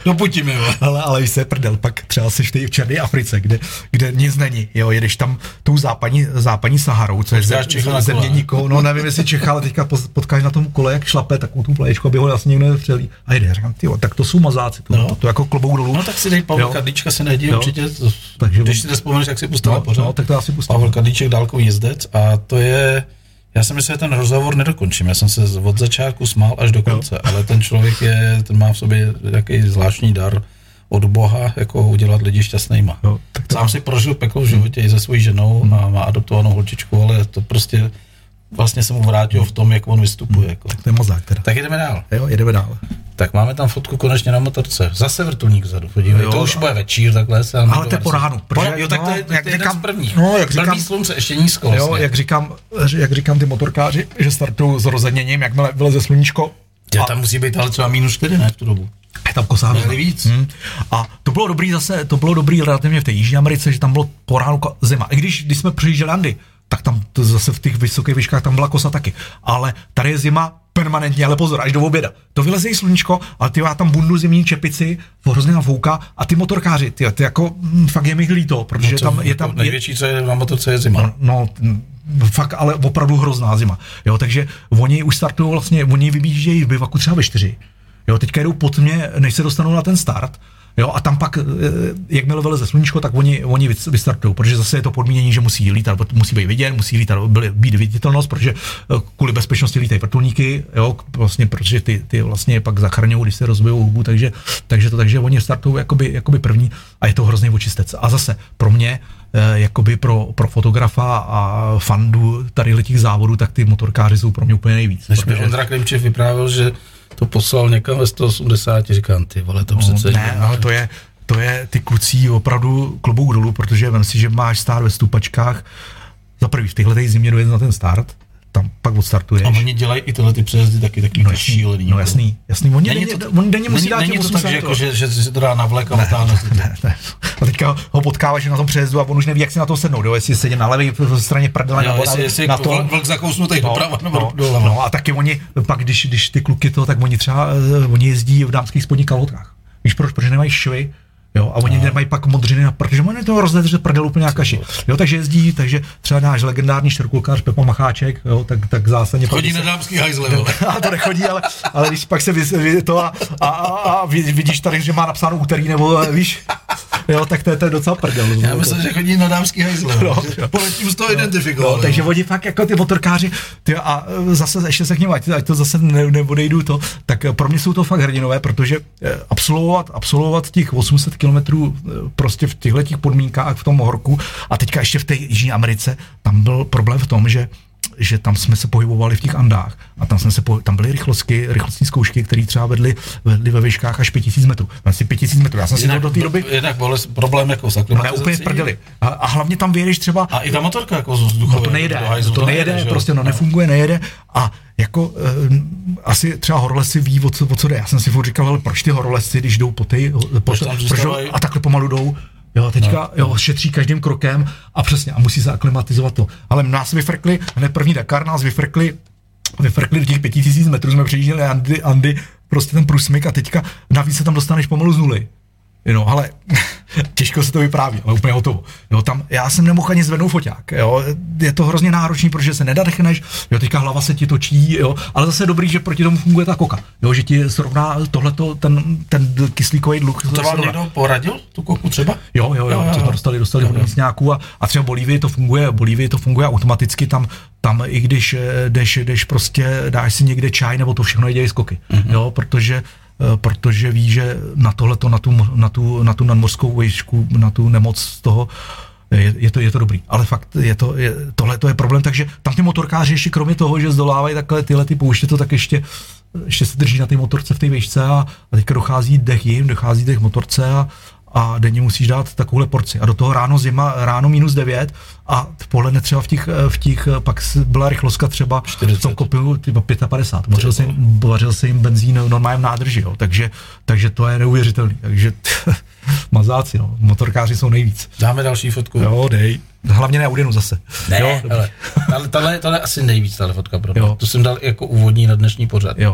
do Putiny, jo. Ale, ale víš se prdel, pak třeba seš v Černé Africe, kde, kde nic není, jo, jedeš tam tou západní, západní Saharou, co je ze, země nikoho, no nevím, jestli Čecha, ale teďka potkáš na tom kole, jak šlape, takovou tu pleječku, aby ho jasně někdo nepřelí. A jde, říkám, tyjo, tak to jsou mazáci, to, no. to, to jako klobouk dolů. No tak si dej Pavel Kadlíčka, si nehdí určitě, to, takže když si nespomíneš, jak si pustila no, pořád. No, tak to asi pustím. Pavel Kadlíček, dálkový jezdec a to je, já jsem myslel, že ten rozhovor nedokončím, já jsem se od začátku smál až do konce, jo. Ale ten člověk je, ten má v sobě jaký zvláštní dar od Boha, jako udělat lidi šťastnýma. Jo, tak to... Sám si prožil peklo v životě i se svojí ženou hmm. a má adoptovanou holčičku, ale to prostě vlastně se mu vrátilo v tom, jak on vystupuje. Hmm. Jako. Tak to je mazák teda. Tak jdeme dál. Jo, jdeme dál. Tak máme tam fotku konečně na motorce. Zase vrtulník vzadu, podívej, jo, to už bude večír, takhle se... Ale to je po ránu. Protože, jo, tak to je, no, jak to je říkám, jeden z prvních. No, jak říkám, blbý slunce, ještě nízko vlastně. Jo, jak říkám, jak říkám ty motorkáři, že startují s rozedněním, jakmile vyleze sluníčko. A tam musí být ale třeba minus čtyři, ne, v tu dobu. Je tam kosá víc. Hmm. A to bylo dobrý zase, to bylo dobrý relativně v té Jižní Americe, že tam bylo po ránu zima. I když, když jsme přijížděli Andy, tak tam to zase v těch vysokých výškách tam byla kosa taky. Ale tady je zima permanentně, ale pozor, až do oběda. To vyleze i sluníčko, ale ty má tam bundu zimní čepici, hrozně nám fouká a ty motorkáři, ty, ty jako hm, fakt je mi líto, protože no, tam je tam... Největší, co je na motorce, je zima. No, no fakt, ale opravdu hrozná zima. Jo, takže oni už startují vlastně, oni vybíždějí v bivaku třeba ve čtyři. Jo, teďka jdou pod mě, než se dostanou na ten start. Jo, a tam pak, jakmile vyleze sluníčko, tak oni, oni vystartují, protože zase je to podmínění, že musí lítat, musí být vidět, musí lítat, být viditelnost, protože kvůli bezpečnosti lítají vrtulníky, jo, vlastně, protože ty, ty vlastně pak zachraňují, když se rozbijou hubu, takže, takže to, takže oni startují jakoby, jakoby první a je to hrozný očistec. A zase pro mě, jakoby pro, pro fotografa a fandu tady těch závodů, tak ty motorkáři jsou pro mě úplně nejvíc. Než protože... Ondra Klimčev vyprávěl, že to poslal někam ve sto osmdesát, říkám, ty vole, to přece... No, ne, ale to je, to je ty kluci opravdu klobouk dolů, protože vem si, že máš stát ve stupačkách, za prvý v téhle zimě dojet na ten start, tam pak odstartuješ. A oni dělají i tyhle ty přejezdy taky taky no, šílený. No jasný, jasný, oni není denně, to, on denně musí dát není to tak, že, jako, že, že si to dá na vlek a otáhne. Ne, ne, a teďka ho potkáváš na tom přejezdu a on už neví, jak si na to sednout, jo, jestli sedí na levé straně prdele, jo, jestli, jestli na to. Vlk zakousnutý no, doprava nebo no, doleva. No a taky oni, pak když, když ty kluky to, tak oni třeba, oni jezdí v dámských spodních kalhotkách. Víš proč? Protože nemají švy. Jo, a oni no. nemají pak modřiny, protože oni to rozdrží prdel úplně na kaši. Jo, takže jezdí, takže třeba náš legendární čtyřkolkář Pepa Macháček, jo, tak, tak zásadně... Chodí na dámský hajzle, jo. A to nechodí, ale, ale když pak se vy, to a, a, a vidíš tady, že má napsáno úterý, nebo víš, jo, tak to je, to je docela prdel. Já myslím, že chodí na dámský hajzle, no, poletím z toho no, identifikoval. No, takže oni fakt jako ty motorkáři, ty, a zase ještě se k němu, ať, ať to zase ne, neodejdu to, tak pro mě jsou to fakt hrdinové, protože absolvovat, absolvovat těch osm set kilometrů prostě v těchto podmínkách v tom horku a teďka ještě v té Jižní Americe, tam byl problém v tom, že že tam jsme se pohybovali v těch Andách a tam jsme se pohy- tam byly rychlostky, rychlostní zkoušky, které třeba vedly, vedly ve výškách až pět tisíc metrů. Vlastně pět tisíc metrů. Já jsem jinak, si to do té doby... Jinak byl problém jako s aklimatizací. Ne, úplně v prdeli. A, a hlavně tam vyjedeš třeba... A i ta motorka jako z vzduchově. No to nejede, to, to, to nejede, nejede prostě no, nefunguje, nejede a jako e, asi třeba horolezci ví, o co, o co jde. Já jsem si furt říkal, ale proč ty horolezci, když jdou po té... Po, a takhle pomalu jdou, jo, teďka no, jo, šetří každým krokem a přesně, a musí se aklimatizovat to. Ale nás vyfrkli, hned první Dakar nás vyfrkli, vyfrkli do těch pět tisíc metrů, jsme přejížděli Andy, Andy, prostě ten průsmyk a teďka navíc se tam dostaneš pomalu z nuly. No, ale těžko se to vypráví, ale úplně hotovo. Jo, tam já jsem nemohl ani zvednout foťák, jo, je to hrozně náročný, protože se nedechneš, jo, teďka hlava se ti točí, jo, ale zase je dobrý, že proti tomu funguje ta koka, jo, že ti srovná tohleto, ten, ten kyslíkový dluh. To vám někdo poradil, tu koku třeba? Jo, jo, jo, jo, jo. To dostali, dostali od místňáků a, a třeba v Bolívii to funguje, v Bolívii to funguje automaticky, tam, tam i když jdeš, jdeš prostě, dáš si někde čaj, nebo to všechno dělají skoky, mm-hmm. jo, protože protože ví, že na tohleto, na tu, na tu, na tu nadmořskou výšku, na tu nemoc z toho, je, je, to, je to dobrý. Ale fakt, je to, je, tohle to je problém, takže tam ty motorkáři ještě kromě toho, že zdolávají takhle tyhle ty pouště, to tak ještě, ještě se drží na té motorce v té výšce a, a teďka dochází dech jim, dochází dech motorce a, a denně musíš dát takovouhle porci. A do toho ráno zima, ráno minus devět a v poledne třeba v těch, v těch pak byla rychlostka třeba v tom kopilu padesát pět. Vařil se jim, vařil se jim benzín normálně v nádrži, jo. Takže, takže to je neuvěřitelný. Takže mazáci, no. Motorkáři jsou nejvíc. Dáme další fotku. Jo, dej. Hlavně ne Udinu zase. Ne, jo, ale, ale tohle, tohle je asi nejvíc tahle fotka pro mě. To jsem dal jako úvodní na dnešní pořad. Jo.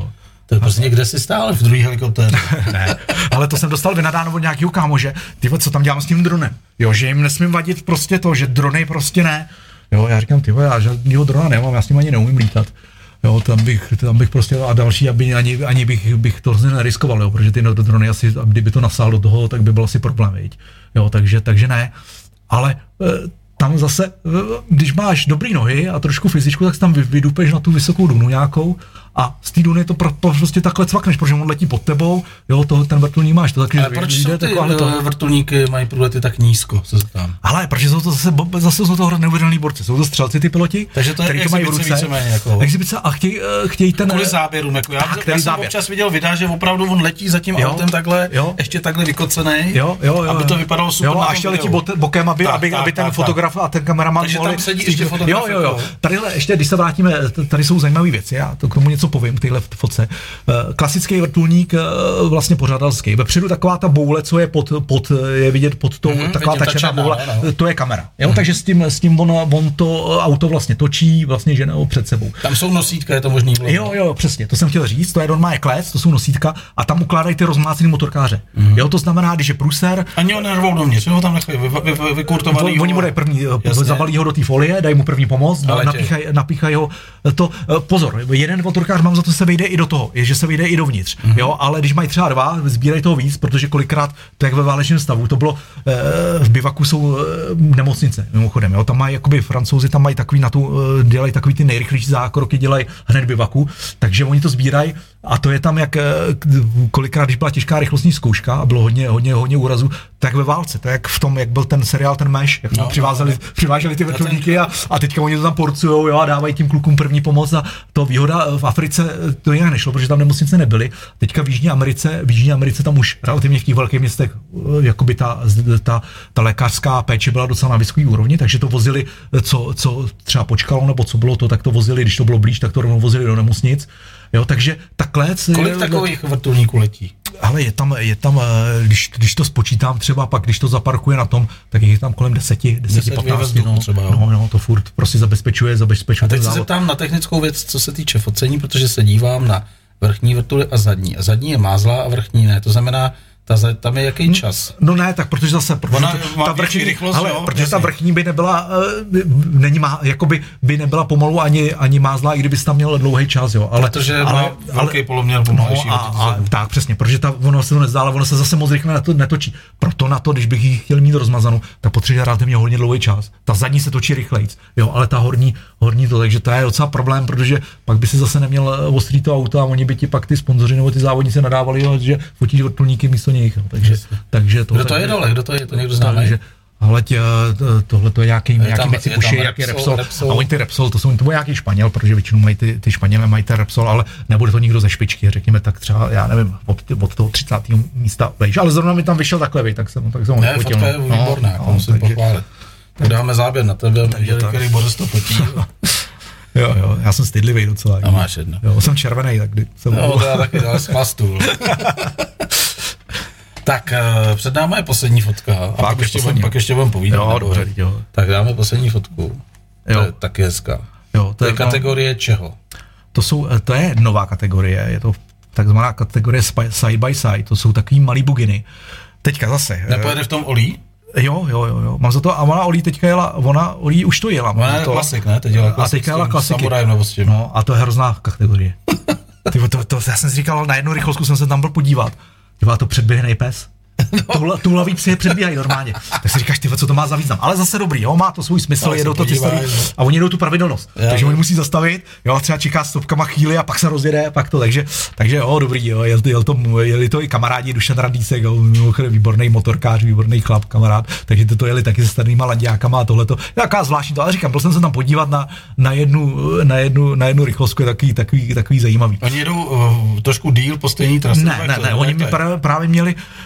To je prostě někde si stál v druhý helikoptéře. Ne, ale to jsem dostal vynadáno od nějakého kámože, ty co tam dělám s tím dronem, jo, že jim nesmím vadit prostě to, že drony prostě ne, jo, já říkám, ty já žádnýho drona nemám, já s ním ani neumím lítat. Jo, tam bych, tam bych prostě, a další, aby ani, ani bych, bych to neriskoval, jo, protože ty drony asi, kdyby to nasál do toho, tak by byl asi problém, viď? Jo, takže, takže ne, ale tam zase, když máš dobrý nohy a trošku fyzičku, tak tam vydupeš na tu vysokou dunu nějakou a z té duny to pro, pro, prostě takhle cvakneš, protože on letí pod tebou, jo, to, ten vrtulník máš. To taky, ale proč jsou ty to... vrtulníky mají průlety tak nízko, se zeptám? Ale protože jsou to zase, zase jsou to neuvěřitelný borci, jsou to střelci ty piloti, takže to je to mají v ruce, víceméně jako... exibice a chtějí, chtějí ten... Kvůli záběrům, jako já, tak, já jsem záběr. Občas viděl videa, že opravdu on letí za tím jo, autem takhle, jo. ještě takhle vykocenej, jo, jo, jo, aby to vypadalo super. Jo, a ještě letí bokem, aby, tak, aby, tak, aby ten tak, fotograf tak. a ten kameraman takže tam sedí ještě fotograf. Jo, jo, jo. Tadyhle ještě, když se vrátíme, tady jsou zajímavé věci, já to k tomu něco povím, tyhle fotce. Klasický vrtulník vlastně pořadalský. Vepředu taková ta boule, co je pod, pod je vidět pod tou, mm-hmm, taková ta černá boule, no, no. To je kamera. Jo, mm-hmm. takže s tím, s tím on, on to auto vlastně točí, vlastně žene ho před sebou. Tam jsou nosítka, je to možný vložit. Jo, jo, přesně, to jsem chtěl říct, to je normálně klec, to jsou nosítka a tam ukládají ty rozmlácený motorkáře. Mm-hmm. Jo, to znamená, když je průser. Ani ho nervou dovnitř, ho tam nechají vy, vy, vy, vykurtovaný. Oni mu dají první, jasně. Zabalí ho do té folie, dají mu první pomoc, napíchají napíchaj ho. To, pozor, jeden motorkář mám za to se vejde i do toho, je, že se vejde i dovnitř, mm-hmm. jo, ale když mají třeba dva, sbírají toho víc, protože kolikrát to jak ve válečném stavu, to bylo e, v bivaku jsou e, nemocnice, mimochodem, jo, tam mají jakoby Francouzi tam mají takový na tu, e, dělají takový ty nejrychlejší zákroky, dělají hned bivaku, takže oni to sbírají a to je tam jak e, kolikrát, když byla těžká rychlostní zkouška a bylo hodně, hodně, hodně úrazů, tak ve válce, to je jak v tom, jak byl ten seriál ten Meš, jak no, přivázeli, no, přiváželi ty vrtulníky a, a teďka oni to tam porcujou, jo, a dávají tím klukům první pomoc a to výhoda v Africe to jinak nešlo, protože tam nemocnice nebyly. Teďka v Jižní Americe, v Jižní Americe tam už relativně v těch velkých městech jakoby ta, ta, ta lékařská péče byla docela na vysoké úrovni, takže to vozili, co, co třeba počkalo, nebo co bylo to, tak to vozili, když to bylo blíž, tak to rovnou vozili do nemocnic. Jo, takže takhle... Kolik takových vrtulníků letí? Ale je tam, je tam když, když to spočítám třeba, pak když to zaparkuje na tom, tak je tam kolem deseti, deseti, patnáct, no, třeba, no, no, to furt prostě zabezpečuje, zabezpečuje. A teď se zeptám na technickou věc, co se týče focení, protože se dívám na vrchní vrtuly a zadní. A zadní je mázlá a vrchní ne, to znamená, ta, tam je jaký čas? No ne, tak protože zase, protože Ona to, ta vrchní, rychlost, ale, jo, protože jasný. ta vrchní by nebyla, není má, jakoby by nebyla pomalu ani, ani mázlá, i kdyby tam měl dlouhý čas, jo. Ale, protože ale, má velký poloměr pomalejší. No a, a, tak přesně, protože ta, ono se to nezdá, ale ono se zase moc rychle netočí. Proto na to, když bych ji chtěl mít rozmazanou, tak potřebuje relativně hodně dlouhý čas. Ta zadní se točí rychlejc, jo, ale ta horní, horní to, takže to je docela problém, protože pak by si zase neměl ostrý to auto a oni by ti pak ty sponzoři nebo ty závodníci nadávali, jo, že fotíš vrtulníky místo nich, jo, takže Takže to, kdo to je dole, kdo to je, to někdo zná, že ale tě, tohle to je nějaký, nějaký Mitsubishi, nějaký Repsol, Repsol, a oni ty Repsol, to jsou to nějaký Španěl, protože většinou mají ty, ty Španělé mají ten Repsol, ale nebude to nikdo ze špičky, řekněme tak třeba, já nevím, od, od toho třicátého místa vejš, ale zrovna mi tam vyšel takhle, vej, tak jsem, tak jsem ho ne, fotka je výborná, no, jako no, musím takže, pochválit. Tak dáme záběr na tebe, který Boris to fotí. Jo, jo, já jsem stydlivý docela. A máš jedno. Jo, jsem červený, tak kdy jsem... No, to já taky dal z chlastu. Tak uh, před náma je poslední fotka a pak ještě, budem, pak ještě budem povídat. Jo, dobře, jo. Tak dáme poslední fotku. Jo. To je taky hezká. Jo, to, to je, je kategorie čeho? To, jsou, to je nová kategorie, je to takzvaná kategorie side by side, to jsou takový malý buginy. Teďka zase. Nepojede v tom Olí? Jo, jo, jo, jo. Mám za to, a ona Olí teďka jela, ona Olí už to jela. Ona je klasik, ne? Teď jela klasik, a teďka jela klasiky. Samurajem nebo s tím. No, a to je hrozná kategorie. Ty, to, to, já jsem si říkal, na jednu rychlostku jsem se tam byl podívat. Tyva, to předběhnej pes. No. Tuhlavý psy je předbíhají normálně. Tak si říkáš, ty, co to má za význam. Ale zase dobrý, jo, má to svůj smysl, tak jedou to ty starý, a oni jedou tu pravidelnost. Já, takže oni musí zastavit, jo, třeba čeká stopkama chvíli a pak se rozjede, pak to, takže, takže jo, dobrý, jo, jel, jel to, jeli to i kamarádi, Dušan Radícek, jo, výborný motorkář, výborný chlap, kamarád, takže to, to jeli taky se starýma landiákama a tohleto. Jaká zvláštní to, ale říkám, byl jsem se tam podívat na, na jednu, na jednu, na jednu rychlostku, je takový, takový, takový zajímavý. Oni jedou uh, trošku díl po stejný trase. Ne, ne, ne, oni mi právě, právě měli,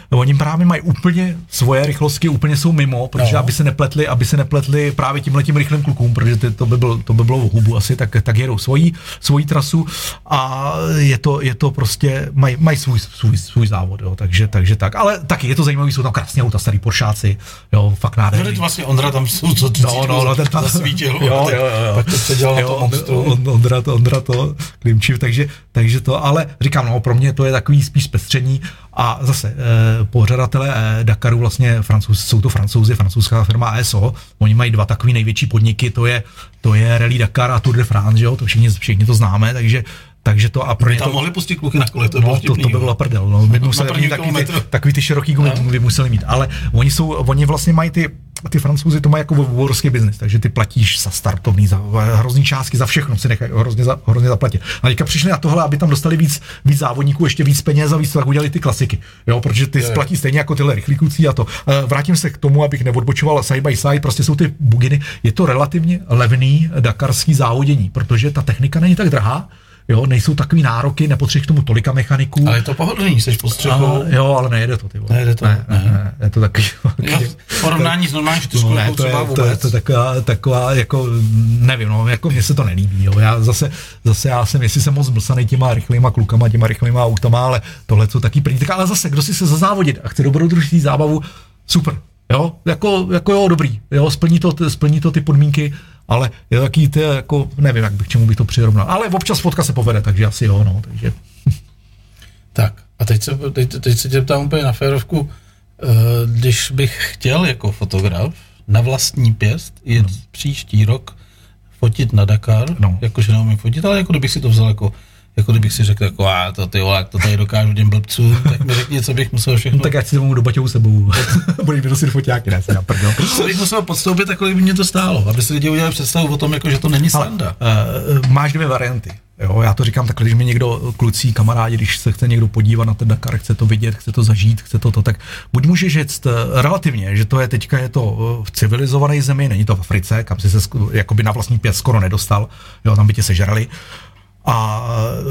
oni právě mají úplně svoje rychlosti, úplně jsou mimo, protože no. aby se nepletli, aby se nepletli právě tímhletím rychlým klukům, protože ty, to by bylo, to by bylo v hubu asi, tak, tak jedou svojí, svojí trasu a je to, je to prostě, mají maj svůj, svůj, svůj závod, jo, takže, takže tak, ale taky je to zajímavý, jsou tam krásně auta, starý Poršáci, jo, fakt nádherný. No, vlastně Ondra tam jsou, co ty no, no, no, ten tam zasvítil, jo, jo, jo, jo. tak to předělal na to monstru. On, Ondra to, Ondra to, Klimčiv, takže, takže to, ale říkám, no, pro mě to je takový spíš zpestření a zase eh, pořadatelé eh, Dakaru vlastně Francouz, jsou to Francouzi, francouzská firma A S O, oni mají dva takový největší podniky, to je, to je Rally Dakar a Tour de France, že jo, to všichni, všichni to známe, takže takže to a pro ně tam to, mohli pustit kluky na kole, to no, bylo to, to by bylo prdel, no, by museli mít takový ty, takový ty široký gumy, no. by museli mít, ale oni jsou, oni vlastně mají ty, ty Francouzi to mají jako obrovský biznis, takže ty platíš za startovný, za hrozný částky, za všechno si nechají hrozně, za, hrozně zaplatit. A teďka přišli na tohle, aby tam dostali víc, víc závodníků, ještě víc peněz a víc, tak udělali ty klasiky, jo, protože ty splatí stejně jako tyhle rychlí kluci a to. Vrátím se k tomu, abych neodbočoval side by side, prostě jsou ty buginy, je to relativně levný dakarský závodění, protože ta technika není tak drahá. Jo, nejsou takový nároky, nepotřebuješ k tomu tolika mechaniků. Ale je to pohodlný, jsi pod střechou. Jo, ale nejde to, ty vole. Nejde to, ne. ne, ne, je to takový... Jo, porovnání s normální čtyřkou, no, to, je, to, je, to je taková, taková, jako, nevím, no, jako mně se to nelíbí, jo. Já zase, zase já jsem, jestli jsem moc mlsanej těma rychlýma klukama, těma rychlýma autama, ale tohle jsou taky prý. Ale zase, kdo si se zazávodit a chce dobrodružství zábavu, super, jo, jako, jako jo, dobrý, jo, splní to, splní to ty podmínky, ale je taky, to jako, nevím, jak bych, čemu bych to přirovnal, ale občas fotka se povede, takže asi jo, no, takže. Tak, a teď se, teď, teď se tě ptám úplně na férovku, když bych chtěl jako fotograf na vlastní pěst jet no. příští rok fotit na Dakar, no. jakože neumím fotit, ale jako kdybych si to vzal jako jako kdybych si řekl, jako a to ty vole, jak to tady dokážu těm blbcům, tak mi řekni, co bych musel všechno. No, tak ať si tomu do baťohu sebou, budeš mi nosit foťáky, ne, se naprdel. Co bych musel podstoupit, tak kolik by mě to stálo, aby si lidi udělali představu o tom, jako, že to není sranda. Uh, máš dvě varianty. Jo, já to říkám takhle, když mi někdo, kluci, kamarádi, když se chce někdo podívat na ten Dakar, chce to vidět, chce to zažít, chce to, to tak buď může říct relativně, že to je teďka je to v civilizované zemi, není to v Africe, kam si se jakoby na vlastní pěst skoro nedostal, jo, tam by tě sežrali. A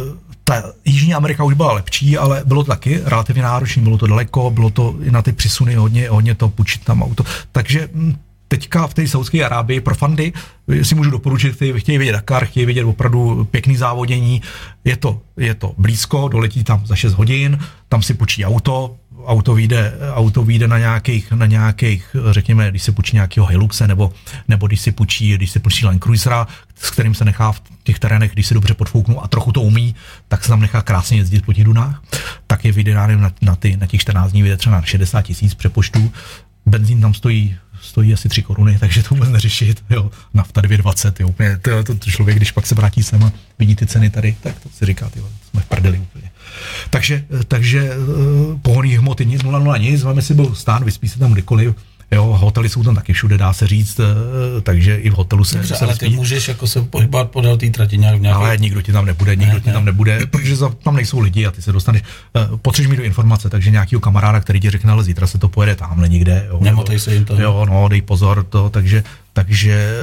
ta Jižní Amerika už byla lepší, ale bylo to taky relativně náročné, bylo to daleko, bylo to i na ty přisuny hodně, hodně to půjčit tam auto. Takže teďka v té Saudské Arábii pro fandy si můžu doporučit, ty chtějí vidět Dakar, chtějí vidět opravdu pěkný závodění, je to, je to blízko, doletí tam za šest hodin, tam si půjčí auto, auto vyjde, auto vyjde na nějakých, na nějakých, řekněme, když se půjčí nějakého Hiluxe, nebo, nebo když si půjčí, když si půjčí Land Cruisera, s kterým se nechá v těch terénech, když se dobře podfouknou a trochu to umí, tak se tam nechá krásně jezdit po těch dunách, tak je vyjde na, na, ty, na těch čtrnáct dní vyjde třeba na šedesát tisíc přepočtů, benzín tam stojí stojí asi tři koruny, takže to vůbec neřešit, jo, nafta dvě dvacet, jo, úplně, to, to, to člověk, když pak se vrátí sem a vidí ty ceny tady, tak to si říká, ty jsme v prdeli úplně. Takže, takže uh, pohonných hmoty nic, nula nula nic, máme si byl stán, vyspí se tam kdykoliv, jo, hotely jsou tam taky všude, dá se říct, uh, takže i v hotelu se, Dobře, se ale vyspí. Ty můžeš jako se pohybovat podél té trati nějak v nějaké... Ale nikdo ti tam nebude, nikdo ne, ti ne. tam nebude, protože za, tam nejsou lidi a ty se dostaneš, uh, potřebuješ mít do informace, takže nějakýho kamaráda, který ti řekne, ale zítra se to pojede tamhle někde, jo. Nemotej se jim to. Jo, no, dej pozor, to, takže, takže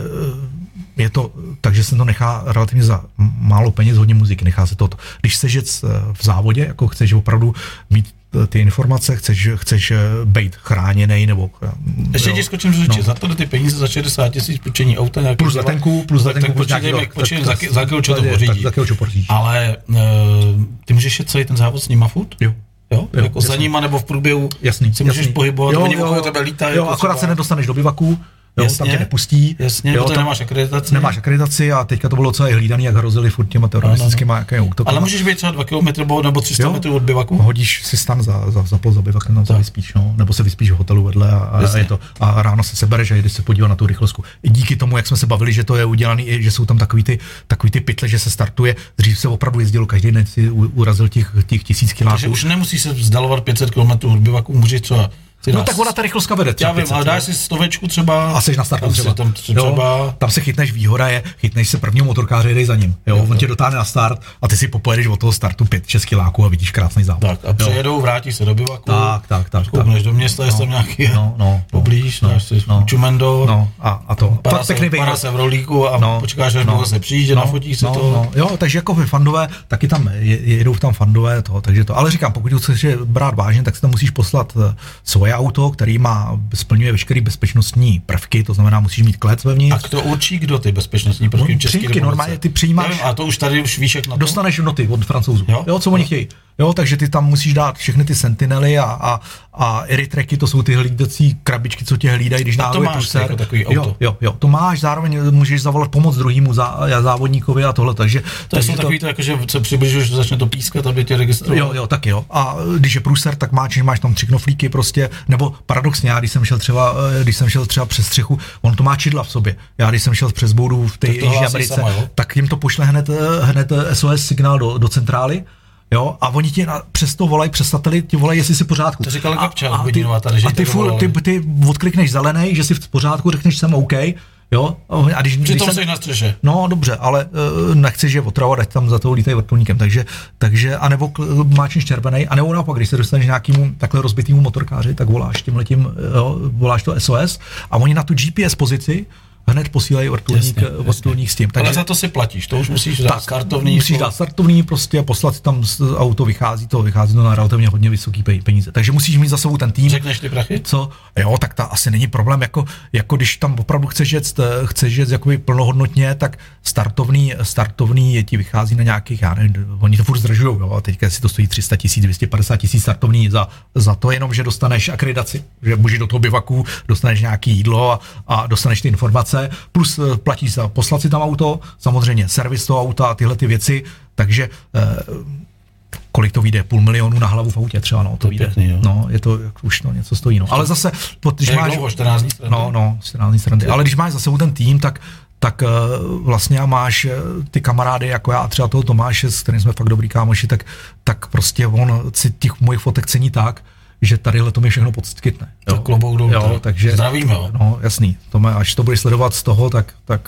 je to, takže se to nechá relativně za málo peněz, hodně muziky, nechá se to, když chceš jet v závodě, jako chceš opravdu mít ty informace, chceš, chceš být chráněnej, nebo... Ještě ti skočím do řeči, no. Za to ty peníze za šedesát tisíc půjčení auta nějaký... Plus letenku, plus letenku, tak, plus tak nějaký... počítej, za, za jakého čo to pořídí. Za jakého čo pořídí. Ale uh, ty můžeš jet celý ten závod s nima furt? Jo. Jo? Jo, jako jasný. za nima nebo v průběhu jasný, si můžeš jasný. pohybovat, oni okolo tebe lítají. Jo, jako akorát se nedostaneš do bivaku, jo, tam tě nepustí. Jasně, jo, protože nemáš akreditaci. Nemáš akreditaci a teďka to bylo docela hlídaný, jak hrozili furt těma teroristickýma no, no. útokama. Ale můžeš být třeba dva kilometry nebo tři sta metrů od bivaku? Hodíš si stan za, za, za pol za bivakem, tam se vyspíš, no, nebo se vyspíš v hotelu vedle a, a, je to, a ráno se sebereš a jdeš se podívat na tu rychlostku. I díky tomu, jak jsme se bavili, že to je udělaný, že jsou tam takový ty, takový ty pytle, že se startuje, dřív se opravdu jezdilo, každý den si urazil těch, těch tisíc kiláků. Takže už nemusíš se vzdalovat pět set kilometrů od bivaku, můžeš třeba No tak ona ta rychlovka vede. Já vím, ale dáš si stovečku třeba. A seš na startu třeba. Tam, třeba... Jo, tam se chytneš, výhoda je, chytneš se prvního motorkáře, jedej za ním. Jo, jo, on tě dotáhne na start a ty si popojedeš od toho startu pět šest kiláků a vidíš krásný závod. Tak a přejedou, vrátí se do bivaku. Tak, tak, tak. Koupneš do města, jestli tam nějaký no, no, poblíž, no, dáš si no, čumendo. No, a, a to. Para se, para se v rolíku a no, počkáš, až no, se přijde, no, nafotíš si no, to. No, jo, takže jako fandové, taky tam jedou tam fandové, to, takže to. Ale říkám, pokud chceš brát vážně, tak si tam musíš poslat svoje auto, který má, splňuje veškeré bezpečnostní prvky, to znamená, musíš mít klec vevnitř. A to určí, kdo ty bezpečnostní prvky no, v České republice? Normálně ty přijímáš. Nevím, a to už tady už víš, jak na to? Dostaneš noty od Francouzů, jo, jo co oni chtějí. Jo, takže ty tam musíš dát všechny ty sentinely a, a, a eritracky, to jsou ty hlídací krabičky, co tě hlídají, když náhodou je průser. Jako takový auto. Jo, jo, jo, to máš, zároveň můžeš zavolat pomoc druhému zá, závodníkovi a tohle, takže... To takže jsou takový to, jako, že se přibližuješ, začne to pískat, aby tě registroval. Jo, jo, taky jo. A když je průser, tak máš, máš tam tři knoflíky prostě, nebo paradoxně, já když jsem šel třeba, když jsem šel třeba přes střechu, on to má čidla v sobě. Já když jsem šel přes boudu v té Jižní Americe, sama, tak jim to pošle hned, hned S O S signál do, do centrály. Jo, a oni ti na, přes to volají, přes satelit ti volají, jestli jsi v pořádku. To říkal Gabča, a, a ty, tady, že a ty, furt, ty, ty odklikneš zelený, že jsi v pořádku, řekneš jsem OK, jo. A když, Přitom když jsem, jsi na střeše. No dobře, ale uh, nechceš je otravovat, ať tam za to lítají vrtulníkem, takže, takže a nebo máčneš červený, a nebo naopak, když se dostaneš nějakému takhle rozbitýmu motorkáři, tak voláš tímhletím, jo, voláš to S O S a oni na tu G P S pozici hned posílají vrtulník, vrtulník s tím. Takže, ale za to si platíš, to už musíš dát tak, startovní. Musíš dát startovní prostě a poslat tam auto, vychází to, vychází to na relativně hodně vysoký peníze. Takže musíš mít za sebou ten tým. Řekneš ty prachy? Co? Jo, tak ta asi není problém, jako, jako když tam opravdu chceš jet, chceš jet jakoby plnohodnotně, tak startovný, startovný je ti vychází na nějakých, já nevím, oni to furt zdržujou, jo, a teďka si to stojí tři sta tisíc, dvě stě padesát tisíc startovní za, za to jenom, že dostaneš akreditaci, že můžeš do toho bivaku, dostaneš nějaký jídlo a, a dostaneš ty informace. Plus platíš za poslat si tam auto, samozřejmě servis toho auta a tyhle ty věci, takže eh, kolik to vyjde, půl milionu na hlavu v autě třeba, no, to, to vyjde. Pěkný, no, je to, už to něco stojí, no. Ale zase, když je máš... Dlouho, čtrnáct dní srandy. No, no, čtrnáct dní srandy. Ale když máš za sebou ten tým, tak tak uh, vlastně máš ty kamarády, jako já třeba toho Tomáše, s kterým jsme fakt dobrý kámoši, tak, tak prostě on si těch mojich fotek cení tak, že tadyhle to mi všechno podskytne. Tak klobouk dolů. Jo, takže zdravíme ho. No, jasný. To má, až to budeš sledovat z toho, tak tak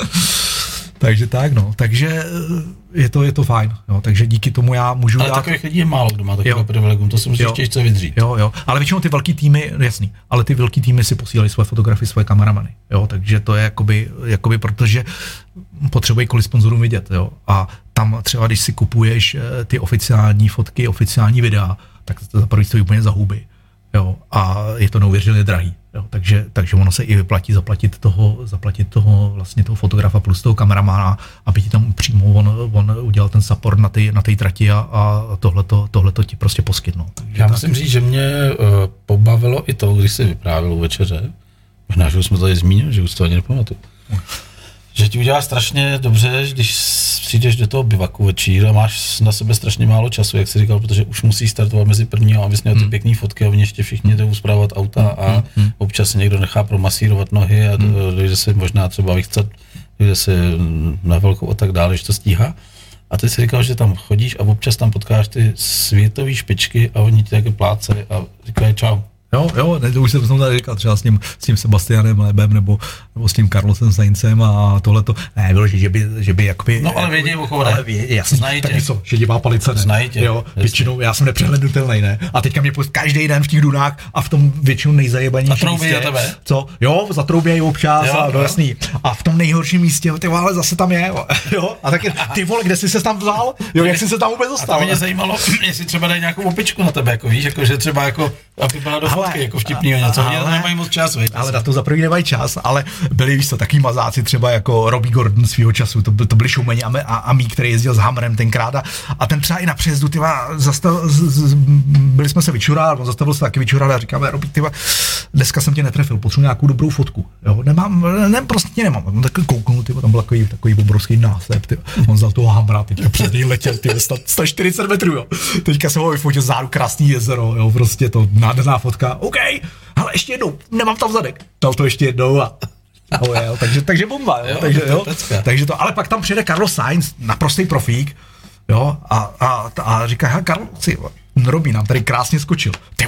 takže tak, no. Takže je to je to fajn. Jo, takže díky tomu já můžu ale dát. Ale takových lidí je málo, kdo má takové privilegium, to si musíš těžce vydřít. Jo, jo. Ale většinou ty velký týmy, jasný, ale ty velký týmy si posílají svoje fotografie, svoje kameramany. Jo, takže to je jakoby, jakoby protože potřebují kvůli sponzorům vidět, jo. A tam třeba, když si kupuješ ty oficiální fotky, oficiální videa, tak to za první stojí úplně za huby. Jo, a je to neuvěřitelně drahý. Jo, takže, takže ono se i vyplatí zaplatit toho, zaplatit toho vlastně toho fotografa plus toho kameramana, aby ti tam přímo on, on udělal ten support na té na té trati a, a tohleto, tohleto ti prostě poskytnou. Já tak. Musím říct, že mě uh, pobavilo i to, když jsi vyprávěl u večeře, možná, že už jsme tady zmínili, že už to ani nepamatuju. Hmm. Že ti udělá strašně dobře, když přijdeš do toho bivaku večír a máš na sebe strašně málo času, jak jsi říkal, protože už musíš startovat mezi prvního, abys měl ty hmm. pěkné fotky a oni ještě všichni jdou zpravovat auta a hmm. občas se někdo nechá promasírovat nohy a hmm. dojde se možná třeba vychcat, dojde se na velkou a tak dále, že to stíhá. A ty jsi říkal, že tam chodíš a občas tam potkáš ty světové špičky a oni ti taky plácají a říkají čau. Jo, jo, ne, to už jsem tady říkal třeba s tím, s tím Sebastianem Lebem nebo, nebo s tím Carlosem Saincem a tohleto. Ne, bylo, že, že by, že by jakoby... No ale vědí, o koho ne. Jasný, tak něco, že divá palice, ne. Znají tě. Jo, většinou, já jsem nepřehlednutelný, ne. A teďka mě post každý den v těch dunách a v tom většinou nejzajebanějším místě. Zatroubí tebe? Co? Jo, zatroubějí občas jo, a no, jasný. A v tom nejhorším místě, ty vole, zase tam je, jo. A taky, ty vole, kde jsi se tam vzal? Jo, jak jsi se tam vůbec dostal? A to mě zajímalo, jestli třeba dají nějakou opičku na tebe, jako víš, jako že třeba jako, aby byla do fotky, jako vtipný. Něco, ale, nemají moc čas, veď, ale na to za první nemají čas, ale byli víš to taky mazáci třeba jako Robbie Gordon svýho času, to, to byli šumeni a, a, a mý, který jezdil s Hammerem tenkrát a, a ten třeba i na přejezdu, tyva, zastav, z, z, byli jsme se vyčurali, on zastavil se taky vyčurali a říkáme, Robbie, tyva, dneska jsem tě netrefil, potřebuji nějakou dobrou fotku, jo, nemám, ne, prostě nemám, on taky kouknul, tyva, tam byl takový, takový obrovský náslep, tyva, on vzal toho Hammera, teďka před něj letěl, tyva, sto čtyřicet metrů, jo, teďka jsem ho vyfotil záru, krásný jezero, jo, prostě to nádherná fotka, OK, ale ještě jednou, nemám tam zadek. Dal to ještě jednou a oh, jo, takže, takže bomba, jo, jo, takže, jo, takže to, ale pak tam přijde Carlos Sainz, naprostý profík, jo, a, a, a říká, hele, Carlos, si, Robbie nám tady krásně skočil. Ty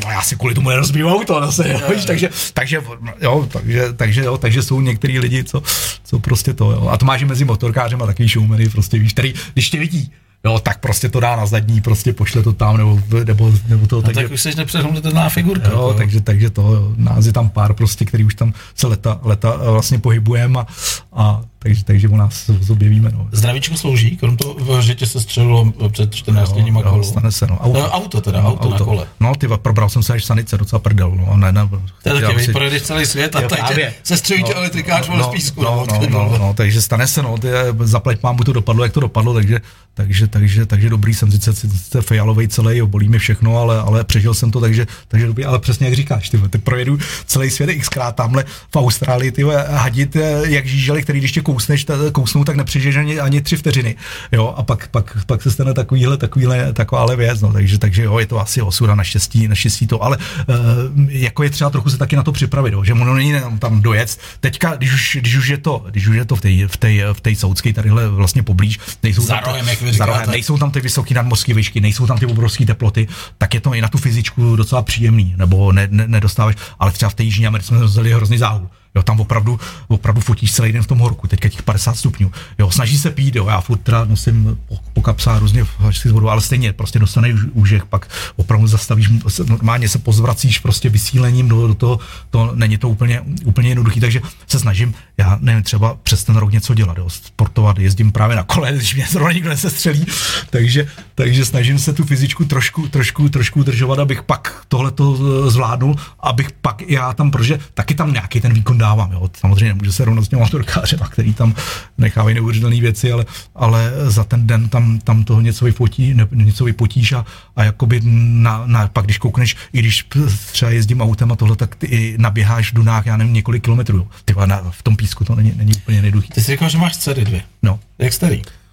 ale já si kvůli tomu nerozbiju auto zase, jo, jo, takže, takže, jo, takže, takže, jo, takže jsou některý lidi, co, co prostě to, jo. A to máš i mezi motorkářem a takový showmany, prostě víš, který, když tě vidí, jo, tak prostě to dá na zadní, prostě pošle to tam, nebo, nebo, nebo to. No takže, tak už jsi nepřehnutelná figurka. Jo, jo. Takže, takže to, jo, nás je tam pár prostě, který už tam se leta, leta vlastně pohybujeme a, a takže, takže u nás se objevíme. No. Zdravíčko slouží, krom toho, že tě se střelilo před čtrnácti dní kolo. Stane se, no. Auto, auto teda, no, auto, auto na kole. No, ty probral jsem se až sanice, docela prdel, no. Ne, ne, to je taky, si... projedeš celý svět a takže se střelí tě elektrikář no, z písku. No, no, no, no, no, takže stane se, no, ty, zaplať mám, to dopadlo, jak to dopadlo, takže, takže, takže, takže dobrý, jsem sice, sice fialovej celý, bolí mi všechno, ale, ale přežil jsem to, takže, takže dobrý, ale přesně jak říkáš, ty, ty projedu celý svět xkrát tamhle v Austrálii, ty hadit, jak žíželi, který když tě kousneš, kousnou, tak nepřežiješ ani, ani tři vteřiny, jo, a pak, pak, pak se stane takovýhle, takovýhle, takováhle věc, no, takže, takže jo, je to asi osuda, naštěstí, naštěstí to, ale uh, jako je třeba trochu se taky na to připravit, jo, že ono není tam dojet. Teďka, když už, když už je to, když už je to v té v tej, v tej Saudské tadyhle vlastně poblíž, nejsou za tam, rohem, jak vy za rohem, nejsou tam ty vysoké nadmořské výšky, nejsou tam ty obrovské teploty, tak je to i na tu fyzičku docela příjemný, nebo ne, ne, nedostáváš, ale třeba v té Jižní Americe jsme rozdělili hrozný záhul. Jo, tam opravdu, opravdu fotíš celý den v tom horku, teďka těch padesát stupňů. Jo, snaží se pít, jo, já furt teda nosím po, po kapsách různě s vodou, ale stejně prostě dostaneš úžeh, pak opravdu zastavíš, normálně se pozvracíš prostě vysílením do, do toho, to není to úplně, úplně jednoduchý, takže se snažím, já nevím, třeba přes ten rok něco dělat, jo, sportovat, jezdím právě na kole, když mě zrovna nikdo nesestřelí, takže, takže snažím se tu fyzičku trošku, trošku, trošku udržovat, abych pak tohleto zvládnul, abych pak já tam, protože taky tam nějaký ten výkon dávám, jo. Samozřejmě nemůže se rovnat s těma motorkářema, který tam nechávají neuvěřitelné věci, ale, ale za ten den tam, tam toho něco vypotí, ne, něco vypotíš a, a jakoby na, na, pak když koukneš, i když třeba jezdím autem a tohle, tak ty naběháš v dunách, já nevím, několik kilometrů. Ty na, v tom písku to není, není úplně nejduchý. Ty jsi říkal, že máš dcery dvě. No. Jak starý?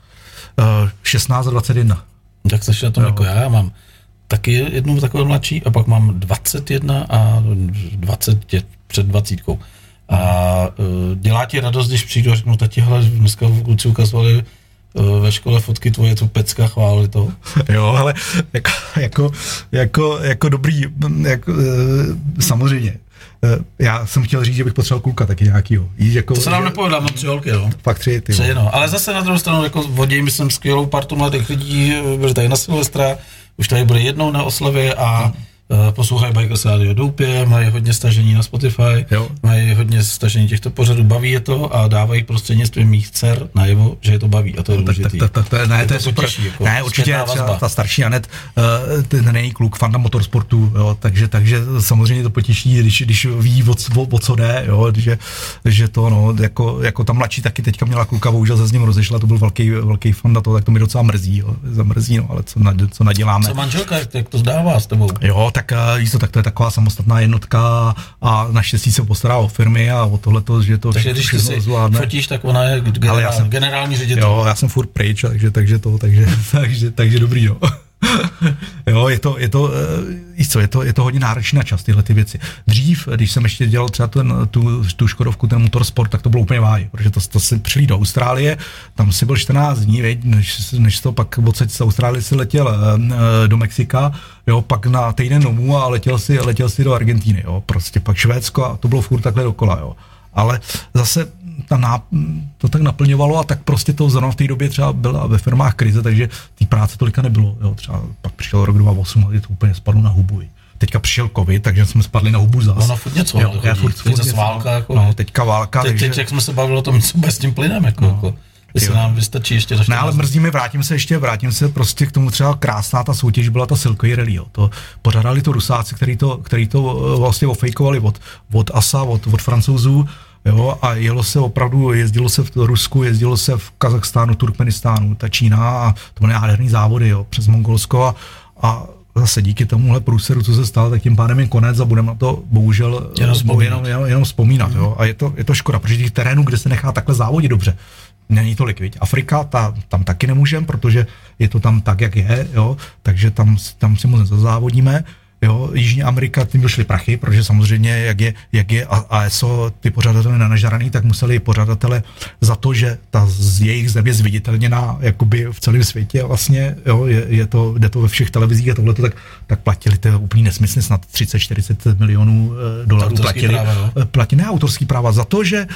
Uh, šestnáct a dvacet jedna. Tak jsi na tom no. Jako já, já mám taky jednou takovou mladší a pak mám dvacet jedna a dvacet před dvacítkou. A uh, dělá ti radost, když přijdu a řeknu, tati, hele, dneska kluci ukazovali uh, ve škole fotky tvoje, tu pecka, chválili to. Jo, ale jako, jako, jako, jako dobrý, jako, uh, samozřejmě. Uh, já jsem chtěl říct, že bych potřeboval kluka taky nějakýho. Jíž, jako, to se nám nepovedá, mám tři holky, jo. Fakt tři, ty. Tři, no. Ale zase na druhou stranu, jako vodí, myslím, skvělou partu mladých lidí, byli tady na Silvestra, už tady bude jednou na oslavě a hmm. Uh, poslouchají Bikers Radio Doupě, mají hodně stažení na Spotify, jo. Mají hodně stažení těchto pořadů, baví je to a dávají prostřednictvím mých dcer najevo, že je to baví a to je důležitý. Tak, tak, tak, ne, to je super. Jako ne, určitě ta starší Anet, uh, ten není kluk, fanda motorsportu, jo, takže, takže samozřejmě to potěší, když, když ví, o, o, o co jde, jo, že, že to, no, jako, jako ta mladší taky teďka měla kluka, bohužel se s ním rozešla, to byl velký, velký fanda toho, tak to mi docela mrzí, jo, zamrzí, no, ale co, na, co naděláme. Co manželka, jak to zdává s tebou? Jo, tak víš to, tak to je taková samostatná jednotka a naštěstí se postará o firmy a o tohleto, že to takže když ty si zvládne. Fotíš, tak ona je generál, já jsem, generální ředitel. Jo, já jsem furt pryč, takže, takže to, takže, takže, takže dobrý, jo. Jo, je to, je to, víš co, je to, je to hodně náročný na čas, tyhle ty věci. Dřív, když jsem ještě dělal třeba ten, tu, tu Škodovku, ten motorsport, tak to bylo úplně váj, protože to, to si přilí do Austrálie, tam si byl čtrnáct dní, veď, než, než to pak odsaď z Austrálie si letěl e, do Mexika, jo, pak na týden domů a letěl si, letěl si do Argentíny, jo, prostě pak Švédsko a to bylo furt takhle dokola, jo. Ale zase ta ná, to tak naplňovalo a tak prostě to zrovna v té době třeba byla ve firmách krize, takže té práce tolika nebylo. Jo. Třeba pak přišel rok dva tisíce osm a to úplně spadlo na hubu. Teďka přišel covid, takže jsme spadli na hubu zás. Ono furt něco, jo, já furt, furt něco, válka, jako, no, teďka válka. Teď, takže... teď, jak jsme se bavili o tom, co bez tím plynem, jako, no. Jako. Jestli nám vystačí ještě Ne, ale mrzí mi, vrátím se ještě, vrátím se prostě k tomu třeba krásná ta soutěž byla ta Silkový rally, jo. To pořádali to Rusáci, který to, který to vlastně ofejkovali od, od A S A, od, od Francouzů, jo, a jelo se opravdu, jezdilo se v Rusku, jezdilo se v Kazachstánu, Turkmenistánu, ta Čína a to byly nádherný závody, jo, přes Mongolsko a, a zase díky tomuhle průseru, co se stalo, tak tím pádem je konec a budeme na to bohužel jenom vzpomínat, jenom, jenom, jenom vzpomínat, mm. jo, a je to, je to škoda, protože těch terénů, kde se nechá takhle závodit dobře, není tolik, viď. Afrika, ta, tam taky nemůžeme, protože je to tam tak, jak je, jo, takže tam, tam si moc nezazávodíme. Jo, Jižní Amerika, tím došly prachy, protože samozřejmě, jak je, jak je A S O, ty pořadatelé nanažraný, tak museli pořadatele za to, že ta z jejich země zviditelněná jakoby v celém světě vlastně, jo, je, je to, jde to ve všech televizích a tohleto, tak, tak platili, to je úplný nesmysl, snad třicet čtyřicet milionů dolarů platili. Práva, platili ne autorský práva za to, že,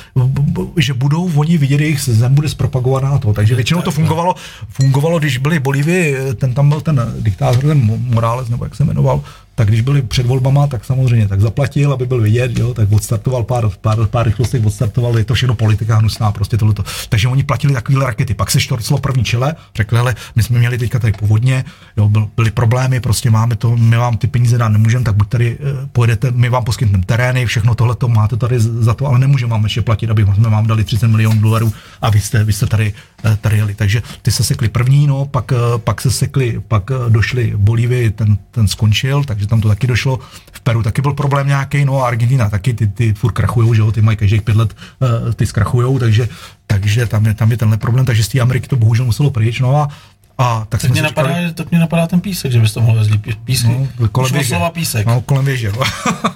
že budou oni vidět, jejich zem bude zpropagovaná to, takže většinou to fungovalo, fungovalo, když byli Bolívii, ten tam byl ten diktátor, ten Morales, nebo jak se jmenoval, tak když byli před volbama, tak samozřejmě tak zaplatil, aby byl vidět, jo, tak odstartoval pár, pár, pár rychlostech, odstartoval, je to všechno politika hnusná, prostě tohleto. Takže oni platili takovýhle rakety, pak se štorclo první čele, řekli, hele, my jsme měli teďka tady povodně, jo, byl, byly problémy, prostě máme to, my vám ty peníze dát nemůžeme, tak buď tady eh, pojedete, my vám poskytneme terény, všechno tohleto máte tady za to, ale nemůžeme vám ještě platit, aby jsme vám dali třicet milionů dolarů a vy jste, vy jste tady, eh, tady jeli. Takže ty se sekli první, no, pak, eh, pak se sekli, pak eh, došli Bolívii, ten, ten skončil, takže tam to taky došlo. V Peru taky byl problém nějaký, no a Argentina taky, ty, ty furt krachujou, že jo, ty mají každých pět let, uh, ty zkrachujou, takže, takže tam, je, tam je tenhle problém, takže z té Ameriky to bohužel muselo pryč, no a, a tak, tak, mě napadá, říkali, tak mě napadá ten písek, že bys to mohl vezli písky, no, kolem věže, slova písek. No, kolem věže, no.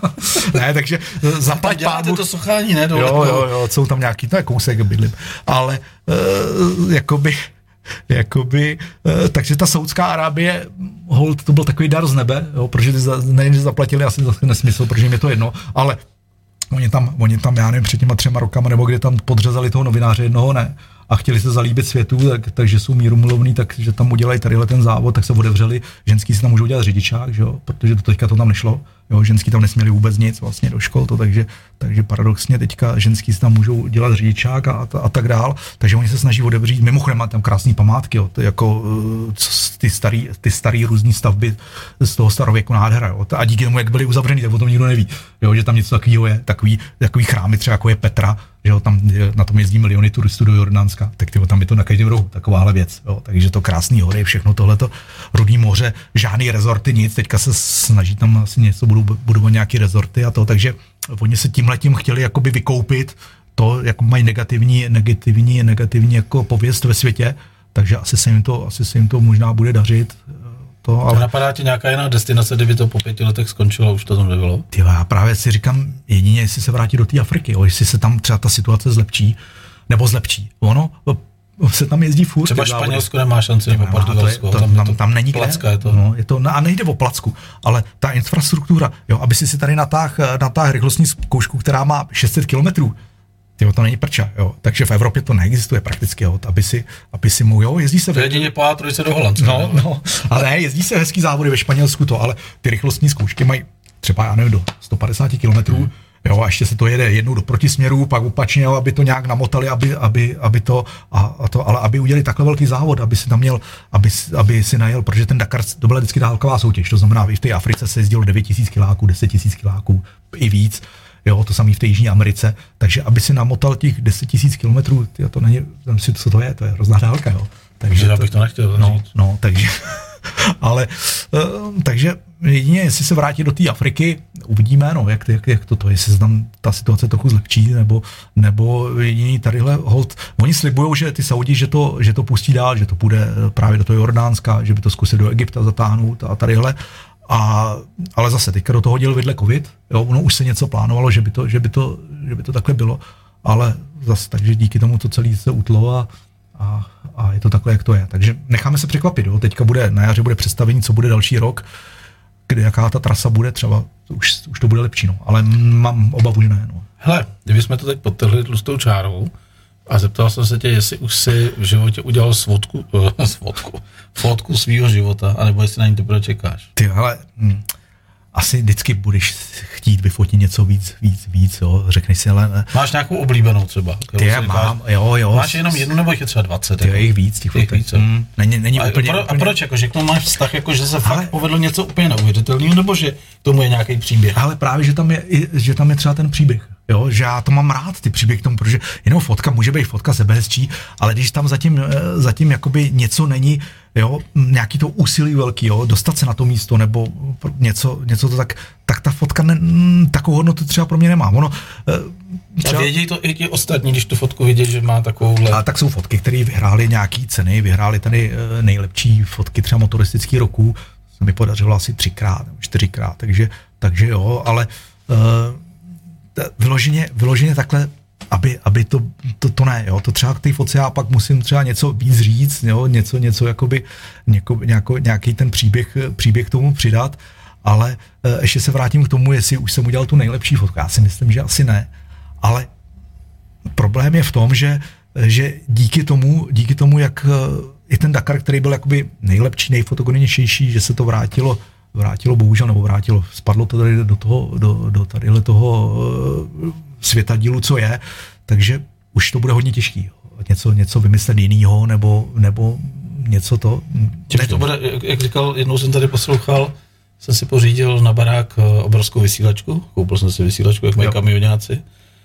Ne, takže zaplať pánu. To sochání, ne? Jo, jo, jo, jsou tam nějaký, to je kousek bydlím, ale uh, jakoby Jakoby, takže ta Saudská Arábie, hold, to byl takový dar z nebe, jo, protože ty za, nejen, že zaplatili asi zase nesmysl, protože jim je to jedno, ale oni tam, oni tam, já nevím, před těma třema rokama, nebo kde tam podřezali toho novináře, jednoho ne, a chtěli se zalíbit světu, tak, takže jsou mírumilovní, takže tam udělají tadyhle ten závod, tak se otevřeli, ženský si tam můžou dělat řidičák, že jo, protože to teďka to tam nešlo, jo, ženský tam nesměli vůbec nic vlastně do škol, to, takže, takže paradoxně teďka ženský si tam můžou dělat řidičák a, a, a tak dál, takže oni se snaží otevřít, mimochodem má tam krásné památky, jo, to jako ty starý, ty starý různý stavby z toho starověku nádhera, jo, a díky tomu, jak byly uzavřený, tak o tom nikdo neví, jo, že tam něco takového je, takový, takový chrámy třeba jako je Petra, že jo, tam na tom jezdí miliony turistů do Jordánska, tak tyjo, tam je to na každém rohu, takováhle věc, jo, takže to krásný hory, všechno tohleto, Rudý moře, žádný rezorty, nic, teďka se snaží tam asi něco, budou budovat nějaký rezorty a to, takže oni se tímhletím chtěli jakoby vykoupit to, jako mají negativní, negativní, negativní jako pověst ve světě, takže asi se jim to, asi se jim to možná bude dařit. To, ale... Napadá ti nějaká jiná destinace, kdyby to po pěti letech skončilo, už to tam nebylo? Tyjo, já právě si říkám, jedině, jestli se vrátí do té Afriky, jo, jestli se tam třeba ta situace zlepší, nebo zlepší. Ono se tam jezdí furt. Třeba Španělsko nemá šanci, nebo Portugalsko. To, tam, tam, tam není placka, kde. Je to. No, je to, a nejde o placku, ale ta infrastruktura, jo, aby si si tady natáhl natáh rychlostní zkoušku, která má šest set kilometrů, tyjo, to není prča, jo. Takže v Evropě to neexistuje prakticky, jo, aby si, aby si mohl, jo, jezdí se... To jedině po á tři do Holandska. No, no, ale ne, jezdí se hezký závody ve Španělsku to, ale ty rychlostní zkoušky mají třeba, já nevím, do sto padesát kilometrů, hmm. Jo, a ještě se to jede jednou do protisměru, pak opačně, aby to nějak namotali, aby, aby, aby to, a, a to, ale aby udělali takhle velký závod, aby si tam měl, aby, aby si najel, protože ten Dakar, to byla vždycky dálková soutěž, to znamená, i v té Africe se jezdilo devět tisíc kiláků, deset tisíc kiláků, i víc, jo, to samé v té Jižní Americe, takže aby si namotal těch deset tisíc kilometrů, to není, nevím si, co to je, to je hrozná dálka, jo. Takže já bych to nechtěl no, no, takže, ale, uh, takže jedině, jestli se vrátí do té Afriky, uvidíme, no, jak, jak, jak toto, jestli se tam ta situace trochu zlepší, nebo, nebo jediný tadyhle hold. Oni slibujou, že ty Saudi, že to, že to pustí dál, že to půjde právě do toho Jordánska, že by to zkusil do Egypta zatáhnout a tadyhle. A, ale zase teďka do toho hodil vidle covid, jo, ono už se něco plánovalo, že by to, že by to, že by to takhle bylo, ale zase takže díky tomu to celé se utlo a, a, a je to takhle, jak to je. Takže necháme se překvapit, jo. Teďka bude, na jaře bude představení, co bude další rok, kde jaká ta trasa bude, třeba už, už to bude lepší, no, ale mám obavu, že ne, no. Hele, kdybychom to teď podtrhli tlustou čárou a zeptal jsem se tě, jestli už si v životě udělal svodku, uh, svodku, fotku svýho života, anebo jestli na ní teprve čekáš. Ty, ale hm, asi vždycky budeš chtít vyfotit něco víc, víc, víc, jo, řekneš si, ale... Ne. Máš nějakou oblíbenou třeba? Ty, já mám, jo, jo. Máš jenom jednu nebo je třeba dvacet? Ty, jako, je jich víc, těch fotek. Víc, mm, není, není a, úplně, pro, úplně... a proč, jako, že k tomu máš vztah, jako, že se ale... fakt povedlo něco úplně neuvěřitelného, nebo že k tomu je nějaký příběh? Ale právě, že tam je, že tam je třeba ten příběh. Jo, že já to mám rád, ty příběhy k tomu, protože jenom fotka může být fotka sebehezčí, ale když tam zatím, zatím jakoby něco není, jo, nějaký to úsilí velký, jo, dostat se na to místo, nebo něco, něco to tak, tak ta fotka ne, takovou hodnotu třeba pro mě nemá. Ono, třeba... A vědějí to i ti ostatní, když tu fotku vidět, že má takovouhle. A tak jsou fotky, které vyhrály nějaký ceny, vyhrály tady nejlepší fotky třeba motoristický roku, se mi podařilo asi třikrát nebo čtyřikrát, takže, takže jo, ale uh, vyloženě, vyloženě takhle, aby, aby to, to, to ne, jo, to třeba k té fotce já pak musím třeba něco víc říct, jo, něco, něco jakoby, něko, nějako, nějaký ten příběh, příběh k tomu přidat, ale uh, ještě se vrátím k tomu, jestli už jsem udělal tu nejlepší fotku, já si myslím, že asi ne, ale problém je v tom, že, že díky tomu, díky tomu, jak i ten Dakar, který byl jakoby nejlepší, nejfotogeničtější, že se to vrátilo, vrátilo bohužel, nebo vrátilo, spadlo to tady do toho, do, do tadyhle toho světadílu, co je, takže už to bude hodně těžký. Něco, něco vymyslet jinýho, nebo, nebo něco to... Těž to bude, jak, jak říkal, jednou jsem tady poslouchal, jsem si pořídil na barák obrovskou vysílačku, koupil jsem si vysílačku, jak mají kamionáci,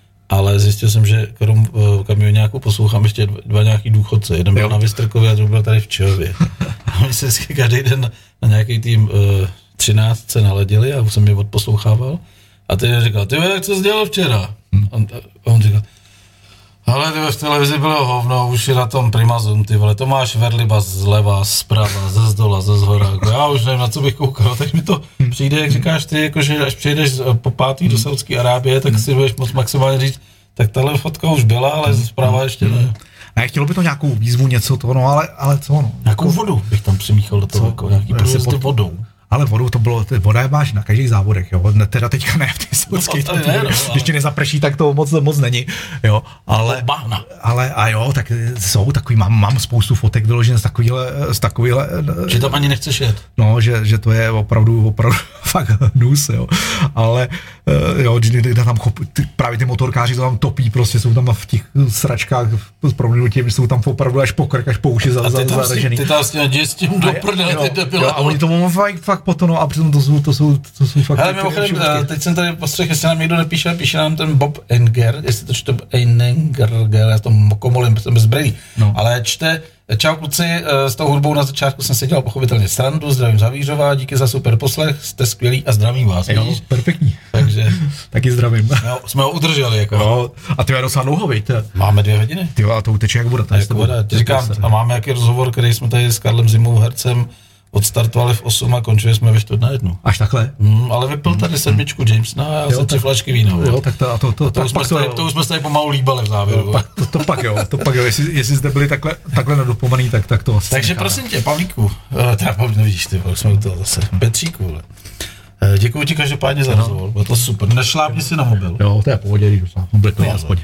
ale zjistil jsem, že krom uh, kamionáku poslouchám ještě dva, dva nějaký důchodce. Jeden byl jo. na Vystrkově a druhý byl tady v Čehově. A my se každý den na nějaký tým uh, třináct se naladili a už jsem je odposlouchával. A ten říkal, ty jak co jsi dělal včera? Hmm. On, a on říkal, ale ty v televizi bylo hovno, už je na tom Primazum, ty vole, to máš Verliba zleva, zprava, ze zdola, ze zhora, jako já už nevím, na co bych koukal, tak mi to přijde, jak říkáš ty, jakože až přijdeš po pátý do Saudské Arábie, tak si budeš moc maximálně říct, tak tahle fotka už byla, ale zpráva ještě ne. A chtělo by to nějakou výzvu, něco to, no, ale, ale co no. Nějakou vodu bych tam přimíchal do toho, jako nějaký průz pod vodou. Ale vodu to bylo, voda máš na každých závodech, jo, teda teďka ne v té saudské, no, ne, no, když ti nezaprší, tak to moc, moc není, jo, ale, ale a jo, tak jsou takový, mám, mám spoustu fotek vyložené z takovýhle, z takovýhle. Že tam ani nechceš jet. No, že, že to je opravdu, opravdu fakt hnus, jo, ale jo, když tam chop, ty, právě ty motorkáři to tam topí, prostě jsou tam v těch sračkách s proměnutím, že jsou tam opravdu až po krk, až po uši za, za, zaražený. Ty tam s tím, s tím do prdele, ty debile. A oni tomu fakt, fakt potom, no a přitom to jsou, to jsou, to jsou fakt... Hele, mimochodem, teď jsem tady postřeh, jestli nám někdo nepíše, píše nám ten Bob Enger, jestli to čte Enger, já to komolím, jsem bezbrejný, no. Ale čte, čau kluci, s tou hudbou na začátku jsem si dělal pochopitelně srandu, zdravím Zavířová, díky za super poslech, jste skvělí a zdravím vás. Jo, víš? Perfektní. Takže... Taky zdravím. Jo, jsme ho udrželi, jako. Jo, a ty je docela dlouho, víte. Máme dvě hodiny. Ty a to uteče jak voda. Jak voda, ti říkám, a máme jaký rozhovor, který jsme tady s Karlem Zimou hercem odstartovali v osm a končili jsme ve čtvrt na jednu. Až takhle? Mm, ale vypil tady sedmičku Jamesona a já jsem tři flašky vína. Jo, tak to, a to, to, to, to, už jsme tady, to už jsme tady pomalu líbali v závěru. Jo, pak, to, to pak jo, to pak jo, jestli, jestli jste byli takhle, takhle nadopomaný, tak, tak to asi Takže necháme. Prosím tě, Pavlíku, teda nevidíš ty, jsme u toho zase, Petříku, vole. Děkuji ti každopádně za rozhovor, bylo to super. Nešlápni si na mobil. Jo, to je pohodě, když dosáhnu, bude to aspoň.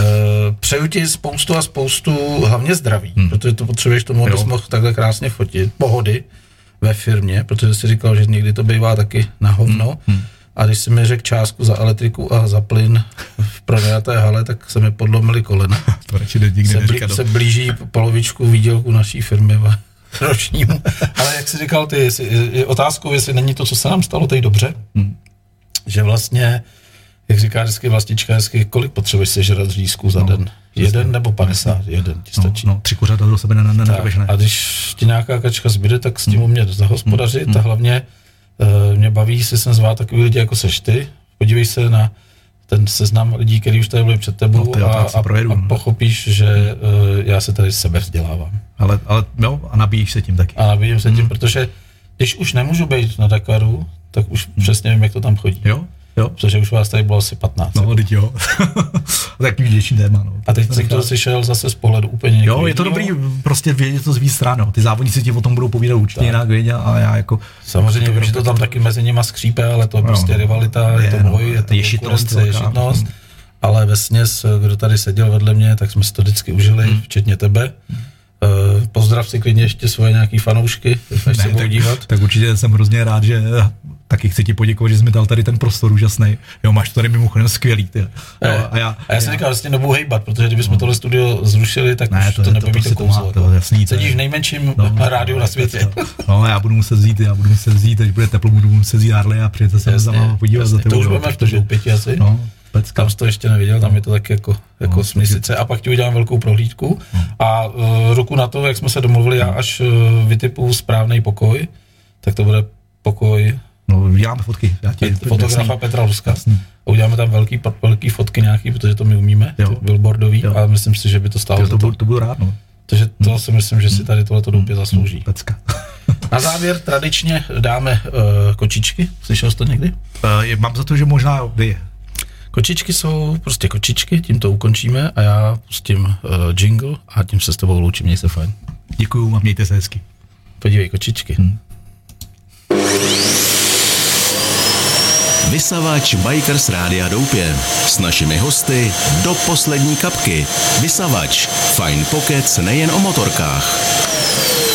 Přeju ti spoustu a spoustu, hlavně zdraví, hmm. protože to potřebuješ tomu, abys mohl takhle krásně fotit, pohody ve firmě, protože jsi říkal, že někdy to bývá taky na hovno. Hmm. A když jsi mi řekl částku za elektriku a za plyn v pronajaté hale, tak se mi podlomily kolena. To radši nikdy se, neříká, blí, se blíží polovičku výdělku naší firmy ročnímu. Ale jak jsi říkal ty, jestli, je otázkou, jestli není to, co se nám stalo teď dobře, hmm. že vlastně, jak říká vždycky vlastička, hezky, kolik potřebuješ sežrat řízků za no, den? Jeden no, nebo padesát? Jeden ti stačí. No, no tři kuřata do sebe nenarveš, ne? A když ti nějaká kačka zbyde, tak s tím umět zahospodařit hmm. a hlavně uh, mě baví, jestli jsem zvát takový lidi, jako seš ty. Podívej se na ten seznam lidí, kteří už tady byli před tebou no, a, a, projedu, a pochopíš, že uh, já se tady sebe vzdělávám. Ale, ale jo, a nabíjíš se tím taky. A nabíjím se tím, hmm. protože když už nemůžu být na Dakaru, tak už hmm. přesně vím, jak to tam chodí. Jo? Jo. Protože už vás tady bylo asi patnáct. No, teď jo. Takový vděčný téma, no. A teď si to slyšel zase z pohledu úplně jo, je to dobrý prostě vědět to z víc stran, no. Ty závodníci ti o tom budou povídat určitě jinak, vědět, a já jako... Samozřejmě vím, že to tam taky mezi nimi skřípe, ale to je no, prostě rivalita, je, je to boj, je to konkurence, je šitnost. Ale vesměs, kdo tady seděl vedle mě, tak jsme si to vždycky užili, hmm. včetně tebe. Uh, pozdrav si klidně ještě svoje nějaký fanoušky, až se budou dívat. Tak určitě jsem hrozně rád, že taky chci ti poděkovat, že jsi mi dal tady ten prostor úžasný. Jo, máš to tady mimochodem skvělý. Ty. Jo, a já, a já jsem říkal, vlastně nebudu hejbat, protože kdybychom no. tohle studio zrušili, tak ne, už to, to nebude mít to kouzlo. Sedíš v nejmenším no, rádiu na světě. No, já budu muset vzít, já budu muset vzít, až bude teplo, budu muset vzít Harley a přijete se za váma podívat za tebou. To už budeme v tom doupěti asi. No. Pecka. Tam jsi to ještě neviděl, tam je to taky jako, jako no, smyslice a pak ti udělám velkou prohlídku no. a uh, ruku na to, jak jsme se domluvili, já až uh, vytipuju správný pokoj, tak to bude pokoj no, uděláme fotky. Já tě, fotografa jasný. Petra Luska. Jasný. A uděláme tam velký, velký fotky nějaký, protože to my umíme, billboardový jo. a myslím si, že by to stálo jo, za to. To budu rád, no. Takže to si myslím, že si tady tohleto doupě zaslouží. Pecka. Na závěr tradičně dáme uh, kočičky. Slyšel jsi to někdy? Uh, mám za to, že možná vy. Kočičky jsou prostě kočičky, tím to ukončíme a já pustím uh, jingle a tím se s tebou loučím, měj se fajn. Děkuju a mějte se hezky. Podívej, kočičky. Hmm. Vysavač Bikers Rádia Doupě. S našimi hosty do poslední kapky. Vysavač. Fajn pokec nejen o motorkách.